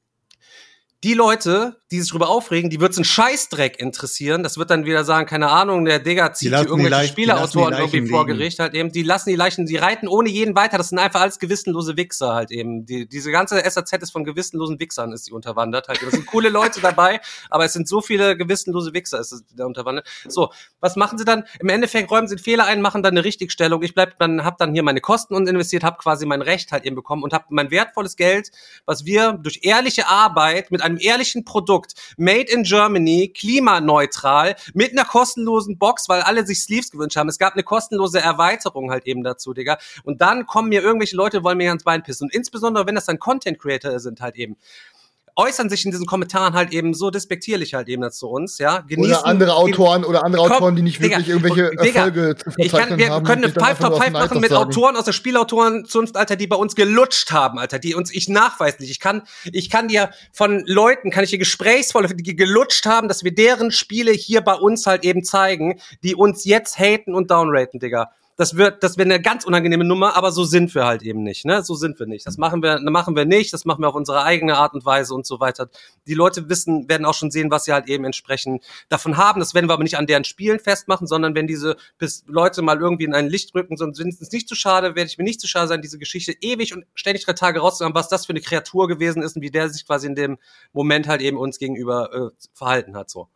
Die Leute, die sich darüber aufregen, die wird's einen Scheißdreck interessieren. Das wird dann wieder sagen, keine Ahnung, der Digga zieht hier irgendwelche Spieleautoren irgendwie vor Gericht halt eben. Die lassen die Leichen, die reiten ohne jeden weiter. Das sind einfach alles gewissenlose Wichser halt eben. Diese ganze SAZ ist von gewissenlosen Wichsern ist die unterwandert halt. Es sind coole Leute dabei, aber es sind so viele gewissenlose Wichser ist es da unterwandert. So, was machen sie dann? Im Endeffekt räumen sie einen Fehler ein, machen dann eine Richtigstellung. Ich hab dann hier meine Kosten investiert, hab quasi mein Recht halt eben bekommen und hab mein wertvolles Geld, was wir durch ehrliche Arbeit mit einem ehrlichen Produkt, made in Germany, klimaneutral, mit einer kostenlosen Box, weil alle sich Sleeves gewünscht haben. Es gab eine kostenlose Erweiterung halt eben dazu, Digga. Und dann kommen mir irgendwelche Leute, wollen mir ans Bein pissen. Und insbesondere, wenn das dann Content Creator sind halt eben, äußern sich in diesen Kommentaren halt eben so despektierlich halt eben dazu uns, ja. Genießen, oder andere Autoren, die nicht wirklich irgendwelche Erfolge zu verzeichnen haben. Wir können eine 5 Top 5 machen mit Autoren aus der Spielautorenzunft, Alter, die bei uns gelutscht haben, Alter, ich nachweislich, ich kann dir von Leuten, kann ich dir Gesprächsvolle, die gelutscht haben, dass wir deren Spiele hier bei uns halt eben zeigen, die uns jetzt haten und downraten, Digga. Das wäre eine ganz unangenehme Nummer, aber so sind wir halt eben nicht, ne? So sind wir nicht. Das machen wir nicht, das machen wir auf unsere eigene Art und Weise und so weiter. Die Leute werden auch schon sehen, was sie halt eben entsprechend davon haben. Das werden wir aber nicht an deren Spielen festmachen, sondern wenn diese Leute mal irgendwie in ein Licht rücken, sonst sind es nicht zu schade, werde ich mir nicht zu schade sein, diese Geschichte ewig und ständig 3 Tage rauszuhaben, was das für eine Kreatur gewesen ist und wie der sich quasi in dem Moment halt eben uns gegenüber verhalten hat, so.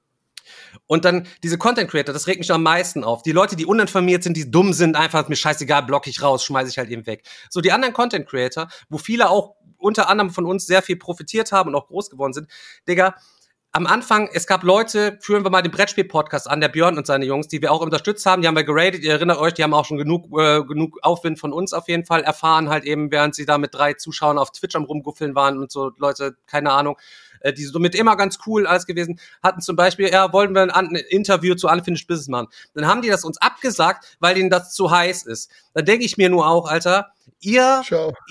Und dann diese Content Creator, das regt mich am meisten auf. Die Leute, die uninformiert sind, die dumm sind, einfach mir scheißegal, block ich raus, schmeiße ich halt eben weg. So, die anderen Content Creator, wo viele auch unter anderem von uns sehr viel profitiert haben und auch groß geworden sind, Digga, am Anfang, es gab Leute, führen wir mal den Brettspiel-Podcast an, der Björn und seine Jungs, die wir auch unterstützt haben, die haben wir geradet, ihr erinnert euch, die haben auch schon genug Aufwind von uns auf jeden Fall erfahren, halt eben, während sie da mit 3 Zuschauern auf Twitch am Rumguffeln waren und so, Leute, keine Ahnung, die somit immer ganz cool alles gewesen, hatten zum Beispiel, wollen wir ein Interview zu Unfinished Business machen. Dann haben die das uns abgesagt, weil denen das zu heiß ist. Dann denke ich mir nur auch, Alter, ihr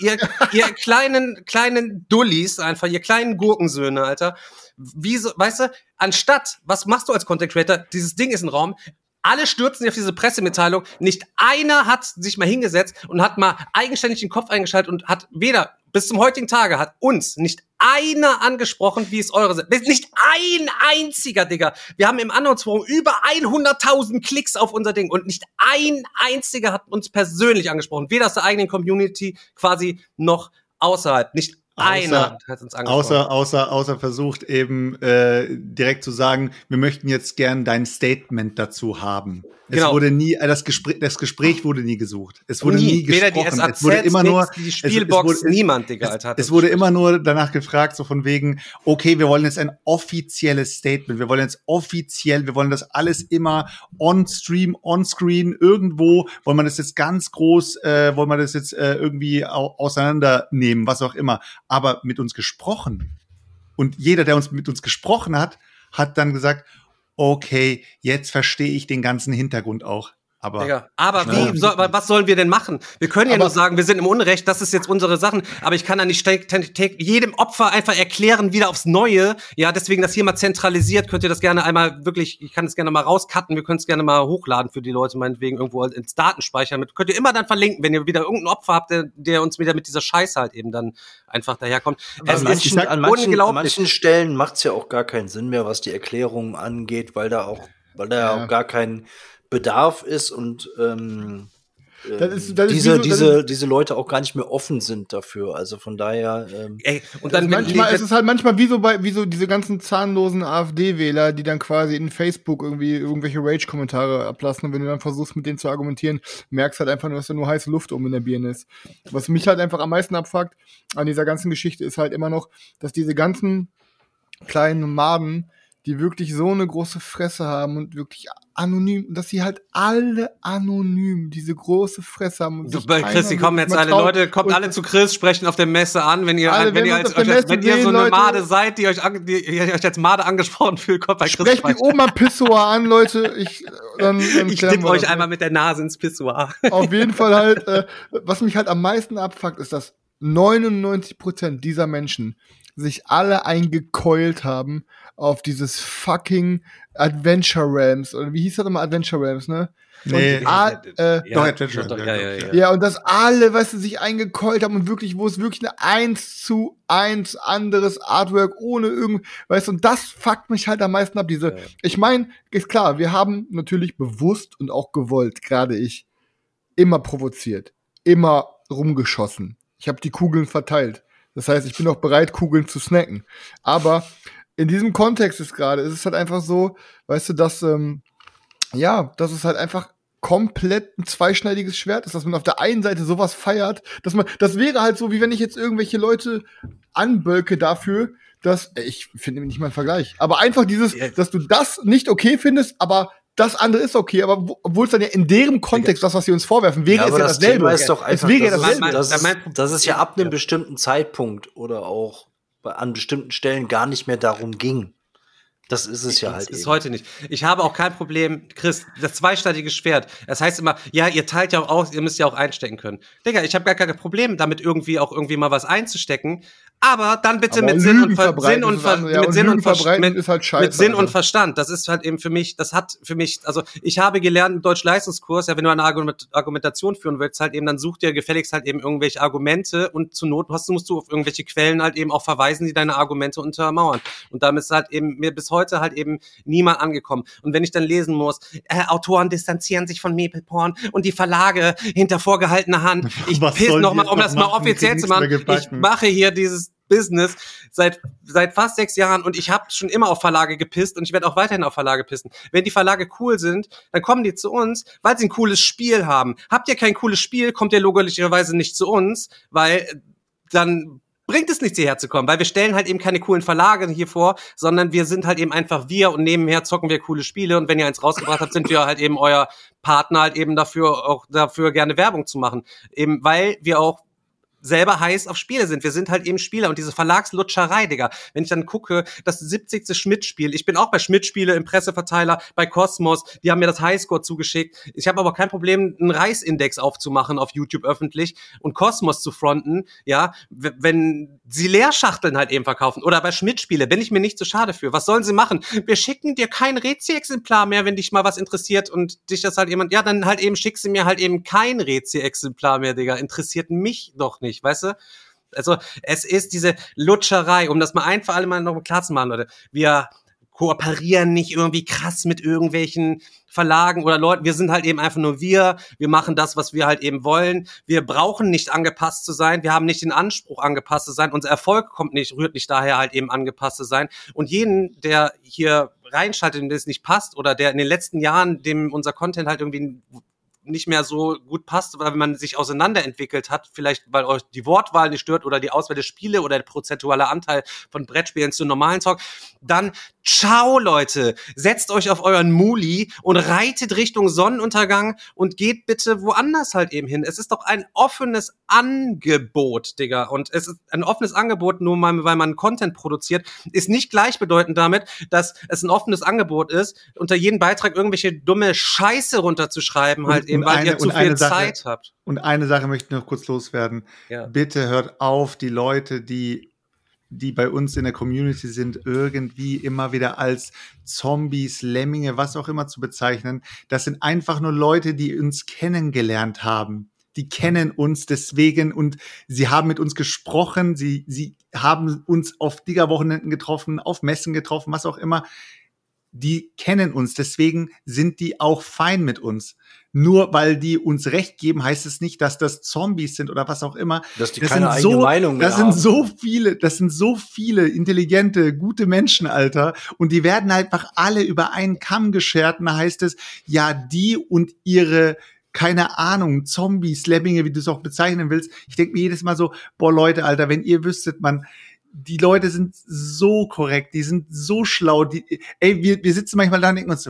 kleinen Dullis einfach, ihr kleinen Gurkensöhne, Alter, wieso, weißt du, was machst du als Content Creator? Dieses Ding ist ein Raum, alle stürzen auf diese Pressemitteilung, nicht einer hat sich mal hingesetzt und hat mal eigenständig den Kopf eingeschaltet und hat weder bis zum heutigen Tage hat uns nicht einer angesprochen, wie es eure sind. Nicht ein einziger, Digga. Wir haben im Announce-Forum über 100.000 Klicks auf unser Ding und nicht ein einziger hat uns persönlich angesprochen. Weder aus der eigenen Community quasi noch außerhalb. Nicht einer hat uns angesprochen. Außer versucht eben direkt zu sagen, wir möchten jetzt gern dein Statement dazu haben. Genau. Es wurde nie, das Gespräch wurde nie gesucht. Es wurde nie gesprochen. Weder die SAZ, es wurde immer nur die Spielbox, niemand, Digga, Alter. Es wurde immer nur danach gefragt, so von wegen, okay, wir wollen jetzt ein offizielles Statement. Wir wollen das alles immer on-stream, on-screen, irgendwo, wollen wir das jetzt ganz groß, irgendwie auseinandernehmen, was auch immer. Aber mit uns gesprochen. Und jeder, der mit uns gesprochen hat, hat dann gesagt, okay, jetzt verstehe ich den ganzen Hintergrund auch. Aber, was sollen wir denn machen? Wir können ja nur sagen, wir sind im Unrecht, das ist jetzt unsere Sachen, aber ich kann da nicht jedem Opfer einfach erklären, wieder aufs Neue. Ja, deswegen das hier mal zentralisiert, könnt ihr das gerne einmal wirklich, ich kann es gerne mal rauscutten, wir können es gerne mal hochladen für die Leute, meinetwegen irgendwo ins Datenspeicher. Könnt ihr immer dann verlinken, wenn ihr wieder irgendein Opfer habt, der uns wieder mit dieser Scheiße halt eben dann einfach daherkommt. An manchen Stellen macht es ja auch gar keinen Sinn mehr, was die Erklärungen angeht, weil da auch gar kein Bedarf ist und diese Leute auch gar nicht mehr offen sind dafür. Also von daher. Und dann manchmal ist es halt wie so diese ganzen zahnlosen AfD-Wähler, die dann quasi in Facebook irgendwie irgendwelche Rage-Kommentare ablassen. Und wenn du dann versuchst, mit denen zu argumentieren, merkst halt einfach nur, dass da nur heiße Luft in der Birne ist. Was mich halt einfach am meisten abfuckt an dieser ganzen Geschichte ist halt immer noch, dass diese ganzen kleinen Maden, die wirklich so eine große Fresse haben und wirklich anonym, dass sie halt alle anonym diese große Fresse haben. Und Chris, die kommen jetzt alle, Leute, kommt alle zu Chris, sprechen auf der Messe an, wenn ihr so eine Made seid, die euch als Made angesprochen fühlt, kommt bei Chris. Sprecht die Oma Pissoir an, Leute. Ich tippe euch einmal mit der Nase ins Pissoir. Auf jeden Fall halt, was mich halt am meisten abfuckt, ist, dass 99% dieser Menschen sich alle eingekeult haben auf dieses fucking Adventure Realms. Oder wie hieß das immer? Adventure Realms, ne? Nee. Doch, Adventure. Ja, und dass alle, weißt du, sich eingekeult haben und wirklich, wo es wirklich eine 1:1 anderes Artwork ohne weißt du, und das fuckt mich halt am meisten ab. Ich meine, ist klar, wir haben natürlich bewusst und auch gewollt, gerade ich, immer provoziert, immer rumgeschossen. Ich habe die Kugeln verteilt. Das heißt, ich bin auch bereit, Kugeln zu snacken. Aber in diesem Kontext ist es halt einfach so, weißt du, dass es halt einfach komplett ein zweischneidiges Schwert ist, dass man auf der einen Seite sowas feiert, das wäre halt so, wie wenn ich jetzt irgendwelche Leute anbölke dafür, dass, ich finde nicht mal einen Vergleich, aber einfach dass du das nicht okay findest, aber das andere ist okay, aber obwohl es dann ja in deren Kontext, das, was sie uns vorwerfen, wäre es ja dasselbe. Thema ist doch einfach, dass es ja ab einem bestimmten Zeitpunkt oder auch an bestimmten Stellen gar nicht mehr darum ging. Das ist es ja halt eben. Das ist heute nicht. Ich habe auch kein Problem, Chris, das zweischneidige Schwert. Das heißt immer, ja, ihr teilt ja auch aus, ihr müsst ja auch einstecken können. Digga, ich habe gar kein Problem damit, irgendwie mal was einzustecken. Aber dann bitte mit Sinn und Verstand. Das ist halt eben für mich, also ich habe gelernt im Deutsch-Leistungskurs, ja, wenn du eine Argumentation führen willst, halt eben, dann such dir gefälligst halt eben irgendwelche Argumente und zur Not musst du auf irgendwelche Quellen halt eben auch verweisen, die deine Argumente untermauern. Und damit ist halt eben mir bis heute halt eben niemand angekommen. Und wenn ich dann lesen muss, Autoren distanzieren sich von Maple-Porn und die Verlage hinter vorgehaltener Hand. Ich piss nochmal, um das mal offiziell zu machen, ich mache hier dieses Business seit fast 6 Jahren und ich habe schon immer auf Verlage gepisst und ich werde auch weiterhin auf Verlage pissen. Wenn die Verlage cool sind, dann kommen die zu uns, weil sie ein cooles Spiel haben. Habt ihr kein cooles Spiel, kommt ihr logischerweise nicht zu uns, weil dann bringt es nichts, hierher zu kommen, weil wir stellen halt eben keine coolen Verlage hier vor, sondern wir sind halt eben einfach wir und nebenher zocken wir coole Spiele und wenn ihr eins rausgebracht habt, sind wir halt eben euer Partner halt eben dafür gerne Werbung zu machen. Eben weil wir auch selber heiß auf Spiele sind. Wir sind halt eben Spieler und diese Verlagslutscherei, Digga. Wenn ich dann gucke, das 70. Schmidt-Spiel, ich bin auch bei Schmidt-Spiele im Presseverteiler, bei Cosmos, die haben mir das Highscore zugeschickt. Ich habe aber kein Problem, einen Reisindex aufzumachen auf YouTube öffentlich und Cosmos zu fronten, ja, wenn sie Leerschachteln halt eben verkaufen oder bei Schmidt-Spiele, bin ich mir nicht so schade für. Was sollen sie machen? Wir schicken dir kein Rezi-Exemplar mehr, wenn dich mal was interessiert und dich das halt jemand, ja, dann halt eben schickst du mir halt eben kein Rezi-Exemplar mehr, Digga. Interessiert mich doch nicht. Weißt du? Also, es ist diese Lutscherei, um das mal ein für alle Mal noch klar zu machen, Leute. Wir kooperieren nicht irgendwie krass mit irgendwelchen Verlagen oder Leuten. Wir sind halt eben einfach nur wir machen das, was wir halt eben wollen. Wir brauchen nicht angepasst zu sein. Wir haben nicht den Anspruch, angepasst zu sein. Unser Erfolg rührt nicht daher halt eben angepasst zu sein. Und jeden, der hier reinschaltet, dem das nicht passt oder der in den letzten Jahren, dem unser Content halt irgendwie nicht mehr so gut passt, weil man sich auseinanderentwickelt hat, vielleicht weil euch die Wortwahl nicht stört oder die Auswahl der Spiele oder der prozentuale Anteil von Brettspielen zu normalen Talk, dann Ciao, Leute. Setzt euch auf euren Muli und reitet Richtung Sonnenuntergang und geht bitte woanders halt eben hin. Es ist doch ein offenes Angebot, Digga. Und es ist ein offenes Angebot, nur mal, weil man Content produziert, ist nicht gleichbedeutend damit, dass es ein offenes Angebot ist, unter jeden Beitrag irgendwelche dumme Scheiße runterzuschreiben, halt eben, weil ihr zu viel Zeit habt. Und eine Sache möchte ich noch kurz loswerden. Ja. Bitte hört auf, die Leute, die bei uns in der Community sind, irgendwie immer wieder als Zombies, Lemminge, was auch immer zu bezeichnen. Das sind einfach nur Leute, die uns kennengelernt haben. Die kennen uns deswegen und sie haben mit uns gesprochen, sie haben uns auf Digger-Wochenenden getroffen, auf Messen getroffen, was auch immer. Die kennen uns, deswegen sind die auch fein mit uns. Nur weil die uns Recht geben, heißt es nicht, dass das Zombies sind oder was auch immer. Dass die keine eigene Meinung mehr haben. Das sind so viele intelligente, gute Menschen, Alter. Und die werden einfach alle über einen Kamm geschert. Und da heißt es, ja, die und ihre, keine Ahnung, Zombies, Lemminge, wie du es auch bezeichnen willst. Ich denke mir jedes Mal so, boah, Leute, Alter, wenn ihr wüsstet, die Leute sind so korrekt, die sind so schlau. Wir sitzen manchmal da und denken uns,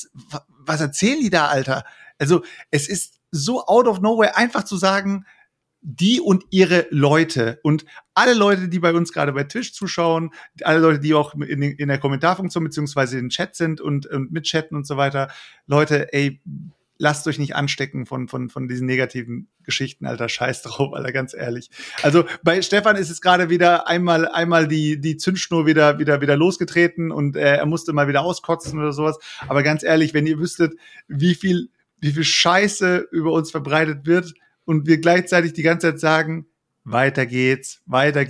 was erzählen die da, Alter? Also es ist so out of nowhere, einfach zu sagen, die und ihre Leute. Und alle Leute, die bei uns gerade bei Twitch zuschauen, alle Leute, die auch in der Kommentarfunktion beziehungsweise in den Chat sind und mitchatten und so weiter. Leute, ey, lasst euch nicht anstecken von diesen negativen Geschichten, Alter. Scheiß drauf, Alter, ganz ehrlich. Also bei Stefan ist es gerade wieder einmal die Zündschnur wieder losgetreten und er musste mal wieder auskotzen oder sowas. Aber ganz ehrlich, wenn ihr wüsstet, wie viel Scheiße über uns verbreitet wird und wir gleichzeitig die ganze Zeit sagen, weiter geht's,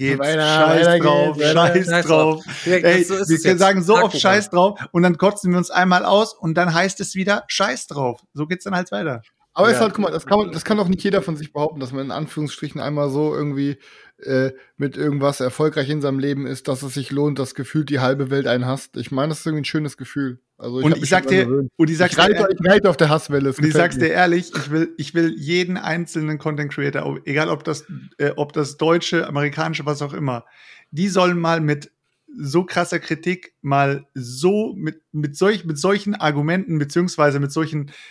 scheiß drauf. Ey, wir sagen so oft Scheiß drauf und dann kotzen wir uns einmal aus und dann heißt es wieder Scheiß drauf. So geht's dann halt weiter. Aber ist halt, guck mal, das kann doch nicht jeder von sich behaupten, dass man in Anführungsstrichen einmal so irgendwie mit irgendwas erfolgreich in seinem Leben ist, dass es sich lohnt, dass gefühlt die halbe Welt einen hasst. Ich meine, das ist irgendwie ein schönes Gefühl. Also ich reite auf der Hasswelle. Und ich sag's dir ehrlich, ich will jeden einzelnen Content Creator, egal ob das deutsche, amerikanische, was auch immer, die sollen mal mit so krasser Kritik mal so mit solchen Argumenten beziehungsweise mit so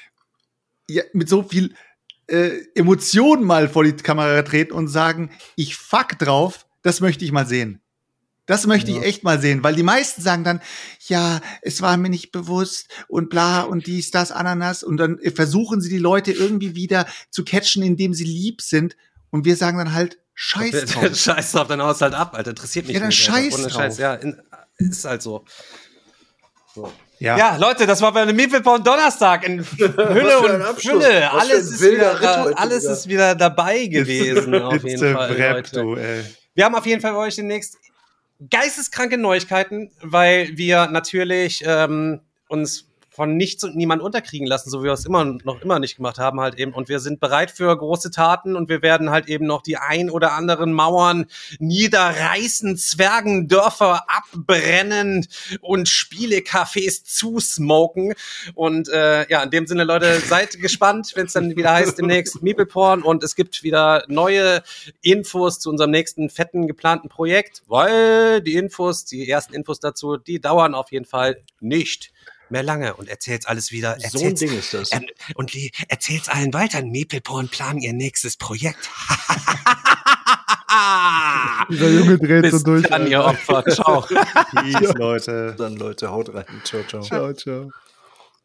viel Emotionen mal vor die Kamera treten und sagen, ich fuck drauf, das möchte ich mal sehen. Das möchte ich echt mal sehen, weil die meisten sagen dann, ja, es war mir nicht bewusst und bla und dies, das, Ananas und dann versuchen sie die Leute irgendwie wieder zu catchen, indem sie lieb sind und wir sagen dann halt, scheiß drauf. Scheiß drauf, dann haust halt ab, Alter, interessiert mich nicht. Ja, dann scheiß drauf. Scheiß, ja, ist halt so. Ja, Leute, das war bei einem Meeple-Porn Donnerstag in Hülle und Fülle. Alles ist wieder dabei gewesen, auf jeden Fall, Leute. Wir haben auf jeden Fall für euch demnächst geisteskranke Neuigkeiten, weil wir natürlich uns von nichts und niemand unterkriegen lassen, so wie wir es immer nicht gemacht haben halt eben. Und wir sind bereit für große Taten und wir werden halt eben noch die ein oder anderen Mauern niederreißen, Zwergendörfer abbrennen und Spielecafés zusmoken. Und in dem Sinne, Leute, seid gespannt, wenn es dann wieder heißt demnächst Meeple-Porn und es gibt wieder neue Infos zu unserem nächsten fetten geplanten Projekt, weil die ersten Infos dazu, die dauern auf jeden Fall nicht mehr lange und erzählt's alles wieder. So ein Ding ist das. Und erzählt's allen weiter. Meeple-Porn planen ihr nächstes Projekt. Dieser Junge dreht Bis so durch. Dann, ihr Opfer. Ciao. Peace, Leute. Dann, Leute, haut rein. Ciao, ciao. Ciao, ciao.